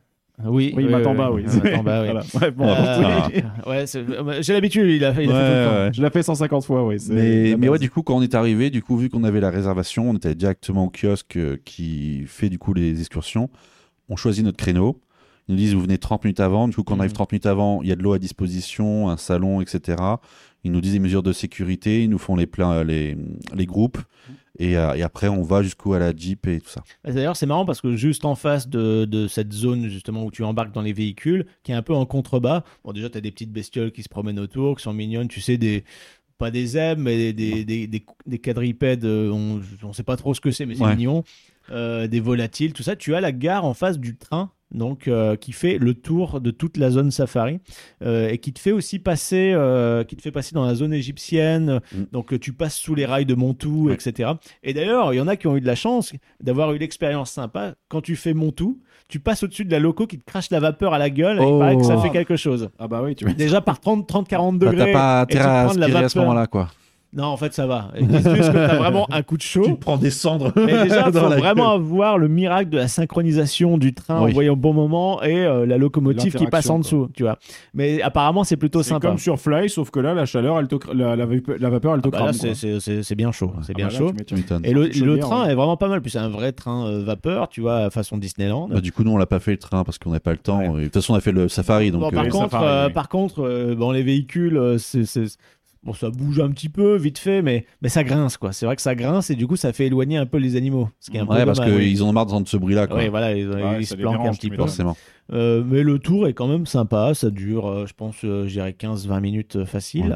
Oui, Oui, Matamba, oui. oui, Matamba, oui. Voilà. Ouais, bon, Euh, oui. ouais, c'est- euh, j'ai l'habitude, il a fait, il a fait Ouais, tout le temps. ouais. Je l'ai fait cent cinquante fois, oui. c'est Mais, la mais base. ouais, du coup, quand on est arrivé, du coup, vu qu'on avait la réservation, on était directement au kiosque euh, qui fait du coup les excursions. On choisit notre créneau. Ils nous disent vous venez trente minutes avant. Du coup, quand on Mhm. arrive trente minutes avant, il y a de l'eau à disposition, un salon, et cetera. Ils nous disent les mesures de sécurité, ils nous font les, pleins, les, les groupes. Et, euh, et après, on va jusqu'au à la Jeep et tout ça. D'ailleurs, c'est marrant parce que juste en face de, de cette zone justement où tu embarques dans les véhicules, qui est un peu en contrebas, bon déjà, tu as des petites bestioles qui se promènent autour, qui sont mignonnes, tu sais, des... pas des zèbres, mais des, des, des, des, des quadripèdes, euh, on ne sait pas trop ce que c'est, mais c'est Ouais. mignon, euh, des volatiles, tout ça. Tu as la gare en face du train, donc euh, qui fait le tour de toute la zone safari euh, et qui te fait aussi passer, euh, qui te fait passer dans la zone égyptienne. Mm. Donc euh, tu passes sous les rails de Montou, Ouais. et cetera. Et d'ailleurs, il y en a qui ont eu de la chance d'avoir eu l'expérience sympa. Quand tu fais Montou, tu passes au-dessus de la loco qui te crache la vapeur à la gueule. Et il Oh. paraît que ça fait quelque chose. Ah bah oui, tu m'étonnes. Déjà par trente à quarante Bah, degrés. t'as pas et tu intérêt à prends de la aspirer à ce vapeur. moment-là, quoi. Non, en fait, ça va. Et c'est juste que t'as vraiment un coup de chaud. prends des cendres. Mais déjà, il dans faut la vraiment gueule. avoir le miracle de la synchronisation du train Oui. envoyé au bon moment et euh, la locomotive qui passe en L'interaction, dessous, tu vois. Mais apparemment, c'est plutôt C'est sympa. comme sur Fly, sauf que là, la chaleur, elle te cr- la, la, vapeur- la vapeur, elle te Ah bah crame. là, quoi. c'est- c'est c'est- c'est bien chaud. C'est Ah bien bah là, chaud. tu Tu m'étonnes. m'étonnes. Et le, Chaudière, le train ouais. est vraiment pas mal. Puis c'est un vrai train euh, vapeur, tu vois, façon Disneyland. Bah, du coup, nous, on l'a pas fait le train parce qu'on n'avait pas le temps. Ouais. Et de toute façon, on a fait le safari. Donc, Bon, par, euh, les contre, safaris, euh, oui. par contre, euh, bon, les véhicules, euh, c'est, c'est- bon, ça bouge un petit peu, vite fait, mais, mais ça grince, quoi. C'est vrai que ça grince et du coup, ça fait éloigner un peu les animaux. Ce qui est un peu ouais, parce dommage. qu'ils en ont marre d'entendre ce bruit-là, quoi. Oui, voilà, ils, Ouais, ils ça se les planquent dérange, un tu petit peu. m'étonnes. Forcément. Euh, mais le tour est quand même sympa. Ça dure, euh, je pense, euh, je dirais quinze à vingt minutes euh, facile.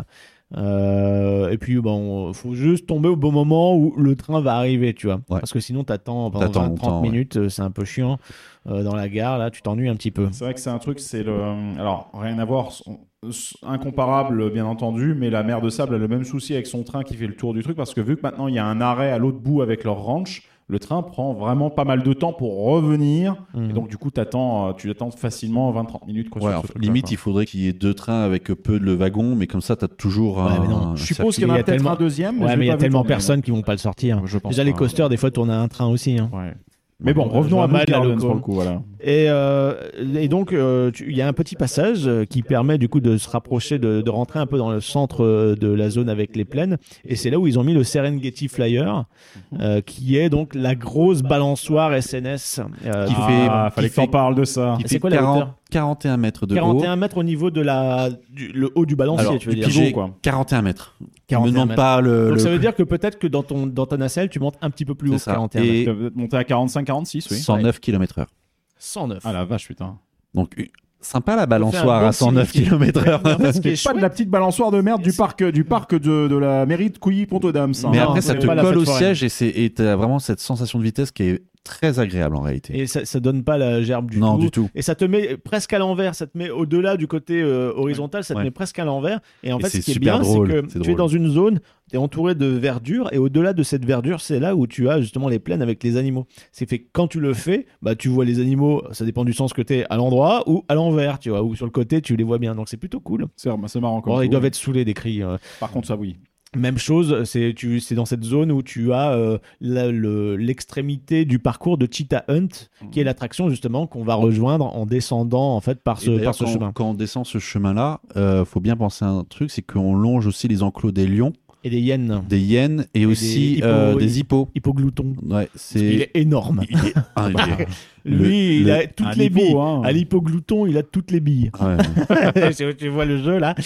Euh, et puis, bon, faut juste tomber au bon moment où le train va arriver, tu vois. Ouais. Parce que sinon, t'attends pendant T'attends vingt à longtemps, trente ouais. minutes, euh, c'est un peu chiant. Euh, dans la gare, là, tu t'ennuies un petit peu. C'est vrai que c'est un truc, c'est le. Alors, rien à voir, son- incomparable, bien entendu, mais la mer de Sable a le même souci avec son train qui fait le tour du truc parce que vu que maintenant il y a un arrêt à l'autre bout avec leur ranch, le train prend vraiment pas mal de temps pour revenir. Mhm. Et donc, du coup, t'attends, euh, tu attends facilement vingt à trente minutes. Quoi, Ouais, sur enfin, ce truc-là, limite, quoi. il faudrait qu'il y ait deux trains avec peu de wagons, mais comme ça, t'as toujours Ouais, un. mais non. un Je suppose circuit. qu'il y en Il y a a peut-être tellement- un deuxième. Ouais, je mais l'ai il y a pas vu tellement tourner, personne qui vont pas le sortir. moi. Je pense Déjà, pas. les coasters, des fois, tournent à un train aussi. Hein. Ouais. Mais bon, Ouais, revenons je à vois mal Busch la Gardens loco. pour le coup, voilà. Et, euh, et donc, euh, tu- il y a un petit passage euh, qui permet du coup de se rapprocher, de, de rentrer un peu dans le centre euh, de la zone avec les plaines. Et c'est là où ils ont mis le Serengeti Flyer, euh, qui est donc la grosse balançoire S N S. euh, Qui du- fait- Ah, fallait qui que t'en fait- parles de ça. Qui C'est fait quoi la quarante hauteur quarante et un mètres de quarante et un haut. mètres au niveau de la, du, le haut du balancier, Alors, tu veux du dire. pivot, Pivot, quoi. quarante et un mètres. Ne quarante et un me demande mètres. pas le. Donc le- ça veut dire que peut-être que dans, ton, dans ta nacelle, tu montes un petit peu plus C'est haut que ça. quarante et un mètres. Et Tu vas peut-être monter à quarante-cinq quarante-six, oui. cent neuf kilomètres heure. cent neuf. Ah la vache, putain. Donc, euh, sympa la fait un balançoire bon à cent neuf signe. kilomètres heure. Mais en fait, ce qui est Pas chouette, de la petite balançoire de merde du parc, du parc de, de la mairie de Couilly-Pont-aux-Dames. hein. Mais Non, après, c'est ça te pas la colle fête au foraine. siège et c'est et t'as vraiment cette sensation de vitesse qui est très agréable en réalité. et ça, ça donne pas la gerbe du non, tout. du tout. Et ça te met presque à l'envers, ça te met au-delà du côté euh, horizontal, ça te Ouais. met presque à l'envers. Et en Et fait, c'est ce qui est super bien, drôle, c'est que c'est tu es drôle. dans une zone, tu es entouré de verdure, et au-delà de cette verdure, c'est là où tu as justement les plaines avec les animaux. C'est fait que quand tu le fais, bah, tu vois les animaux, ça dépend du sens que tu es à l'endroit ou à l'envers, tu vois, ou sur le côté, tu les vois bien. Donc c'est plutôt cool. C'est c'est marrant. comme Bon, ils tout. doivent être saoulés des cris. euh. Par contre, ça, oui. Même chose, c'est tu- c'est dans cette zone où tu as euh, la- le- l'extrémité du parcours de Cheetah Hunt, qui est l'attraction justement qu'on va rejoindre en descendant en fait par Et ce, d'ailleurs, par ce quand, chemin. quand on descend ce chemin-là, euh, faut bien penser à un truc, c'est qu'on longe aussi les enclos des lions, Et des hyènes, des hyènes et, aussi des hippos, euh, oui. des hippos. hippogloutons. Ouais, Il c'est. est énorme. Il est- ah, il est- Lui, le- il le- a toutes un les hippo, billes. hein. À l'hippoglouton, il a toutes les billes. Ouais. tu, tu vois le jeu là.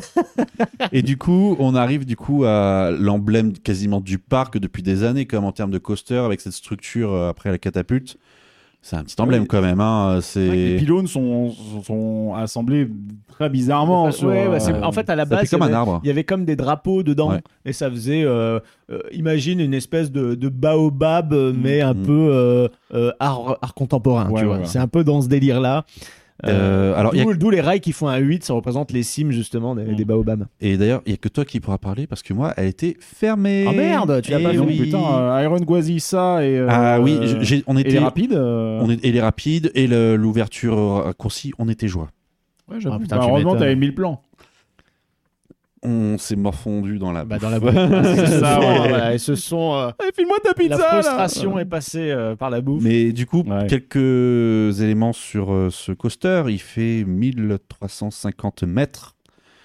Et du coup, on arrive du coup à l'emblème quasiment du parc depuis des années, comme en termes de coaster, avec cette structure euh, après la catapulte. C'est un petit emblème Oui. quand même. Hein. Les C'est. pylônes sont, sont, sont assemblés très bizarrement. Ouais, sur, ouais, euh, c'est- en fait, à la Ça fait base, comme il y un avait- arbre. il y avait comme des drapeaux dedans, Ouais. et ça faisait, euh, euh, imagine une espèce de, de baobab, euh, mais un Mm. peu euh, euh, art, art contemporain. Ouais, tu vois. ouais, ouais. C'est un peu dans ce délire-là. Euh, alors, il y a- D'où d'où les rails qui font un huit, ça représente les cimes justement des, Mm. des baobabs. Et d'ailleurs, il n'y a que toi qui pourras parler parce que moi, elle était fermée. Ah merde, tu l'as Eh pas Et vu. donc, oui. putain, euh, Iron Guazissa et. euh, Ah oui, j'ai- on Et était. les rapides. euh, On est, et les rapides et le- l'ouverture raccourcie, on était joie. Ouais, j'avoue. Ah, putain, Bah, tu heureusement, m'étonnes. t'avais mis le plan. On s'est morfondu dans la. Bah, dans la bouffe. c'est ça, ça, ouais. voilà, ils se sont. euh, File-moi ta la frustration est passée euh, par la bouffe. Mais du coup, Ouais. quelques éléments sur euh, ce coaster. Il fait mille trois cent cinquante mètres.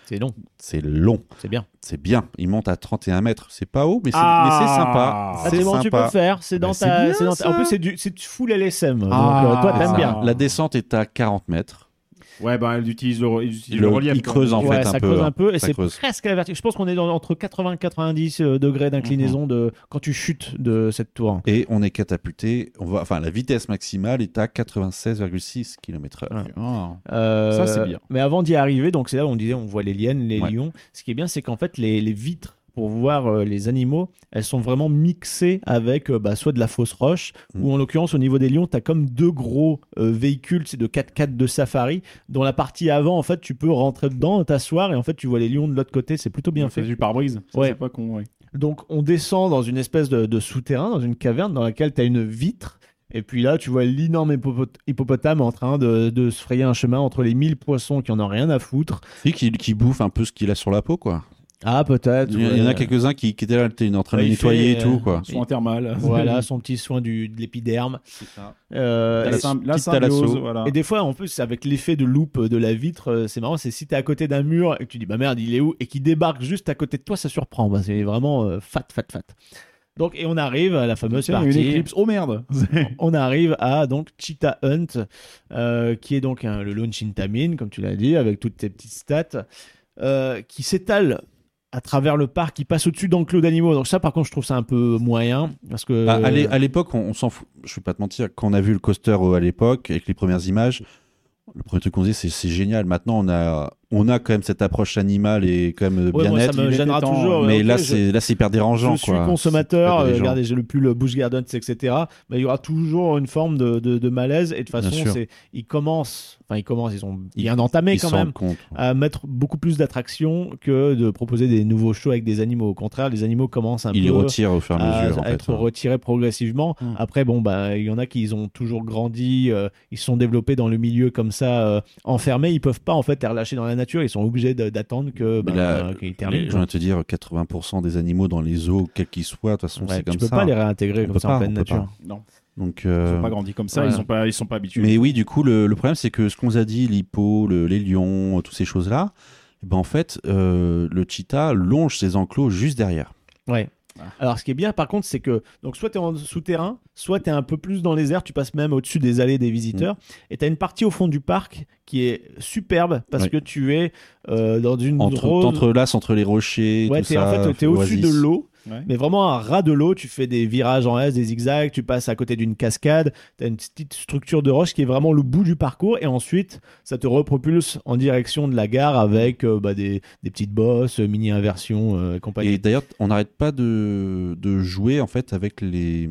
C'est long, C'est long. c'est bien. C'est bien. Il monte à trente et un mètres. C'est pas haut, mais c'est Ah. mais c'est sympa. Ah, C'est c'est bon, tu peux sympa. le faire. C'est dans Bah, c'est ta. bien, c'est dans ta- En ça. plus, c'est du, c'est full L S M. Donc, Ah, euh, toi, c'est t'aimes ça. bien. La descente est à quarante mètres. Ouais, bah, elle utilise le, il utilise Le- le relief. il quoi. creuse, en Ouais, fait, ça un peu, creuse hein. un peu et Ça c'est creuse. presque à la verticale. Je pense qu'on est dans, entre quatre-vingts et quatre-vingt-dix euh, degrés d'inclinaison de quand tu chutes de cette tour. Et on est catapulté. On va, enfin, la vitesse maximale est à quatre-vingt-seize virgule six kilomètres heure. Ah. Euh, Ça, c'est bien. Mais avant d'y arriver, donc c'est là où on disait on voit les liènes, les Ouais. lions. Ce qui est bien, c'est qu'en fait les, les vitres pour voir euh, les animaux, elles sont vraiment mixées avec euh, bah, soit de la fausse roche, Mm. ou en l'occurrence au niveau des lions, tu as comme deux gros euh, véhicules, c'est de quatre-quatre de safari, dont la partie avant, en fait, tu peux rentrer dedans, t'asseoir, et en fait, tu vois les lions de l'autre côté, c'est plutôt bien On fait fait. du pare-brise. Ça, Ouais. C'est pas con, ouais. Donc on descend dans une espèce de, de souterrain, dans une caverne dans laquelle tu as une vitre. Et puis là, tu vois l'énorme hippopot- hippopotame en train de, de se frayer un chemin entre les mille poissons qui en ont rien à foutre. C'est qui, qui bouffe un peu ce qu'il a sur la peau, quoi. Ah, peut-être. Il y, il y en a quelques-uns qui, qui étaient là, t'es en train de Ouais, le il nettoyer fait, et tout, euh, quoi. Soin thermal. Voilà, son petit soin du, de l'épiderme. C'est ça. Euh, La, et- sym- la petite symbiose, thalasso. voilà. Et des fois, en plus, avec l'effet de loupe de la vitre, euh, c'est marrant, c'est si t'es à côté d'un mur et que tu dis, bah merde, il est où? Et qu'il débarque juste à côté de toi, ça surprend. Bah, c'est vraiment euh, fat, fat, fat. Donc, et on arrive à la fameuse Tiens, il y a une partie. éclipse. Oh merde. On arrive à donc Cheetah Hunt, euh, qui est donc un- le launch Intamin, comme tu l'as dit, avec toutes tes petites stats, euh, qui s'étale à travers le parc, qui passe au-dessus d'enclos d'animaux. Donc ça, par contre, je trouve ça un peu moyen, parce que Bah, à l'é- à l'époque, on, on s'en fout. Je vais pas te mentir, quand on a vu le coaster euh, à l'époque, avec les premières images, le premier truc qu'on disait, c'est c'est génial. Maintenant, on a, on a quand même cette approche animale et quand même ouais, bien moi, ça nette. me il gênera était temps, toujours. Mais ok, là, je- c'est là, c'est hyper dérangeant, Je suis quoi. consommateur, C'est euh, hyper dérangeant. regardez, j'ai le pull Busch Gardens, et cetera. Mais il y aura toujours une forme de, de, de malaise. Et de toute Bien façon, sûr. c'est, ils commencent, enfin, ils commencent, ils ont Ils- bien entamé Ils quand s'en même, rendent compte. à mettre beaucoup plus d'attractions que de proposer des nouveaux shows avec des animaux. Au contraire, les animaux commencent un Ils les peu retirent au fur et à à, mesure, en à fait. être retirés progressivement. Mm. Après, bon, bah, il y en a qui ont toujours grandi, euh, ils se sont développés dans le milieu comme ça, euh, enfermés. Ils peuvent pas en fait les relâcher dans la nature. Ils sont obligés de- d'attendre que Mais bah, là, qu'ils Mais terminent. je viens de te dire, quatre-vingts pour cent des animaux dans les zoos, quels qu'ils soient, de toute façon, Ouais, c'est comme tu peux ça. pas les réintégrer On comme peut ça pas, en pleine on peut nature. pas. Non, Donc, ils euh, sont pas grandis comme ça. voilà. Ils sont pas, ils sont pas habitués. Mais oui, du coup, le, le problème, c'est que ce qu'on nous a dit, l'hippo, le- les lions, toutes ces choses-là, eh ben, en fait, euh, le cheetah longe ses enclos juste derrière. Ouais. Ah. Alors, ce qui est bien, par contre, c'est que donc soit tu es en souterrain, soit tu es un peu plus dans les airs, tu passes même au-dessus des allées des visiteurs, et tu as une partie au fond du parc qui est superbe parce Oui. que tu es euh, dans une Entre, rose. t'entrelaces entre les rochers, Ouais, tout t'es, ça. en fait, tu es au-dessus de oasis. l'eau, Ouais. mais vraiment à ras de l'eau. Tu fais des virages en S, des zigzags, tu passes à côté d'une cascade, tu as une petite structure de roche qui est vraiment le bout du parcours, et ensuite, ça te repropulse en direction de la gare avec euh, bah, des, des petites bosses, euh, mini-inversions euh, et compagnie. Et d'ailleurs, on n'arrête pas de, de jouer, en fait, avec les...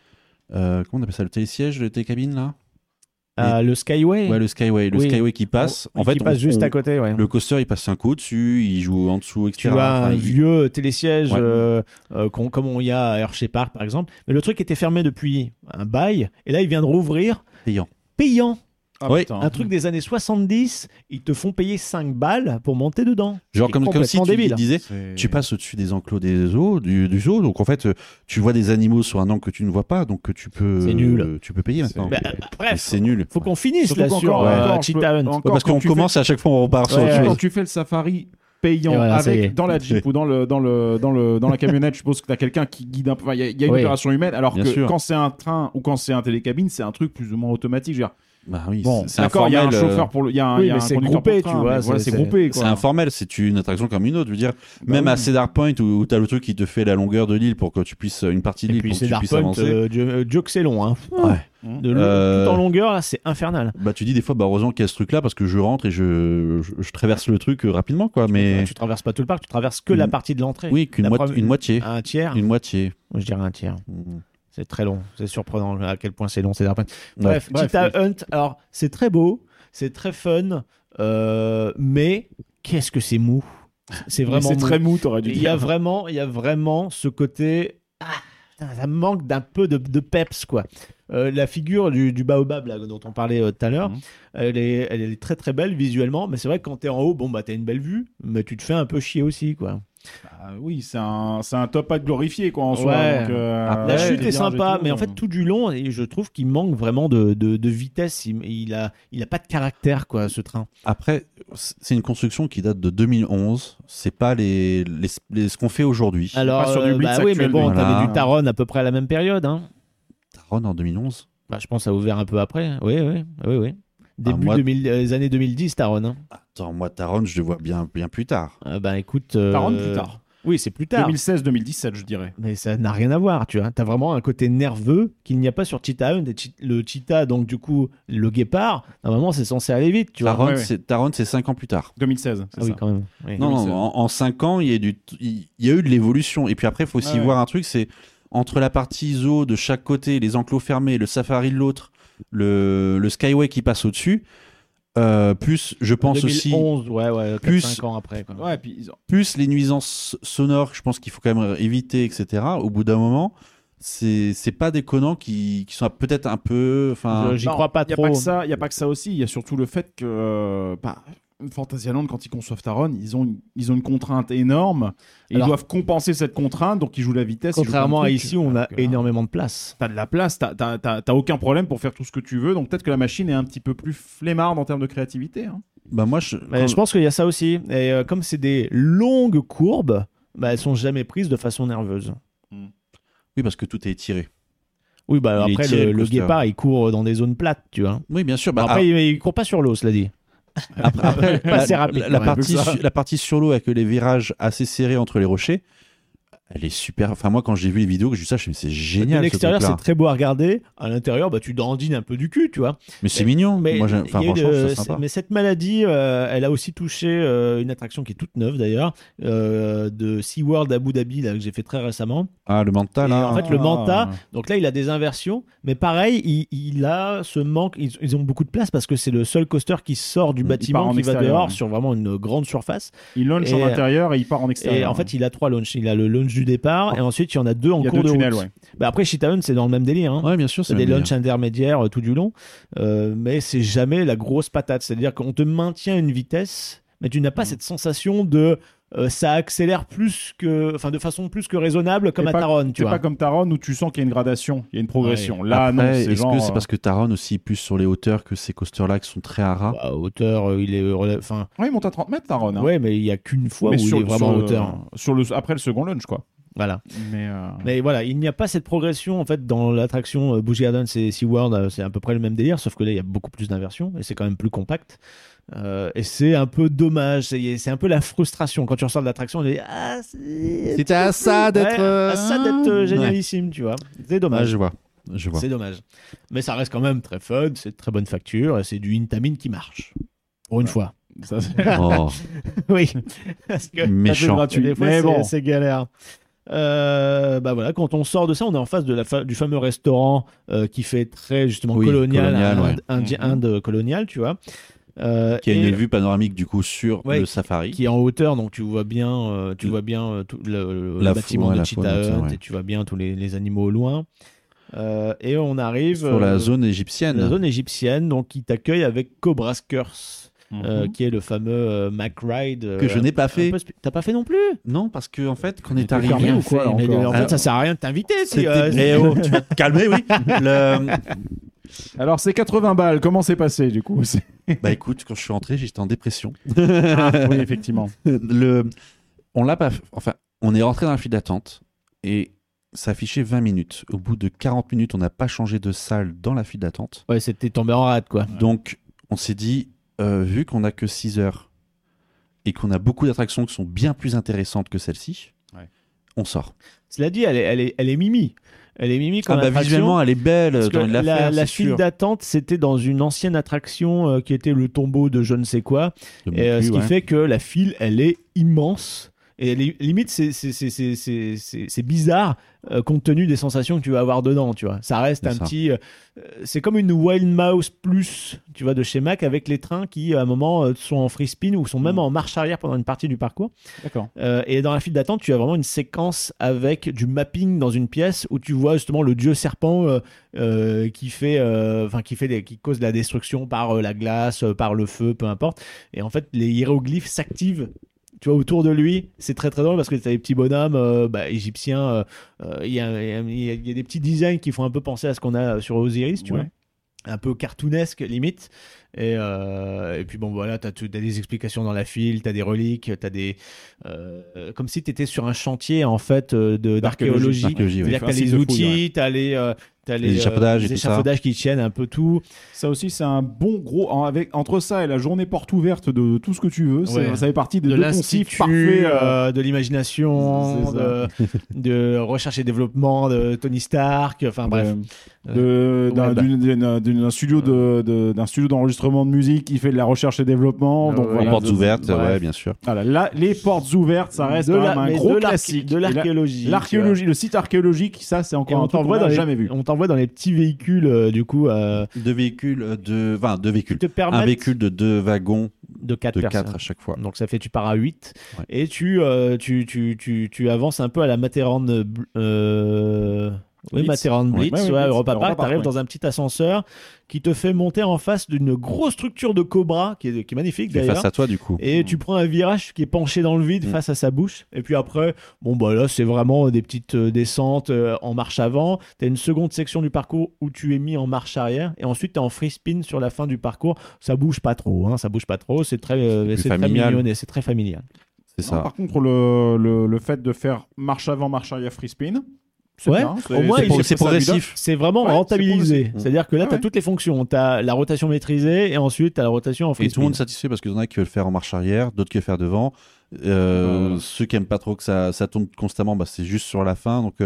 euh, comment on appelle ça? Le télésiège, le télécabine, là? Ah, le Skyway Ouais, le Skyway. Le Oui. Skyway qui passe. Oui, en fait, qui passe on- juste on- à côté, ouais. Le coaster, il passe un coup au-dessus, il joue en dessous, et Tu cetera. as Enfin, un il- vieux télésiège Ouais. euh, euh, qu'on- comme on y a à Hershey Park par exemple, mais le truc était fermé depuis un bail et là il vient de rouvrir payant. payant. Ah, Ouais. putain. Un truc des années soixante-dix, ils te font payer cinq balles pour monter dedans. Genre C'est comme, comme si complètement tu débile. disais, C'est- tu passes au-dessus des enclos des zoos, du, du zoo, donc en fait, euh, tu vois des animaux sur un angle que tu ne vois pas, donc que tu peux, C'est nul. euh, tu peux payer maintenant. Bah, euh, Mais bref, c'est nul. faut qu'on finisse Surtout là qu'encore- sur encore, euh, je Cheetah peux- Hunt. encore- Ouais, parce quand qu'on tu commence et à chaque fois on repart sur Ouais, autre ouais. Quand chose. tu fais le safari payant Et voilà, ça y avec est. dans la Jeep ou dans le dans le dans le dans la camionnette, je suppose que tu as quelqu'un qui guide un peu. Enfin, il y a, il y a une Oui. opération humaine, alors Bien que sûr. quand c'est un train ou quand c'est un télécabine, c'est un truc plus ou moins automatique. Je veux dire, Bah oui, bon, c'est- c'est d'accord, il y a un informel, euh, chauffeur pour le, il y a un, Oui, il y a mais un c'est conducteur groupé, pour tu le train, vois, mais voilà, c'est- c'est groupé. C'est quoi. informel, c'est une attraction comme une autre. Je veux dire, Bah même oui. à Cedar Point où, tu as le truc qui te fait la longueur de l'île pour que tu puisses, une partie de Et l'île puis pour que c'est tu Dark puisses Point, avancer. euh, Dieu euh, Dieu que c'est long. Hein. Ouais. De l'eau, Euh, tout en longueur, là, c'est infernal. Bah tu dis des fois, bah heureusement qu'il y a ce truc-là parce que je rentre et je, je, je traverse le truc euh, rapidement, quoi. Mais Tu traverses pas tout le parc, tu traverses que la Une- partie de l'entrée. oui, qu'une La moi- première- une moitié, Un tiers. une moitié. Moi, je dirais un tiers. Mm. C'est très long. C'est surprenant à quel point c'est long. C'est Bref, Bref, Cheetah oui. Hunt. Alors, c'est très beau, c'est très fun, euh, mais qu'est-ce que c'est mou. C'est Mais vraiment. c'est mou. très mou, t'aurais dû Il y a dire. vraiment, il y a vraiment ce côté. Ah, putain, ça me manque d'un peu de, de peps, quoi. Euh, la figure du, du baobab là, dont on parlait euh, tout à l'heure, Mhm. elle, est, elle est très très belle visuellement, mais c'est vrai que quand t'es en haut, bon bah t'as une belle vue, mais tu te fais un peu chier aussi, quoi. Bah oui, c'est un, c'est un top hat glorifié quoi en soi. Ouais. Donc, euh, La ouais, chute les est virages et sympa, tout, mais en euh. fait tout du long, et je trouve qu'il manque vraiment de, de, de vitesse. Il, il a, il a pas de caractère quoi, ce train. Après, c'est une construction qui date de deux mille onze. C'est pas les, les, les- ce qu'on fait aujourd'hui. Alors, pas sur du euh, Blitz bah oui, mais actuel, bon, voilà. t'avais du Taron à peu près à la même période. Hein. Taron en deux mille onze. Bah, je pense que ça a ouvert un peu après. Oui, oui, oui, oui. Début moi- deux mille, euh, les années deux mille dix, Taron. Hein. Attends, moi, Taron, je le vois bien, bien plus tard. Euh, bah écoute. euh, Taron plus tard. Oui, c'est plus tard. deux mille seize deux mille dix-sept, je dirais. Mais ça n'a rien à voir, tu vois. T'as vraiment un côté nerveux qu'il n'y a pas sur Cheetah Hunt. Et Chi- le cheetah, donc du coup, le guépard, normalement, c'est censé aller vite, tu vois. Taron, ouais, ouais. c'est Taron, c'est cinq ans plus tard. deux mille seize, c'est Ah oui, ça. quand même. Oui. Non, deux mille non, seize. en, en cinq ans, il y, a du, il il y a eu de l'évolution. Et puis après, il faut aussi Ouais, ouais. voir un truc, c'est entre la partie zoo de chaque côté, les enclos fermés, le safari de l'autre, le, le skyway qui passe au-dessus, euh, plus, je pense deux mille onze, aussi, ouais, ouais, plus- cinq ans après. Quoi. Ouais, puis ils ont- plus les nuisances sonores, je pense qu'il faut quand même éviter, et cetera. Au bout d'un moment, c'est c'est pas déconnant qui, qui sont peut-être un peu... Enfin, Je- J'y Non, crois pas y a trop. pas que ça, il y a pas que ça aussi. Il y a surtout le fait que euh, bah, Fantasyland, quand ils conçoivent Taron, ils ont une, ils ont une contrainte énorme et Alors- ils doivent compenser cette contrainte, donc ils jouent la vitesse. ils jouent Contrairement plein à de ici trucs. où on a Donc, euh, énormément de place. T'as de la place, t'as, t'as, t'as- t'as aucun problème pour faire tout ce que tu veux, donc peut-être que la machine est un petit peu plus flemmarde en termes de créativité. Hein. bah moi, je, Mais quand- je pense qu'il y a ça aussi. Et euh, comme c'est des longues courbes, bah, elles sont jamais prises de façon nerveuse. oui, parce que tout est étiré. Oui, bah Il est après, tiré, le, le le coaster. guépard, il court dans des zones plates, tu vois. Oui, bien sûr. Bah, Après, il, il court pas sur l'eau, cela dit. Après, après, Pas la, assez rapide, la- quand la même. partie, Ça. su- la partie sur l'eau avec les virages assez serrés entre les rochers, elle est super. Enfin, moi, quand j'ai vu les vidéos, que j'ai vu ça, je me suis dit, c'est génial. De ce l'extérieur, truc-là. c'est très beau à regarder. À l'intérieur, bah, tu dandines un peu du cul, tu vois. Mais c'est mignon. Mais, Moi, j'ai- enfin, il y a eu franchement, de- c'est sympa. mais cette maladie, euh, elle a aussi touché euh, une attraction qui est toute neuve d'ailleurs, euh, de SeaWorld Abu Dhabi, là, que j'ai fait très récemment. Ah, le mental, Et là. en fait, le Ah. Manta, donc là, il a des inversions, mais pareil, il, il a ce manque. Ils, ils ont beaucoup de place parce que c'est le seul coaster qui sort du Il part bâtiment, en qui va extérieur, dehors ouais. sur vraiment une grande surface. Il launch Et- en intérieur et il part en Et extérieur. en fait, il a trois launches. Il a le launch du départ, Oh. et ensuite, il y en a deux en il y a cours deux de tunnels, route. ouais. Bah, après, Cheetah Hunt, c'est dans le même délire. Hein. Ouais, bien sûr, c'est C'est des même launchs intermédiaires euh, tout du long, euh, mais c'est jamais la grosse patate. C'est-à-dire qu'on te maintient une vitesse, mais tu n'as pas Mm. cette sensation de euh, ça accélère plus que, enfin, de façon plus que raisonnable comme Et à pas- Taron, tu C'est vois. pas comme Taron où tu sens qu'il y a une gradation, il y a une progression. Ouais. Là, Après, non, c'est est-ce genre. que c'est euh, parce que Taron aussi plus sur les hauteurs que ces coasters-là qui sont très rares? À hauteur, euh, il est, rela- enfin, Ouais, il monte à trente mètres, Taron. hein. ouais, mais il y a qu'une fois Mais où sur, il est vraiment sur en le- hauteur. sur le, après le second launch, quoi. Voilà. Mais, euh, Mais voilà, il n'y a pas cette progression en fait dans l'attraction euh, Busch Gardens et SeaWorld, euh, c'est à peu près le même délire, sauf que là il y a beaucoup plus d'inversions et c'est quand même plus compact. Euh, et c'est un peu dommage, c'est c'est un peu la frustration quand tu ressors de l'attraction. On dit ah, c'est C'était à ça d'être. ouais, à ça d'être euh, Ouais. génialissime, tu vois. C'est Ouais, dommage. je vois. Je vois. C'est dommage. Mais ça reste quand même très fun, c'est de très bonne facture et c'est du Intamin qui marche. Pour une fois. ça, c'est- Oh, Oui. Parce que méchant. gratuit. des fois, Mais c'est bon. c'est galère. Euh, bah voilà, quand on sort de ça, on est en face de la fa- du fameux restaurant euh, qui fait très justement Oui, colonial, colonial, Inde, ouais. Indien- Mhm. Inde colonial, tu vois. Euh, Qui a et une vue panoramique du coup sur Ouais, le safari. qui est en hauteur, donc tu vois bien, euh, tu Le- vois bien euh, tout le, le La bâtiment fou- ouais, de la Cheetah faune, Hunt ça, ouais. et tu vois bien tous les, les animaux au loin. Euh, et on arrive Sur la euh, zone égyptienne. la zone égyptienne, donc qui t'accueille avec Cobra's Curse, Mhm. euh, qui est le fameux euh, Mac Ride euh, Que je n'ai pas un fait. peu spi- T'as pas fait non plus? Non, parce que en fait, quand on Mais est t'es arrivé. fermé ou quoi, là, Mais encore en fait, Alors- ça sert à rien de t'inviter. si, C'était- euh, Eh oh, tu vas te calmer, oui. Le- Alors, c'est quatre-vingts balles. Comment c'est passé, du coup? C'est- Bah écoute, quand je suis rentré, j'étais en dépression. Ah, oui, effectivement. Le... On l'a pas. f- Enfin, on est rentré dans la file d'attente et ça affichait vingt minutes. Au bout de quarante minutes, on n'a pas changé de salle dans la file d'attente. Ouais, c'était tombé en rade, quoi. Donc, on s'est dit, euh, vu qu'on a que six heures et qu'on a beaucoup d'attractions qui sont bien plus intéressantes que celle-ci, Ouais. on sort. Cela dit, elle est, elle est, elle est mimi. Elle est mimi comme Ah bah, attraction. visuellement, elle est belle. Parce que Dans une la, affaire, la c'est file sûr. d'attente, c'était dans une ancienne attraction euh, qui était le tombeau de je ne sais quoi. De mon Et, euh, cul, ce qui ouais. fait que la file, elle est immense. Et elle est- limite, c'est- c'est- c'est c'est- c'est- c'est- c'est bizarre euh, compte tenu des sensations que tu vas avoir dedans, tu vois. Ça reste C'est un ça. petit... euh, c'est comme une Wild Mouse Plus, tu vois, de chez Mac, avec les trains qui, à un moment, euh, sont en free spin ou sont même Mm. en marche arrière pendant une partie du parcours. D'accord. Euh, et dans la file d'attente, tu as vraiment une séquence avec du mapping dans une pièce où tu vois justement le dieu serpent euh, euh, qui fait, euh, enfin qui fait, des, qui cause de la destruction par euh, la glace, euh, par le feu, peu importe. Et en fait, les hiéroglyphes s'activent tu vois, autour de lui. C'est très très drôle parce que t'as des petits bonhommes euh, bah, égyptiens. Il euh, euh, y, a, y, a, y a des petits designs qui font un peu penser à ce qu'on a sur Osiris, tu Ouais. vois. Un peu cartoonesque limite. Et, euh, et puis bon voilà, t'as, t'as des explications dans la file, t'as des reliques, t'as des euh, comme si t'étais sur un chantier en fait euh, de, d'archéologie. D'archéologie, oui. C'est-à-dire que t'as Enfin, les c'est de outils, fouille, ouais. t'as les euh, t'as les, Les échafaudages euh, et les tout ça. échafaudages qui tiennent un peu tout. Ça aussi, c'est un bon gros. en- Avec, entre ça et la journée porte ouverte de tout ce que tu veux, c'est- Ouais. ça fait partie des De deux l'institut, poncifs parfaits. euh, euh, de l'imagination, C'est de, de recherche et développement de Tony Stark. Enfin bref. de- d'un, Ouais, bah. d'une- d'une- d'une- d'un studio de, de- d'un studio d'enregistrement de musique qui fait de la recherche et développement. Euh, donc ouais. voilà, Portes de- ouvertes, bref. ouais, bien sûr. Voilà, là, les portes ouvertes, ça reste de quand la- même un mais gros de l'arché- classique. de Et la- l'archéologie. L'archéologie, le site archéologique, ça c'est Et encore on un truc qu'on t'envoie n'a dans les, jamais vu. on t'envoie dans les petits véhicules euh, du coup euh, Deux véhicules, euh, de... enfin deux véhicules. qui te permettent Un véhicule de deux wagons de quatre de personnes. quatre à chaque fois. Donc ça fait tu pars à huit Ouais. et tu, euh, tu, tu, tu, tu avances un peu à la Matterhorn euh, euh, oui, Blitz. Matterhorn Ouais. Blitz, Ouais, ouais, ouais, Blitz. Europa Europa Park, Park, t'arrives ouais. dans un petit ascenseur qui te fait monter en face d'une grosse structure de cobra qui est, qui est magnifique Qui est d'ailleurs. face à toi, du coup. Et tu prends un virage qui est penché dans le vide Mm. face à sa bouche. Et puis après, bon bah là c'est vraiment des petites euh, descentes euh, en marche avant. T'as une seconde section du parcours où tu es mis en marche arrière. Et ensuite t'es en free spin sur la fin du parcours. Ça bouge pas trop, hein, ça bouge pas trop. C'est très, euh, plus c'est très familial. mignon et c'est très familial. C'est Non, ça. par contre, le, le, le fait de faire marche avant, marche arrière, free spin, c'est Ouais, bien. au moins, c'est- il- c'est- c'est ça lui donne- progressif. C'est vraiment Ouais, c'est rentabilisé. progressif. C'est-à-dire que là, Ah tu as ouais. toutes les fonctions. Tu as la rotation maîtrisée et ensuite tu as la rotation en free Et tout le monde est spin. satisfait parce qu'il y en a qui veulent le faire en marche arrière, d'autres qui veulent le faire devant. Euh, Voilà. Ceux qui aiment pas trop que ça, ça tourne constamment, bah, c'est juste sur la fin. Donc euh,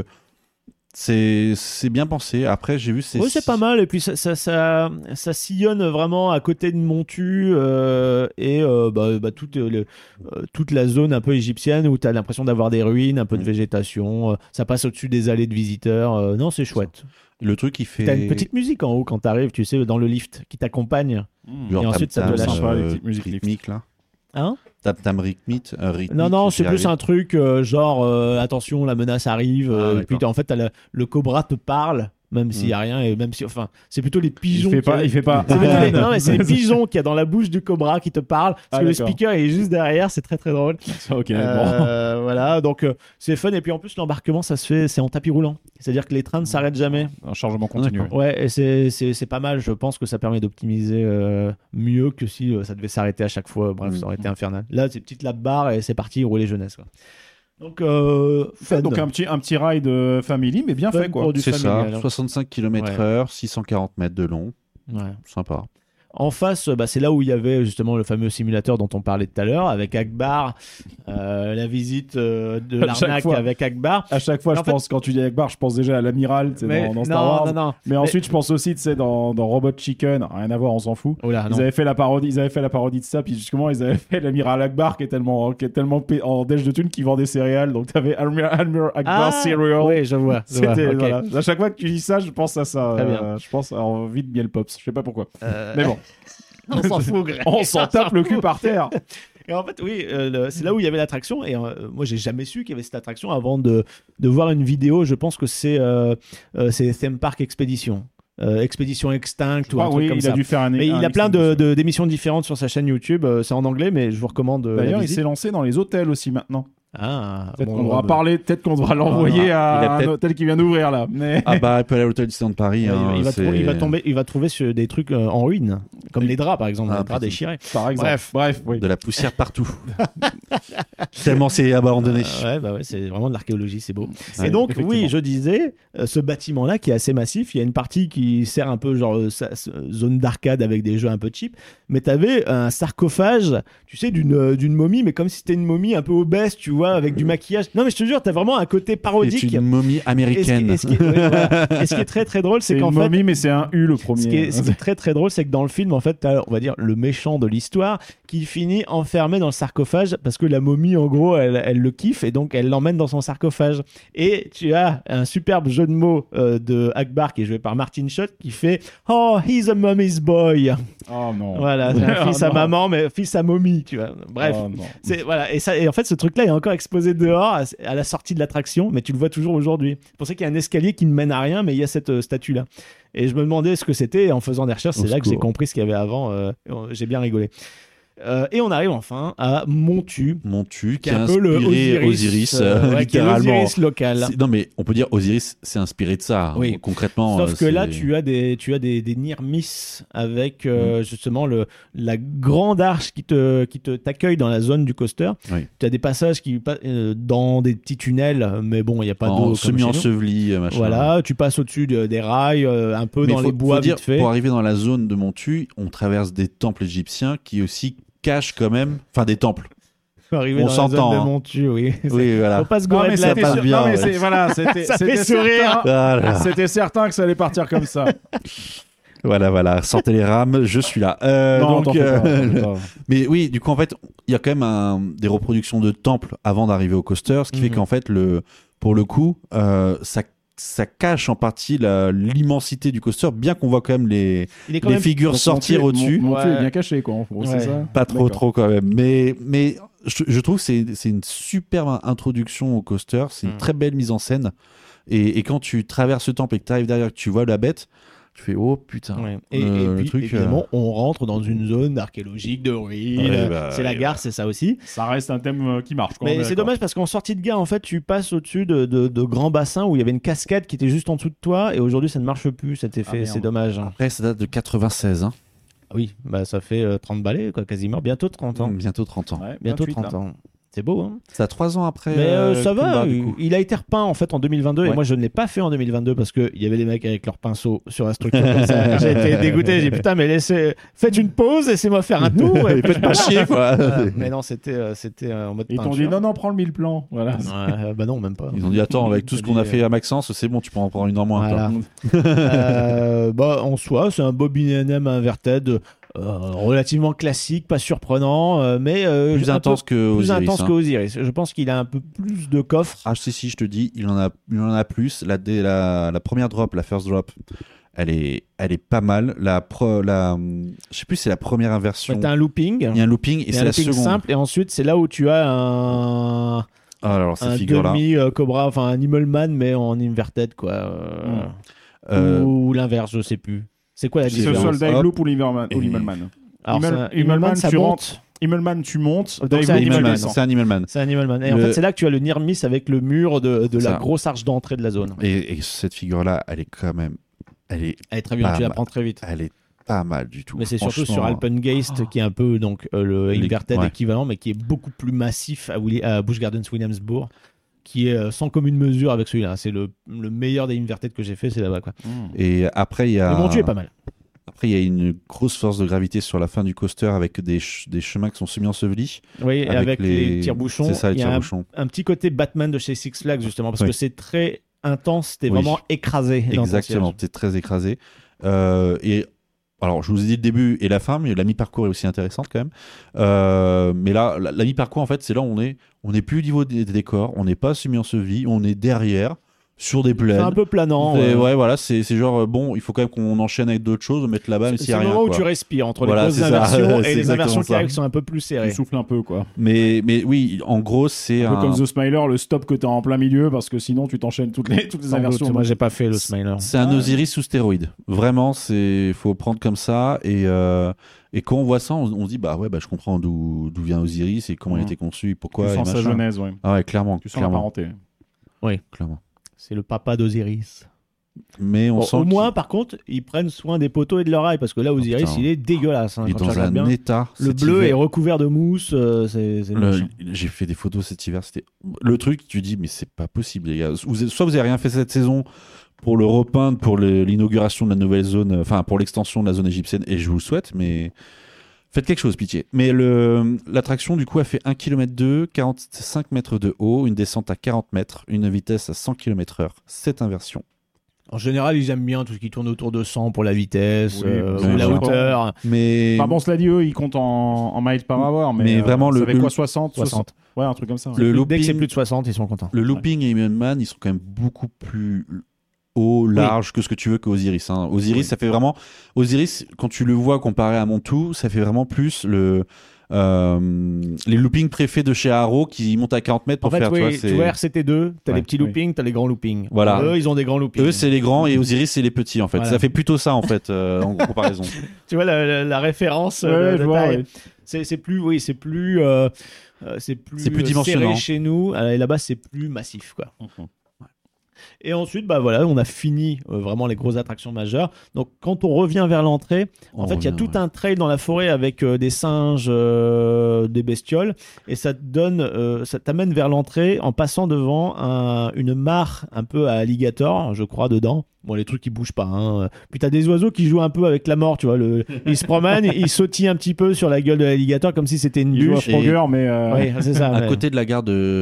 c'est c'est bien pensé. Après, j'ai vu c'est Oui, c'est pas mal. Et puis ça, ça, ça, ça sillonne vraiment à côté de Montu euh, et euh, bah, bah, toute, euh, le- euh, toute la zone un peu égyptienne où tu as l'impression d'avoir des ruines, un peu de Mm. végétation. euh, ça passe au-dessus des allées de visiteurs. euh, non, c'est chouette. Le truc qui fait. Tu as une petite musique en haut quand tu arrives, tu sais, dans le lift qui t'accompagne. Genre Et ensuite, ça te tam-tam, lâche. Sympa, les euh, petites musiques rythmiques, là. Hein Tam tam rythmique. euh, rythmique, Non, non, j'y c'est plus arrive. un truc euh, genre euh, attention, la menace arrive. Ah, euh, et d'accord. puis t'as- en fait, t'as le, le cobra te parle, même s'il n'y a rien. Et même si, enfin, c'est plutôt les Il pigeons. fait qui- pas. Il fait pas. C'est plutôt les- non, mais c'est les pigeons qu'il y a dans la bouche du cobra qui te parlent. Parce Ah, que le d'accord. speaker est juste derrière, c'est très très drôle. Ok, bon. Euh, voilà, donc euh, c'est fun. Et puis en plus, l'embarquement, ça se fait, c'est en tapis roulant. C'est-à-dire que les trains ne s'arrêtent jamais. Un chargement continu. D'accord. Ouais, et c'est, c'est, c'est pas mal. Je pense que ça permet d'optimiser euh, mieux que si euh, ça devait s'arrêter à chaque fois. Bref, ça aurait été infernal. Là, c'est petite lap bar et c'est parti, rouler jeunesse. Quoi. Donc, euh, fun. Donc un petit, un petit ride euh, family, mais bien Fun fait quoi. pour du C'est ça, familial. soixante-cinq kilomètres heure, six cent quarante mètres de long. Ouais. Sympa. En face, bah, c'est là où il y avait justement le fameux simulateur dont on parlait tout à l'heure, avec Akbar, euh, la visite euh, de À chaque l'arnaque fois. avec Akbar. À chaque fois, Mais je en fait- pense, quand tu dis Akbar, je pense déjà à l'amiral tu sais, Mais dans, dans Star non, Wars. non, non. Mais ensuite, je pense aussi, tu sais, dans, dans Robot Chicken, rien à voir, on s'en fout. Oh là, Ils non. avaient fait la parodie, ils avaient fait la parodie de ça, puis justement ils avaient fait l'amiral Akbar qui est tellement, qui est tellement pé- en déj de thunes qui vend des céréales. Donc t'avais Admiral, Admiral Akbar cereal. oui, je vois. je vois, C'était ok. voilà. À chaque fois que tu dis ça, je pense à ça. Très euh, bien. je pense à envie de miel pops. Je sais pas pourquoi. Euh, Mais bon, on s'en fout, Greg. on s'en tape le cul fout. par terre. Et en fait, oui, euh, le- c'est là où il y avait l'attraction. Et euh, moi, j'ai jamais su qu'il y avait cette attraction avant de, de voir une vidéo. Je pense que c'est euh, euh, c'est Theme Park Expedition. Euh, Expédition Extinct ou un Ah truc oui, comme il ça. a dû faire un. Mais un il a plein de, extrait. de- d'émissions différentes sur sa chaîne YouTube. Euh, c'est en anglais, mais je vous recommande. euh, la D'ailleurs, il visite. s'est lancé dans les hôtels aussi maintenant. Ah, Peut-être bon, qu'on devra bah, parler, peut-être qu'on devra l'envoyer il a à un peut-être- hôtel qui vient d'ouvrir là. Mais Ah bah, il peut aller à l'hôtel Disneyland Paris. il, va- hein, il va c'est- trou- il va tomber, il va trouver sur des trucs euh, en ruine, comme les draps par exemple, Ah, les draps putain. déchirés. par exemple. Bref. bref, oui. De la poussière partout. Tellement c'est abandonné. Euh, ouais, bah ouais, c'est vraiment de l'archéologie, c'est beau. Ouais, et donc, effectivement. oui, je disais, euh, ce bâtiment-là qui est assez massif, il y a une partie qui sert un peu genre euh, sa- sa- zone d'arcade avec des jeux un peu cheap, mais t'avais un sarcophage, tu sais, d'une euh, d'une momie, mais comme si c'était une momie un peu obèse, tu vois, avec du maquillage. Non, mais je te jure, t'as vraiment un côté C'est parodique. une momie Et ce, qui, américaine. et ce qui est- ouais, voilà. Et ce qui est très très drôle, c'est C'est qu'en une fait, momie, mais c'est un U le premier. ce qui, est, ce qui est très très drôle, c'est que dans le film, en fait, t'as, on va dire, le méchant de l'histoire qui finit enfermé dans le sarcophage parce que la momie, en gros, elle, elle le kiffe et donc elle l'emmène dans son sarcophage. Et tu as un superbe jeu de mots euh, de Akbar qui est joué par Martin Short qui fait Oh, he's a mommy's boy. Oh non. Voilà, c'est un Oh fils à non. maman, mais fils à momie, tu vois. Bref. Oh non. C'est, voilà, et, ça, et en fait, ce truc-là est encore exposé dehors à, à la sortie de l'attraction, mais tu le vois toujours aujourd'hui. C'est pour ça qu'il y a un escalier qui ne mène à rien, mais il y a cette euh, statue-là. Et je me demandais ce que c'était, et en faisant des recherches, c'est Au là que j'ai secours. compris ce qu'il y avait avant. euh, j'ai bien rigolé. Euh, et on arrive enfin à Montu, Montu, qui qui est a un peu le inspiré Osiris, Osiris, euh, euh, ouais, qui est littéralement. l'Osiris local. C'est- Non mais on peut dire Osiris, c'est inspiré de ça. Oui. Concrètement. Sauf euh, que c'est- là, tu as des, tu as des, des near miss avec euh, justement le, la grande arche qui te, qui te t'accueille dans la zone du coaster. Oui. Tu as des passages qui passent euh, dans des petits tunnels, mais bon, il n'y a pas d'eau. en comme chez nous. semi-enseveli, euh, machin. Voilà, tu passes au-dessus de- des rails, euh, un peu Mais dans faut- les bois faut dire, vite fait. pour arriver dans la zone de Montu, on traverse des temples égyptiens qui aussi cachent quand même, enfin des temples. Faut arriver on dans la zone s'entend, de hein. Montu, oui. Oui, voilà. Faut pas se Non, gourer mais de la c'était passe sûr- bien, non, mais ouais. c'est- voilà, c'était Ça c'était fait sourire. certain- Voilà. C'était certain que ça allait partir comme ça. Voilà, voilà, sortez les rames, je suis là. Euh, non, donc, t'en fais pas, euh, t'en fais pas. mais oui, du coup, en fait, il y a quand même un- des reproductions de temples avant d'arriver au coaster, ce qui fait Mhm. qu'en fait, le, pour le coup, euh, ça, ça cache en partie la- l'immensité du coaster, bien qu'on voit quand même les, Il est quand les même figures Donc, sortir Montu- au-dessus. Mon, Montu Ouais. est bien caché, quoi. en gros, Ouais. C'est ça Pas trop, D'accord. trop quand même. Mais, mais je, je trouve que c'est, c'est une superbe introduction au coaster. C'est une Mm. très belle mise en scène. Et, et quand tu traverses le temple et que tu arrives derrière, que tu vois la bête, tu fais oh putain. Ouais. Et, Le- et le puis, truc, évidemment, on rentre dans une zone archéologique de ruines. Ouais, bah, c'est la ouais, gare, bah. c'est ça aussi. Ça reste un thème euh, qui marche. Quoi, on Mais est c'est d'accord. dommage parce qu'en sortie de gare, en fait, tu passes au-dessus de, de, de grands bassins où il y avait une cascade qui était juste en dessous de toi. Et aujourd'hui, ça ne marche plus cet effet. merde. c'est dommage. Après, ça date de quatre-vingt-seize. Hein. Ah oui, bah, ça fait euh, trente balais, quoi, quasiment. Bientôt trente ans. Bientôt trente ans. Ouais, Bientôt vingt-huit, trente là. ans. C'est beau, hein. C'est à trois ans après. Mais euh, euh, ça va, Kumba, du il, coup. il a été repeint en fait en deux mille vingt-deux et Ouais. moi je ne l'ai pas fait en deux mille vingt-deux parce qu'il y avait des mecs avec leur pinceau sur la structure comme ça. J'ai été dégoûté, j'ai dit putain mais laissez, faites une pause, laissez-moi faire un tour. Et Faites pas chier, quoi. Voilà. Mais non, c'était euh, c'était euh, en mode Ils t'ont peinture. dit non, non, prends le mille plans. Voilà. Ouais, bah non, même pas. Ils ont dit attends, avec tout ce qu'on a fait à Maxence, c'est bon, tu peux en prendre une en moins. Voilà. toi. Euh, bah, en soi, c'est un Bobby N M inverted euh, relativement classique, pas surprenant, euh, mais euh, Plus un intense peu que plus Osiris. intense hein. que Osiris. Je pense qu'il a un peu plus de coffre. Ah si si, je te dis, il en a, il en a plus. La, dé- la, la première drop, la first drop, elle est, elle est pas mal. La pro, la, je sais plus, c'est la première inversion. Bah, t'as un looping. Il y a un looping et Et c'est un la looping seconde. simple, et ensuite c'est là où tu as un, Ah, alors cette un figure là. demi euh, Cobra, enfin un Immelman mais en inverted quoi, euh, Euh, ou l'inverse, je sais plus. C'est quoi la C'est différence? soit le dive Hop. loop ou l'Immelman. Et- ou l'Immelman. Alors, Himmel- c'est un- Immelman, Immelman, ça tu monte. rentres. Immelman, tu montes. Donc, Dive c'est un loop, tu Immelman. descends. c'est un Immelman. C'est un Immelman. Et en Le- fait, c'est là que tu as le near miss avec le mur de, de la Ça. grosse arche d'entrée de la zone. Et, et cette figure là, elle est quand même, elle est, Elle est très bien, Pas tu la mal. prends très vite. elle est pas mal du tout. Mais c'est surtout Franchement, sur Alpengeist qui est un peu donc euh, le Les- inverted ouais. équivalent, mais qui est beaucoup plus massif à, Willi- à Busch Gardens Williamsburg, qui est euh, sans commune mesure avec celui-là. C'est le, le meilleur des inverted que j'ai fait, c'est là-bas quoi. Et après il y a. Le Montu est pas mal. Après, il y a une grosse force de gravité sur la fin du coaster avec des, ch- des chemins qui sont semi-ensevelis. Oui, et avec, les, tire-bouchons. C'est ça, les il y a un, tire-bouchons. un petit côté Batman de chez Six Flags justement, parce Oui. que c'est très intense, t'es Oui. vraiment écrasé. dans ton Exactement, siège. c'est très écrasé. Euh, et alors, je vous ai dit le début et la fin, mais la mi-parcours est aussi intéressante quand même. Euh, mais là, la, la mi-parcours, en fait, c'est là où on est. On n'est plus au niveau des, des décors, on n'est pas semi-enseveli, on est derrière, sur des C'est plaines. un peu planant. Et euh, ouais, voilà, c'est c'est genre, euh, bon, il faut quand même qu'on enchaîne avec d'autres choses, mettre là-bas, même C'est s'il n'y a le rien. moment où quoi. tu respires entre Voilà, les grosses c'est ça. inversions C'est et les exactement inversions qui ça. arrivent qui sont un peu plus Tu serrées. souffles un peu, quoi. Mais, mais oui, en gros, c'est Un peu un. comme The Smiler, le stop que t'as en plein milieu, parce que sinon tu t'enchaînes toutes les, toutes les Sans doute, inversions. moi j'ai pas fait le Smiler. C'est un Ah. Osiris sous stéroïde. Vraiment, c'est faut prendre comme ça. Et, euh, et quand on voit ça, on, on se dit bah ouais, bah je comprends d'où d'où vient Osiris et comment il a Mhm. été conçu, et Tu pourquoi. et sens sa machin. genèse, ouais. Ah ouais, clairement, Tu sens la clairement, parenté. clairement. C'est le papa d'Osiris. Mais on Bon, sent au qu'il- moins, par contre, ils prennent soin des poteaux et de leur rail parce que là, Osiris, putain. il est dégueulasse. hein, il est quand tu dans regardes un bien. état. Le cet bleu hiver. est recouvert de mousse. euh, c'est c'est Le- moche. J'ai fait des photos cet hiver. C'était le truc. Tu dis mais c'est pas possible, les gars. Vous- soit vous avez rien fait cette saison pour le repeindre, pour le- l'inauguration de la nouvelle zone, enfin pour l'extension de la zone égyptienne, et je vous le souhaite, mais faites quelque chose, pitié. Mais le, l'attraction, du coup, a fait un kilomètre deux, quarante-cinq mètres de haut, une descente à quarante mètres, une vitesse à cent kilomètres heure. Cette inversion. En général, ils aiment bien tout ce qui tourne autour de cent pour la vitesse Oui, euh, oui, ou la oui. hauteur. Mais, Enfin bon, cela dit, eux, ils comptent en, en miles par hour, mais, Mais euh, vraiment, ça le- fait le- quoi, soixante, soixante. Ouais, un truc comme ça. ouais. le Dès que c'est looping, plus de soixante, ils sont contents. le looping et Ironman, ils sont quand même beaucoup plus haut, large que ce que tu veux qu'Osiris. Hein. Osiris, Oui. ça fait vraiment. Osiris, quand tu le vois comparé à Montu, ça fait vraiment plus le. euh, les loopings préfets de chez Haro qui montent à quarante mètres En pour fait, faire. oui, tu vois, tu c'est- vois, R C T deux, t'as Ouais, les petits oui. loopings, t'as les grands loopings. Voilà. Eux, ils ont des grands loopings. Eux, c'est les grands et Osiris, c'est les petits en fait. Voilà. Ça fait plutôt ça en fait, euh, en comparaison. Tu vois la, la- la référence Ouais, euh, de, je de vois, taille. ouais. C'est, c'est plus, oui, c'est plus, euh, euh, c'est plus, C'est plus euh, dimensionnant. serré chez nous. Euh, Et là-bas, c'est plus massif, quoi. Mhm. Et ensuite, bah voilà, on a fini euh, vraiment les grosses attractions majeures. Donc, quand on revient vers l'entrée, en On fait, il y a revient, tout ouais. un trail dans la forêt avec euh, des singes, euh, des bestioles, et ça te donne, euh, ça t'amène vers l'entrée en passant devant un- une mare un peu à alligator, je crois, dedans. Bon, les trucs qui bougent pas. Hein. Puis t'as des oiseaux qui jouent un peu avec la mort, tu vois. Le... Ils se promènent, ils sautillent un petit peu sur la gueule de l'alligator comme si c'était une Il joue à bûche. Et- Frogger, mais. euh, Oui, c'est ça. À ouais. côté de la gare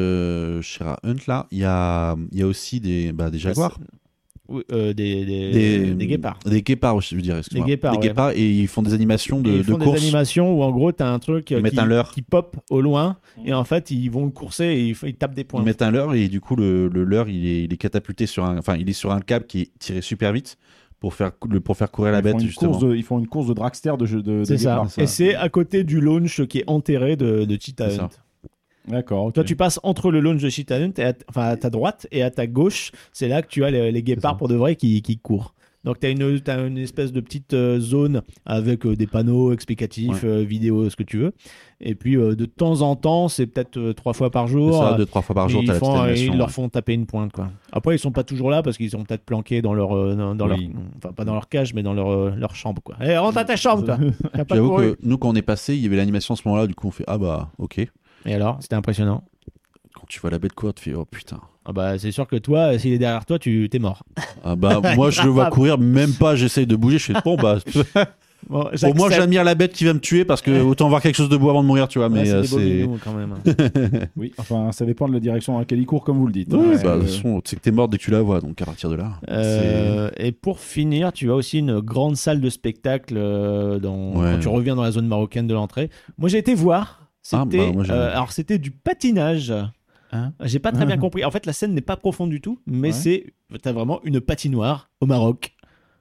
de Shira Hunt, là, il y a, il y a aussi des, bah, des jaguars. Oui, euh, des, des, des guépards. Des guépards, je veux dire, excuse-moi. Des guépards, ouais. et ils font des animations de, Et ils de font des course. animations où en gros t'as un truc euh, Ils mettent qui, un leurre. qui pop au loin et en fait ils vont le courser et ils, f- ils tapent des points. Ils mettent un leurre et du coup, le, le leurre, il est, il est catapulté sur un, enfin, il est sur un câble qui est tiré super vite pour faire, cou- le- pour faire courir la ils, font bête, une justement. course de, ils font une course de dragster de, jeu- de, de C'est ça. guépard. Et c'est à côté du launch qui est enterré de, de Cheetah C'est ça. Hunt. D'accord. ok. Toi tu passes entre le launch de Cheetah Hunt et à, t- enfin, à ta droite et à ta gauche, c'est là que tu as les, les guépards ça. pour de vrai qui, qui courent. Donc tu as une, t'as une espèce de petite euh, zone avec euh, des panneaux explicatifs, Ouais. euh, vidéos, ce que tu veux. Et puis euh, de temps en temps, c'est peut-être euh, trois fois par C'est jour. ça, euh, deux, trois fois par jour, ils, t'as la petite font, euh, animation. ils leur ouais. font taper une pointe, quoi. Après, ils sont pas toujours là parce qu'ils sont peut-être planqués dans leur, euh, dans, dans Oui. leur, enfin pas dans leur cage, mais dans leur, euh, leur chambre, quoi. Allez, rentre à ta chambre, toi. T'as pas J'avoue couru. que nous, quand on est passé, il y avait l'animation à ce moment-là, du coup, on fait ah bah, ok. Et alors, c'était impressionnant. Quand tu vois la bête courir, tu fais oh putain. Ah bah, c'est sûr que toi, s'il est derrière toi, tu t'es mort. Ah bah, moi, je le vois courir, même pas, j'essaye de bouger, je fais bon bah. Bon, Pour moi, j'accepte. j'admire la bête qui va me tuer parce que autant voir quelque chose de beau avant de mourir, tu vois. Ouais, Mais c'est euh, des beaux c'est. minous, quand même. Oui, enfin, ça dépend de la direction dans laquelle il court, comme vous le dites. Ouais, hein. bah, Euh, de toute façon, tu sais que t'es mort dès que tu la vois, donc à partir de là. Euh, et pour finir, tu as aussi une grande salle de spectacle euh, dans, Ouais. quand tu reviens dans la zone marocaine de l'entrée. Moi, j'ai été voir. C'était, Ah, bah, moi, j'ai- euh, alors, c'était du patinage. Hein J'ai pas très bien compris. En fait, la scène n'est pas profonde du tout, mais Ouais. c'est t'as vraiment une patinoire au Maroc.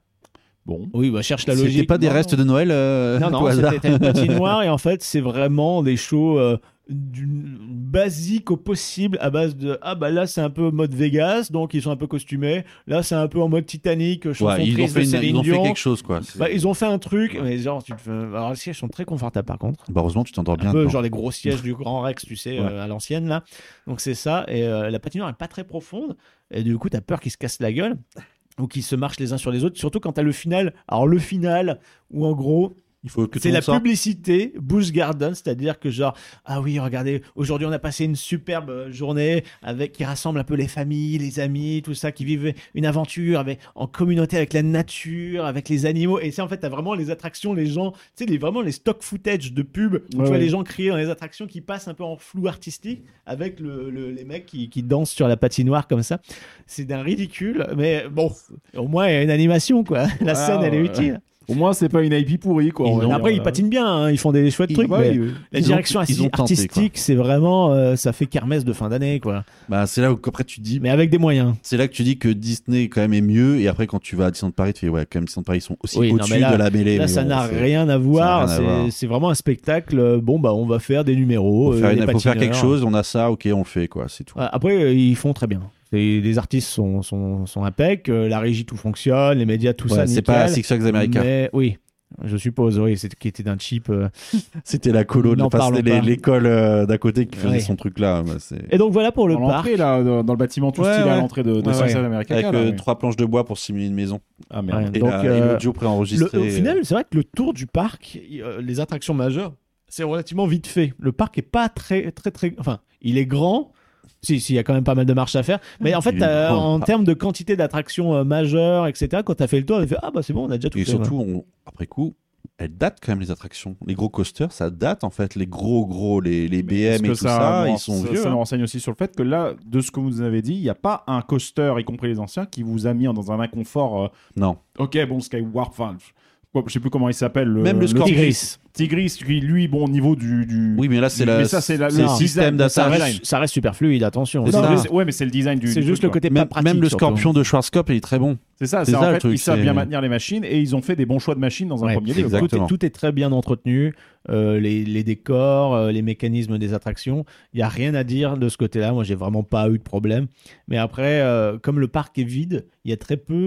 Bon. Oui, bah cherche la C'était logique. pas des Non, restes de Noël euh, Non, au non, hasard. c'était t'as une patinoire et en fait, c'est vraiment des shows euh, d'une basique au possible à base de ah bah là c'est un peu mode Vegas, donc ils sont un peu costumés. Là, c'est un peu en mode Titanic, chanson Ouais, ils ont triste fait, de une- Céline ils ont fait Dion. quelque chose, quoi. C'est- Bah, ils ont fait un truc, mais genre, tu te fais... Alors, les sièges sont très confortables par contre. Bah, heureusement, tu t'endors bien. Un peu dedans. genre les gros sièges du Grand Rex, tu sais, Ouais. euh, à l'ancienne là. Donc c'est ça. Et euh, la patinoire est pas très profonde. Et du coup, t'as peur qu'ils se cassent la gueule ou qu'ils se marchent les uns sur les autres. Surtout quand t'as le final. Alors le final, où en gros, Il faut que tout c'est le la monde sorte. publicité Busch Garden, c'est-à-dire que genre ah oui regardez aujourd'hui on a passé une superbe euh, journée avec qui rassemble un peu les familles, les amis, tout ça qui vivent une aventure avec en communauté avec la nature, avec les animaux et c'est en fait t'as vraiment les attractions, les gens, tu sais les, vraiment les stock footage de pub où Ouais, tu vois ouais. les gens crier dans les attractions qui passent un peu en flou artistique avec le, le- les mecs qui, qui dansent sur la patinoire comme ça. C'est d'un ridicule, mais bon au moins il y a une animation quoi. La Ah, scène elle est ouais. utile. Au moins, c'est pas une I P pourrie, quoi. on va Ils- dire. après ils patinent bien, hein, ils font des chouettes Ils- trucs. Ouais, mais... ils- La Ils ont- direction ils ont tenté, artistique, c'est vraiment, euh, ça fait kermesse de fin d'année, quoi. Bah, c'est là où après tu dis. Mais avec des moyens. C'est là que tu dis que Disney quand même est mieux et après quand tu vas à Disneyland Paris tu fais ouais quand même Disneyland Paris ils sont aussi Oui, non, au-dessus mais là- de la mêlée. Là, mais ça bon, n'a c'est- rien à voir. ça n'a rien à C'est, voir. c'est vraiment un spectacle. euh, Bon, bah, on va faire des numéros. Faut, euh, faire, des une- faut faire quelque patineurs. chose, on a ça, ok on le fait quoi, c'est tout. Ouais, Après, euh, ils font très bien. C'est- les artistes sont, sont, sont impec, euh, la régie tout fonctionne, les médias tout Ouais, ça. c'est nickel. pas Six Flags America. Mais oui, je suppose, oui, c'est qui était d'un cheap. euh. C'était la colo, de N'en enfin, parlons c'était les- pas. l'école euh, d'à côté qui faisait Ouais. son truc là. Bah, c'est... Et donc voilà pour le Dans parc. l'entrée, là, dans dans le bâtiment tout Ouais, stylé à ouais. l'entrée de, de Ouais, Six ouais. Flags America. Avec là, euh, oui. trois planches de bois pour simuler une maison. Ah merde. Ouais. Et, Donc, la- euh, et l'audio préenregistré. Le- au final, c'est vrai que le tour du parc, il- euh, les attractions majeures, c'est relativement vite fait. Le parc est pas très, très, très. Enfin, il est grand. Si, si, il y a quand même pas mal de marches à faire. Mais en fait, Il est t'as- grand. en termes de quantité d'attractions euh, majeures, et cetera, quand tu as fait le tour, tu fait ah bah c'est bon, on a déjà tout Et fait. surtout, on- après coup, elles datent quand même les attractions. Les gros coasters, ça date en fait. Les gros gros, les, les B M Parce et que tout ça, nous- ils sont ça, vieux. ça hein. nous renseigne aussi sur le fait que là, de ce que vous nous avez dit, il n'y a pas un coaster, y compris les anciens, qui vous a mis dans un inconfort. euh, Non. Ok, bon, Skyward, enfin, je je sais plus comment il s'appelle. Le, Même le Scorpion. Tigris. Tigris, qui, lui, bon, au niveau du. du Oui, mais là, c'est du- la- Mais ça, c'est la- c'est le le design, système ça Ça d'attache. reste- reste, ça reste super fluide, attention. C'est Non, ça. mais c'est- ouais, mais c'est le design du. C'est du juste truc, le quoi. côté pas Même, pratique. même le surtout. scorpion de Schwarzkopf, il est très bon. C'est ça, C'est c'est en ça, le fait, truc, ils savent c'est- bien maintenir les machines et ils ont fait des bons choix de machines dans un Ouais, premier lieu. exact. Tout est, Exactement. tout est très bien entretenu, euh, les, les décors, euh, les mécanismes des attractions. Il n'y a rien à dire de ce côté-là. Moi, j'ai vraiment pas eu de problème. Mais après, euh, comme le parc est vide, il y a très peu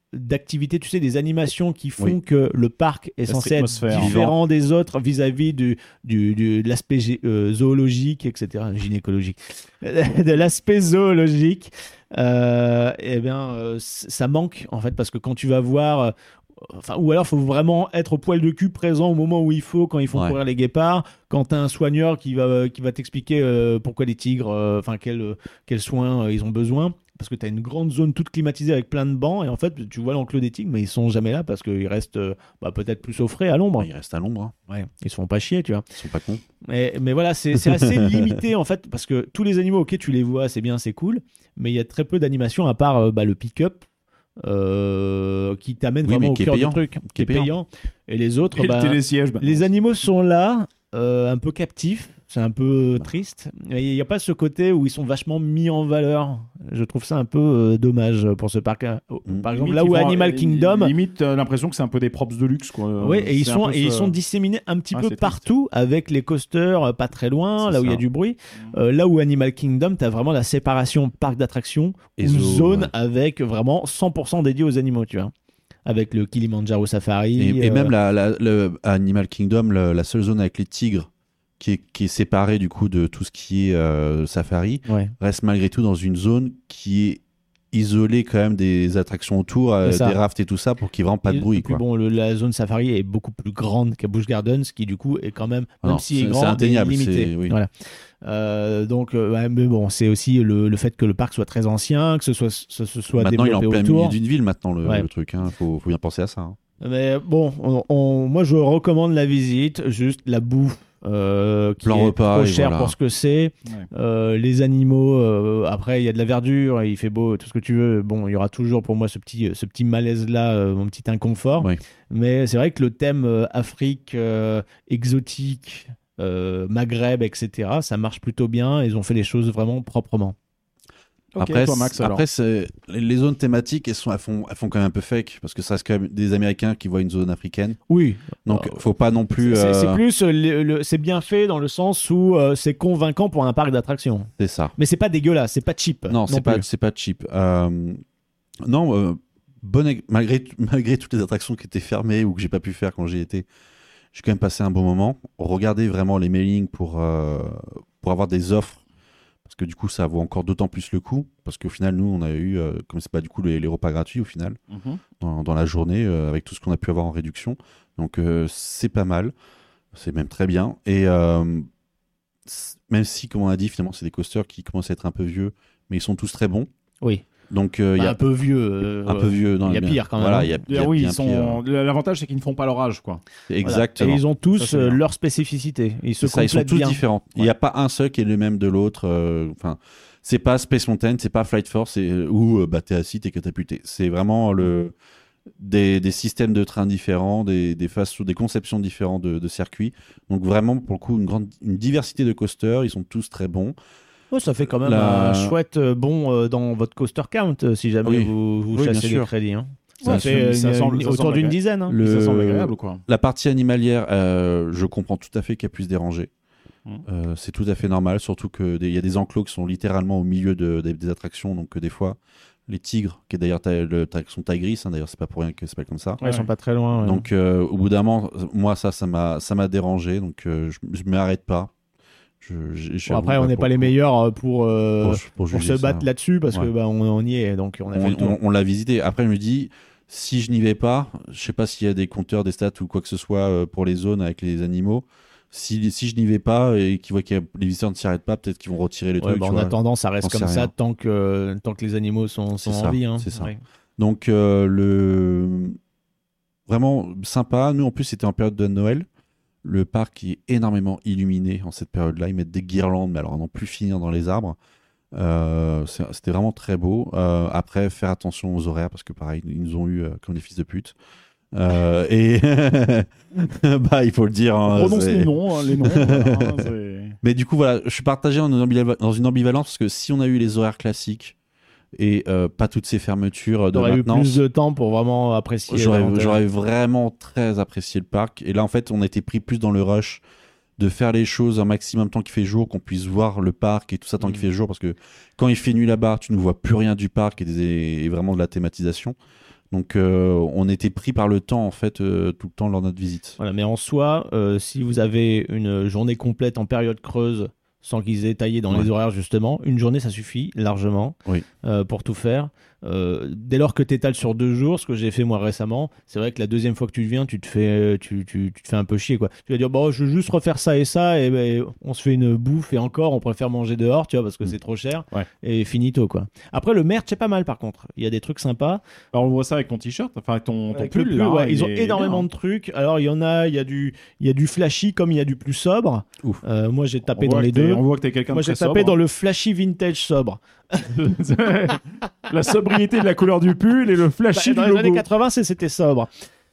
d'activités, tu sais, des animations qui font Oui. que le parc est Cette censé être atmosphère. différent des autres vis-à-vis du, du, du- de l'aspect gé- euh, zoologique, et cetera, gynécologique, de l'aspect zoologique, euh, eh bien, euh, c- ça manque en fait parce que quand tu vas voir, euh, enfin, ou alors faut vraiment être au poil de cul présent au moment où il faut, quand ils font Ouais. courir les guépards, quand t'as un soigneur qui va qui va t'expliquer euh, pourquoi les tigres, euh, enfin quels euh, quels soins euh, ils ont besoin. Parce que tu as une grande zone toute climatisée avec plein de bancs et en fait tu vois l'enclos des tigres mais ils sont jamais là parce qu'ils restent euh, bah, peut-être plus au frais à l'ombre. Il reste à l'ombre, hein. Ouais, ils se font pas chier, tu vois. Ils sont pas cons. Mais, mais voilà, c'est c'est assez limité en fait parce que tous les animaux, ok, tu les vois, c'est bien, c'est cool, mais il y a très peu d'animations à part euh, bah, le pick-up euh, qui t'amène Oui, vraiment mais au qui est cœur payant. du truc, qui est payant. Et les autres, Et bah, le télésiège. bah, les animaux sont là, euh, un peu captifs, c'est un peu triste. Mais il n'y a pas ce côté où ils sont vachement mis en valeur. Je trouve ça un peu euh, dommage pour ce parc. Mm. Par exemple, limite, là ils où font- Animal euh, Kingdom. Limite, t'as l'impression que c'est un peu des props de luxe, quoi. Oui, et ils C'est un sont, peu et ils ce- sont disséminés un petit Ouais, peu c'est triste. partout avec les coasters euh, pas très loin, C'est là où il y a ça. du bruit. Euh, là où Animal Kingdom, tu as vraiment la séparation parc d'attractions Et ou zone, zone ouais. avec vraiment cent pour cent dédié aux animaux, tu vois. Avec le Kilimanjaro Safari. Et, et euh, même la, la- le Animal Kingdom, le- la seule zone avec les tigres qui est, qui est séparée du coup de tout ce qui est euh, safari, ouais. reste malgré tout dans une zone qui est isolée quand même des attractions autour, euh, C'est ça. des rafts et tout ça, pour qu'il n'y ait vraiment pas de Et- bruit. et puis Quoi. bon, le- la zone Safari est beaucoup plus grande qu'à Busch Gardens, qui du coup est quand même, Ah même non, s'il c'est- est grand, c'est indéniable, est limité. c'est- oui. Voilà. Euh, donc, euh, ouais, mais bon, c'est aussi le, le fait que le parc soit très ancien, que ce soit, ce, ce soit Maintenant, il est en développé plein milieu autour. d'une ville, maintenant, le, Ouais. le truc. Il faut, faut bien penser à ça. hein. Mais bon, on- on- moi je recommande la visite, juste la bouffe euh, qui Plan est repas, trop et cher voilà. pour ce que c'est. Ouais. Euh, les animaux, euh, après il y a de la verdure, il fait beau, tout ce que tu veux. Bon, il y aura toujours pour moi ce petit, ce petit malaise là, mon petit inconfort. Oui. Mais c'est vrai que le thème euh, Afrique, euh, exotique, euh, Maghreb, et cetera, ça marche plutôt bien. Ils ont fait les choses vraiment proprement. Ok, après, toi, Max, c'est- alors. après c'est- les, les zones thématiques, elles, sont, elles, font, elles font quand même un peu fake, parce que ça reste quand même des Américains qui voient une zone africaine. Oui. Donc, Euh, faut pas non plus. C'est euh, c'est plus, euh, le- le- c'est bien fait dans le sens où euh, c'est convaincant pour un parc d'attractions. c'est ça. Mais c'est pas dégueulasse, c'est pas cheap. Non, c'est pas, plus. c'est pas cheap. Euh, non, euh, bonne, ex- malgré, malgré toutes les attractions qui étaient fermées ou que j'ai pas pu faire quand j'y étais, j'ai quand même passé un bon moment. Regardez vraiment les mailings pour, euh, pour avoir des offres, parce que du coup, ça vaut encore d'autant plus le coup. Parce qu'au final, nous, on a eu, euh, comme c'est pas du coup les, les repas gratuits au final, Mhm. dans, dans la journée, euh, avec tout ce qu'on a pu avoir en réduction. Donc, euh, c'est pas mal. C'est même très bien. Et euh, c- même si, comme on a dit, finalement, c'est des coasters qui commencent à être un peu vieux, mais ils sont tous très bons. Oui. Donc, euh, il Bah, y a un peu vieux. euh, un peu vieux. non, il y a bien- pire quand même, Voilà, hein. il y a, il y a Ah oui, bien ils sont. pire. L'avantage, c'est qu'ils ne font pas leur âge, quoi. voilà. Exactement. Et ils ont Ça, tous c'est euh, bien. leur spécificité. Ils se C'est ça, ils sont complètent tous bien. différents. Il n'y a pas un seul qui est le même de l'autre. euh, Enfin, c'est pas Space Mountain, c'est pas Flight Force, c'est où euh, bah, t'es assis, t'es catapulté. C'est vraiment le des, des systèmes de trains différents, des, des façons, des conceptions différentes de, de circuits. Donc vraiment, pour le coup, une grande, une diversité de coasters. Ils sont tous très bons. Ouais, ça fait quand même La- un chouette euh, bon euh, dans votre coaster count euh, si jamais Oui. vous, vous Oui, bien chassez les sûr. crédits. hein. Ça Ça, fait ça une- semble- une- ça autour semble d'une agré- dizaine. hein. Le- Ça semble agréable, quoi. La partie animalière, euh, je comprends tout à fait qu'elle puisse déranger. Mm. Euh, c'est tout à fait normal, surtout qu'il y a des enclos qui sont littéralement au milieu de- des, des attractions, donc euh, des fois, les tigres, qui est d'ailleurs ta- le- ta- sont tigris, hein, d'ailleurs c'est pas pour rien que c'est pas comme ça. Ouais, ils sont pas très loin. ouais. Donc euh, au bout d'un moment, moi ça, ça m'a, ça m'a dérangé, donc euh, je, je m'arrête pas. Je, je- Bon, j'avoue, après, bah, on n'est pour pas le les coup, meilleurs euh, pour, euh, pour, pour, pour se juger ça. battre là-dessus parce Ouais. que bah, on, on y est, donc on a fait On, le tour. on- on l'a visité. Après, je me dis, si je n'y vais pas, je sais pas s'il y a des compteurs, des stats ou quoi que ce soit euh, pour les zones avec les animaux. Si, si je n'y vais pas et qu'ils voient que les visiteurs ne s'y arrêtent pas, peut-être qu'ils vont retirer les Ouais, trucs. bah, tu en vois. attendant, ça on reste sait comme ça rien. tant que, tant que les animaux sont, sont C'est en ça, vie. hein. c'est ça. Ouais. Donc, euh, le... vraiment sympa. Nous, en plus, c'était en période de Noël. Le parc est énormément illuminé en cette période-là. Ils mettent des guirlandes, mais alors à n'en plus finir dans les arbres. Euh, c'est- c'était vraiment très beau. Euh, après, faire attention aux horaires parce que pareil, ils nous ont eu euh, comme des fils de pute. Euh, et bah, il faut le dire. hein, On prononce c'est- les noms, hein, les noms. voilà, hein, c'est- Mais du coup, voilà, je suis partagé en ambival- dans une ambivalence parce que si on a eu les horaires classiques et euh, pas toutes ces fermetures de T'aurais eu maintenance, plus de temps pour vraiment apprécier. j'aurais, davantage. j'aurais vraiment très apprécié le parc. Et là, en fait, on a été pris plus dans le rush de faire les choses un maximum tant qu'il fait jour, qu'on puisse voir le parc et tout ça tant Mm. qu'il fait jour. Parce que quand il fait nuit là-bas, tu ne vois plus rien du parc et, des- et vraiment de la thématisation. Donc euh, on était pris par le temps en fait euh, tout le temps lors de notre visite. Voilà, mais en soi, euh, si vous avez une journée complète en période creuse, sans qu'ils aient taillé dans Ouais. les horaires justement, une journée ça suffit largement Oui. euh, pour tout faire. Euh, dès lors que tu étales sur deux jours, ce que j'ai fait moi récemment, c'est vrai que la deuxième fois que tu viens, tu te fais, tu, tu, tu te fais un peu chier quoi. Tu vas dire bon, je veux juste refaire ça et ça, et ben, on se fait une bouffe et encore, on préfère manger dehors, tu vois, parce que Mm. c'est trop cher. Ouais. Et finito quoi. Après le merch c'est pas mal par contre. Il y a des trucs sympas. Alors, on voit ça avec ton t-shirt, enfin avec ton, ton Avec le pull. pull, là, ouais, il ils ont est énormément bien. de trucs. Alors il y en a, il y a du, il y a du flashy comme il y a du plus sobre. Ouf. Euh, moi j'ai tapé On dans voit les que t'es- deux. On voit que t'es quelqu'un de Moi j'ai très tapé sobre. dans le flashy vintage sobre. La sobriété de la couleur du pull et le flashy Bah, dans du les logo. années quatre-vingts, c'est- c'était sobre.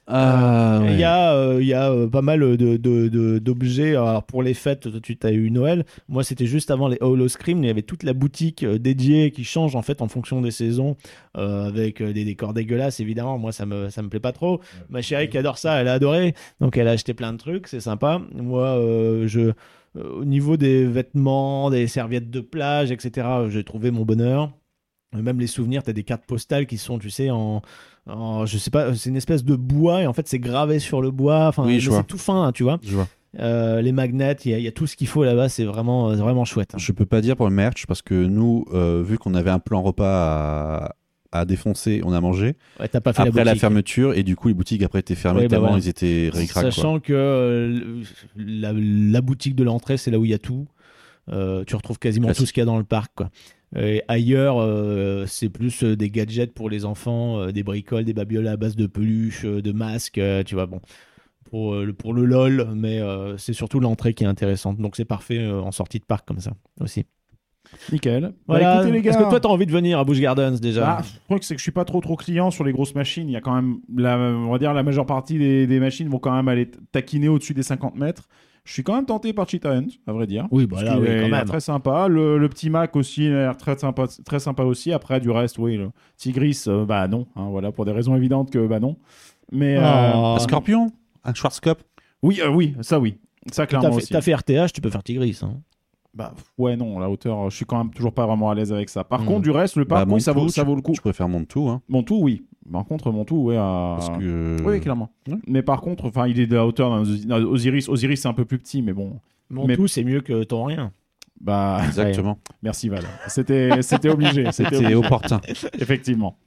Ah, Il ouais. y a, euh, il y a euh, pas mal de, de- de- d'objets. Alors pour les fêtes, toi, tu as eu Noël. Moi, c'était juste avant les Holo Scream. Il y avait toute la boutique euh, dédiée qui change en fait en fonction des saisons, euh, avec euh, des décors dégueulasses. Évidemment, moi, ça me ça me plaît pas trop. Ma chérie qui adore ça, elle a adoré. Donc elle a acheté plein de trucs. C'est sympa. Moi, euh, je euh, au niveau des vêtements, des serviettes de plage, et cetera. J'ai trouvé mon bonheur. Même les souvenirs, tu as des cartes postales qui sont, tu sais, en, en- je sais pas, c'est une espèce de bois et en fait c'est gravé sur le bois. Enfin, Oui, mais je vois. c'est tout fin, hein, tu vois. Je vois. Euh, les magnets, il y, a- il y a tout ce qu'il faut là-bas, c'est vraiment, euh, vraiment chouette. hein. Je peux pas dire pour le merch parce que nous, euh, vu qu'on avait un plan repas à, à défoncer, on a mangé. Ouais, t'as pas fait Après la la, boutique. fermeture et du coup les boutiques après étaient fermées Ouais, bah tellement voilà. ils étaient ric-rac, quoi. Sachant que euh, la, la boutique de l'entrée, c'est là où il y a tout. Euh, tu retrouves quasiment Classique. tout ce qu'il y a dans le parc, quoi. Et ailleurs, euh, c'est plus euh, des gadgets pour les enfants, euh, des bricoles, des babioles à base de peluches, euh, de masques, euh, tu vois, bon, pour, euh, le- pour le lol, mais euh, c'est surtout l'entrée qui est intéressante. Donc c'est parfait euh, en sortie de parc comme ça aussi. Nickel. Voilà. Bah, écoutez les gars. Est-ce que toi, t'as envie de venir à Busch Gardens déjà Ah, le truc, c'est que je suis pas trop trop client sur les grosses machines. Il y a quand même, la, on va dire, la majeure partie des, des machines vont quand même aller taquiner au-dessus des cinquante mètres. Je suis quand même tenté par Cheetah Hunt, à vrai dire. Oui, bah Parce là, qu'il oui, est- quand il a l'air même. très sympa. Le, le petit Mac aussi, il a l'air très sympa, très sympa aussi. Après, du reste, oui, le Tigris, euh, bah non. hein, voilà, pour des raisons évidentes que bah non. Mais euh, Oh. Un scorpion, un Schwarzkopf. oui, euh, oui, ça oui, ça T'as clairement fait, aussi. t'as fait R T H, tu peux faire Tigris. Hein. Bah ouais, non, la hauteur, je suis quand même toujours pas vraiment à l'aise avec ça. Par Hmm. contre, du reste, le parc, Bah, oui, ça vaut, Montou, ça tu- vaut le coup. Je préfère Montou, hein, Mon tout, oui. Par contre, mon tout, ouais. à- parce que Oui, clairement. Ouais. Mais par contre, enfin, il est de la hauteur d'un Osi- d'un Osiris. Osiris, c'est un peu plus petit, mais bon. Mon Mais- tout, c'est mieux que ton rien. Bah, exactement. merci Val. C'était, c'était obligé. C'était C'était obligé, opportun. effectivement.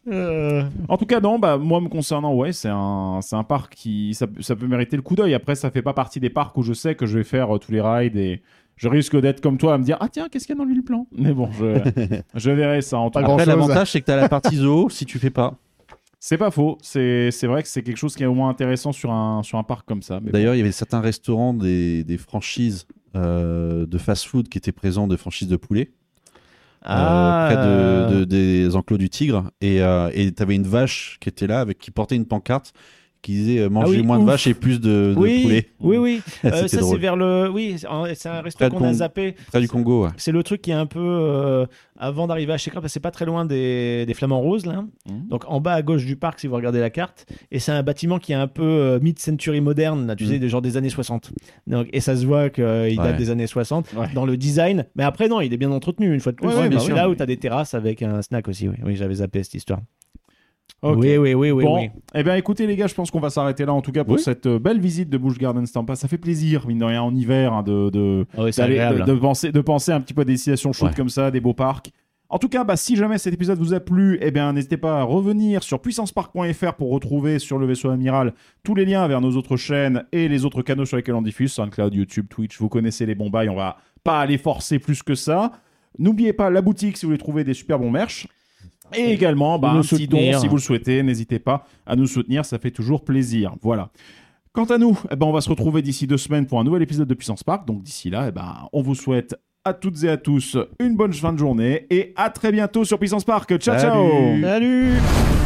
En tout cas, non, bah, moi, me concernant, ouais, c'est un, c'est un parc qui, ça, ça peut mériter le coup d'œil. Après, ça fait pas partie des parcs où je sais que je vais faire euh, tous les rides et je risque d'être comme toi à me dire, ah tiens, qu'est-ce qu'il y a dans le plan. Mais bon, je, je verrai ça en tout cas. Après l'avantage c'est que t'as la partie zoo si tu fais pas. C'est pas faux. C'est, c'est vrai que c'est quelque chose qui est au moins intéressant sur un, sur un parc comme ça. Mais D'ailleurs il y avait certains restaurants des, des franchises euh, de fast-food qui étaient présents, de franchises de poulet. Ah, euh, près de, de- des enclos du tigre et euh, et t'avais une vache qui était là avec qui portait une pancarte qui disait euh, mangez Ah oui, moins ouf. de vaches et plus de, de oui, poulet. oui, oui. Euh, C'était ça, c'est drôle. vers le. Oui, c'est un- c'est un resto Près de qu'on a Con- zappé. Près du Congo, ouais. C'est le truc qui est un peu euh, avant d'arriver à Chekra, parce que c'est pas très loin des, des Flamands Roses là. Mhm. Donc en bas à gauche du parc, si vous regardez la carte, et c'est un bâtiment qui est un peu euh, mid-century moderne, là, tu Mhm. sais, des genre des années soixante. Donc, et ça se voit qu'il Ouais. date des années soixante Ouais. dans le design. Mais après non, il est bien entretenu une fois de plus. Ouais, ouais, bien c'est sûr. là où tu as des terrasses avec un snack aussi. Oui, oui j'avais zappé cette histoire. Ok. Oui, oui, oui, oui. Bon, oui. eh bien écoutez les gars, je pense qu'on va s'arrêter là en tout cas pour Oui. cette euh, belle visite de Busch Gardens Tampa. Ça fait plaisir, mine de rien, en hiver, hein, de, de, Ah oui, c'est d'aller- agréable. de, de penser, de penser un petit peu à des destinations chaudes Ouais. comme ça, des beaux parcs. En tout cas, bah, si jamais cet épisode vous a plu, eh bien, n'hésitez pas à revenir sur puissance park point f r pour retrouver sur le vaisseau amiral tous les liens vers nos autres chaînes et les autres canaux sur lesquels on diffuse, SoundCloud, YouTube, Twitch. Vous connaissez les bons bails, on va pas aller forcer plus que ça. N'oubliez pas la boutique si vous voulez trouver des super bons merch. Et également, bah, Nous un petit don soutenir. si vous le souhaitez. N'hésitez pas à nous soutenir, ça fait toujours plaisir. Voilà. Quant à nous, eh ben, on va se retrouver d'ici deux semaines pour un nouvel épisode de Puissance Park. Donc d'ici là, eh ben, on vous souhaite à toutes et à tous une bonne fin de journée et à très bientôt sur Puissance Park. Ciao, ciao. Salut. Salut.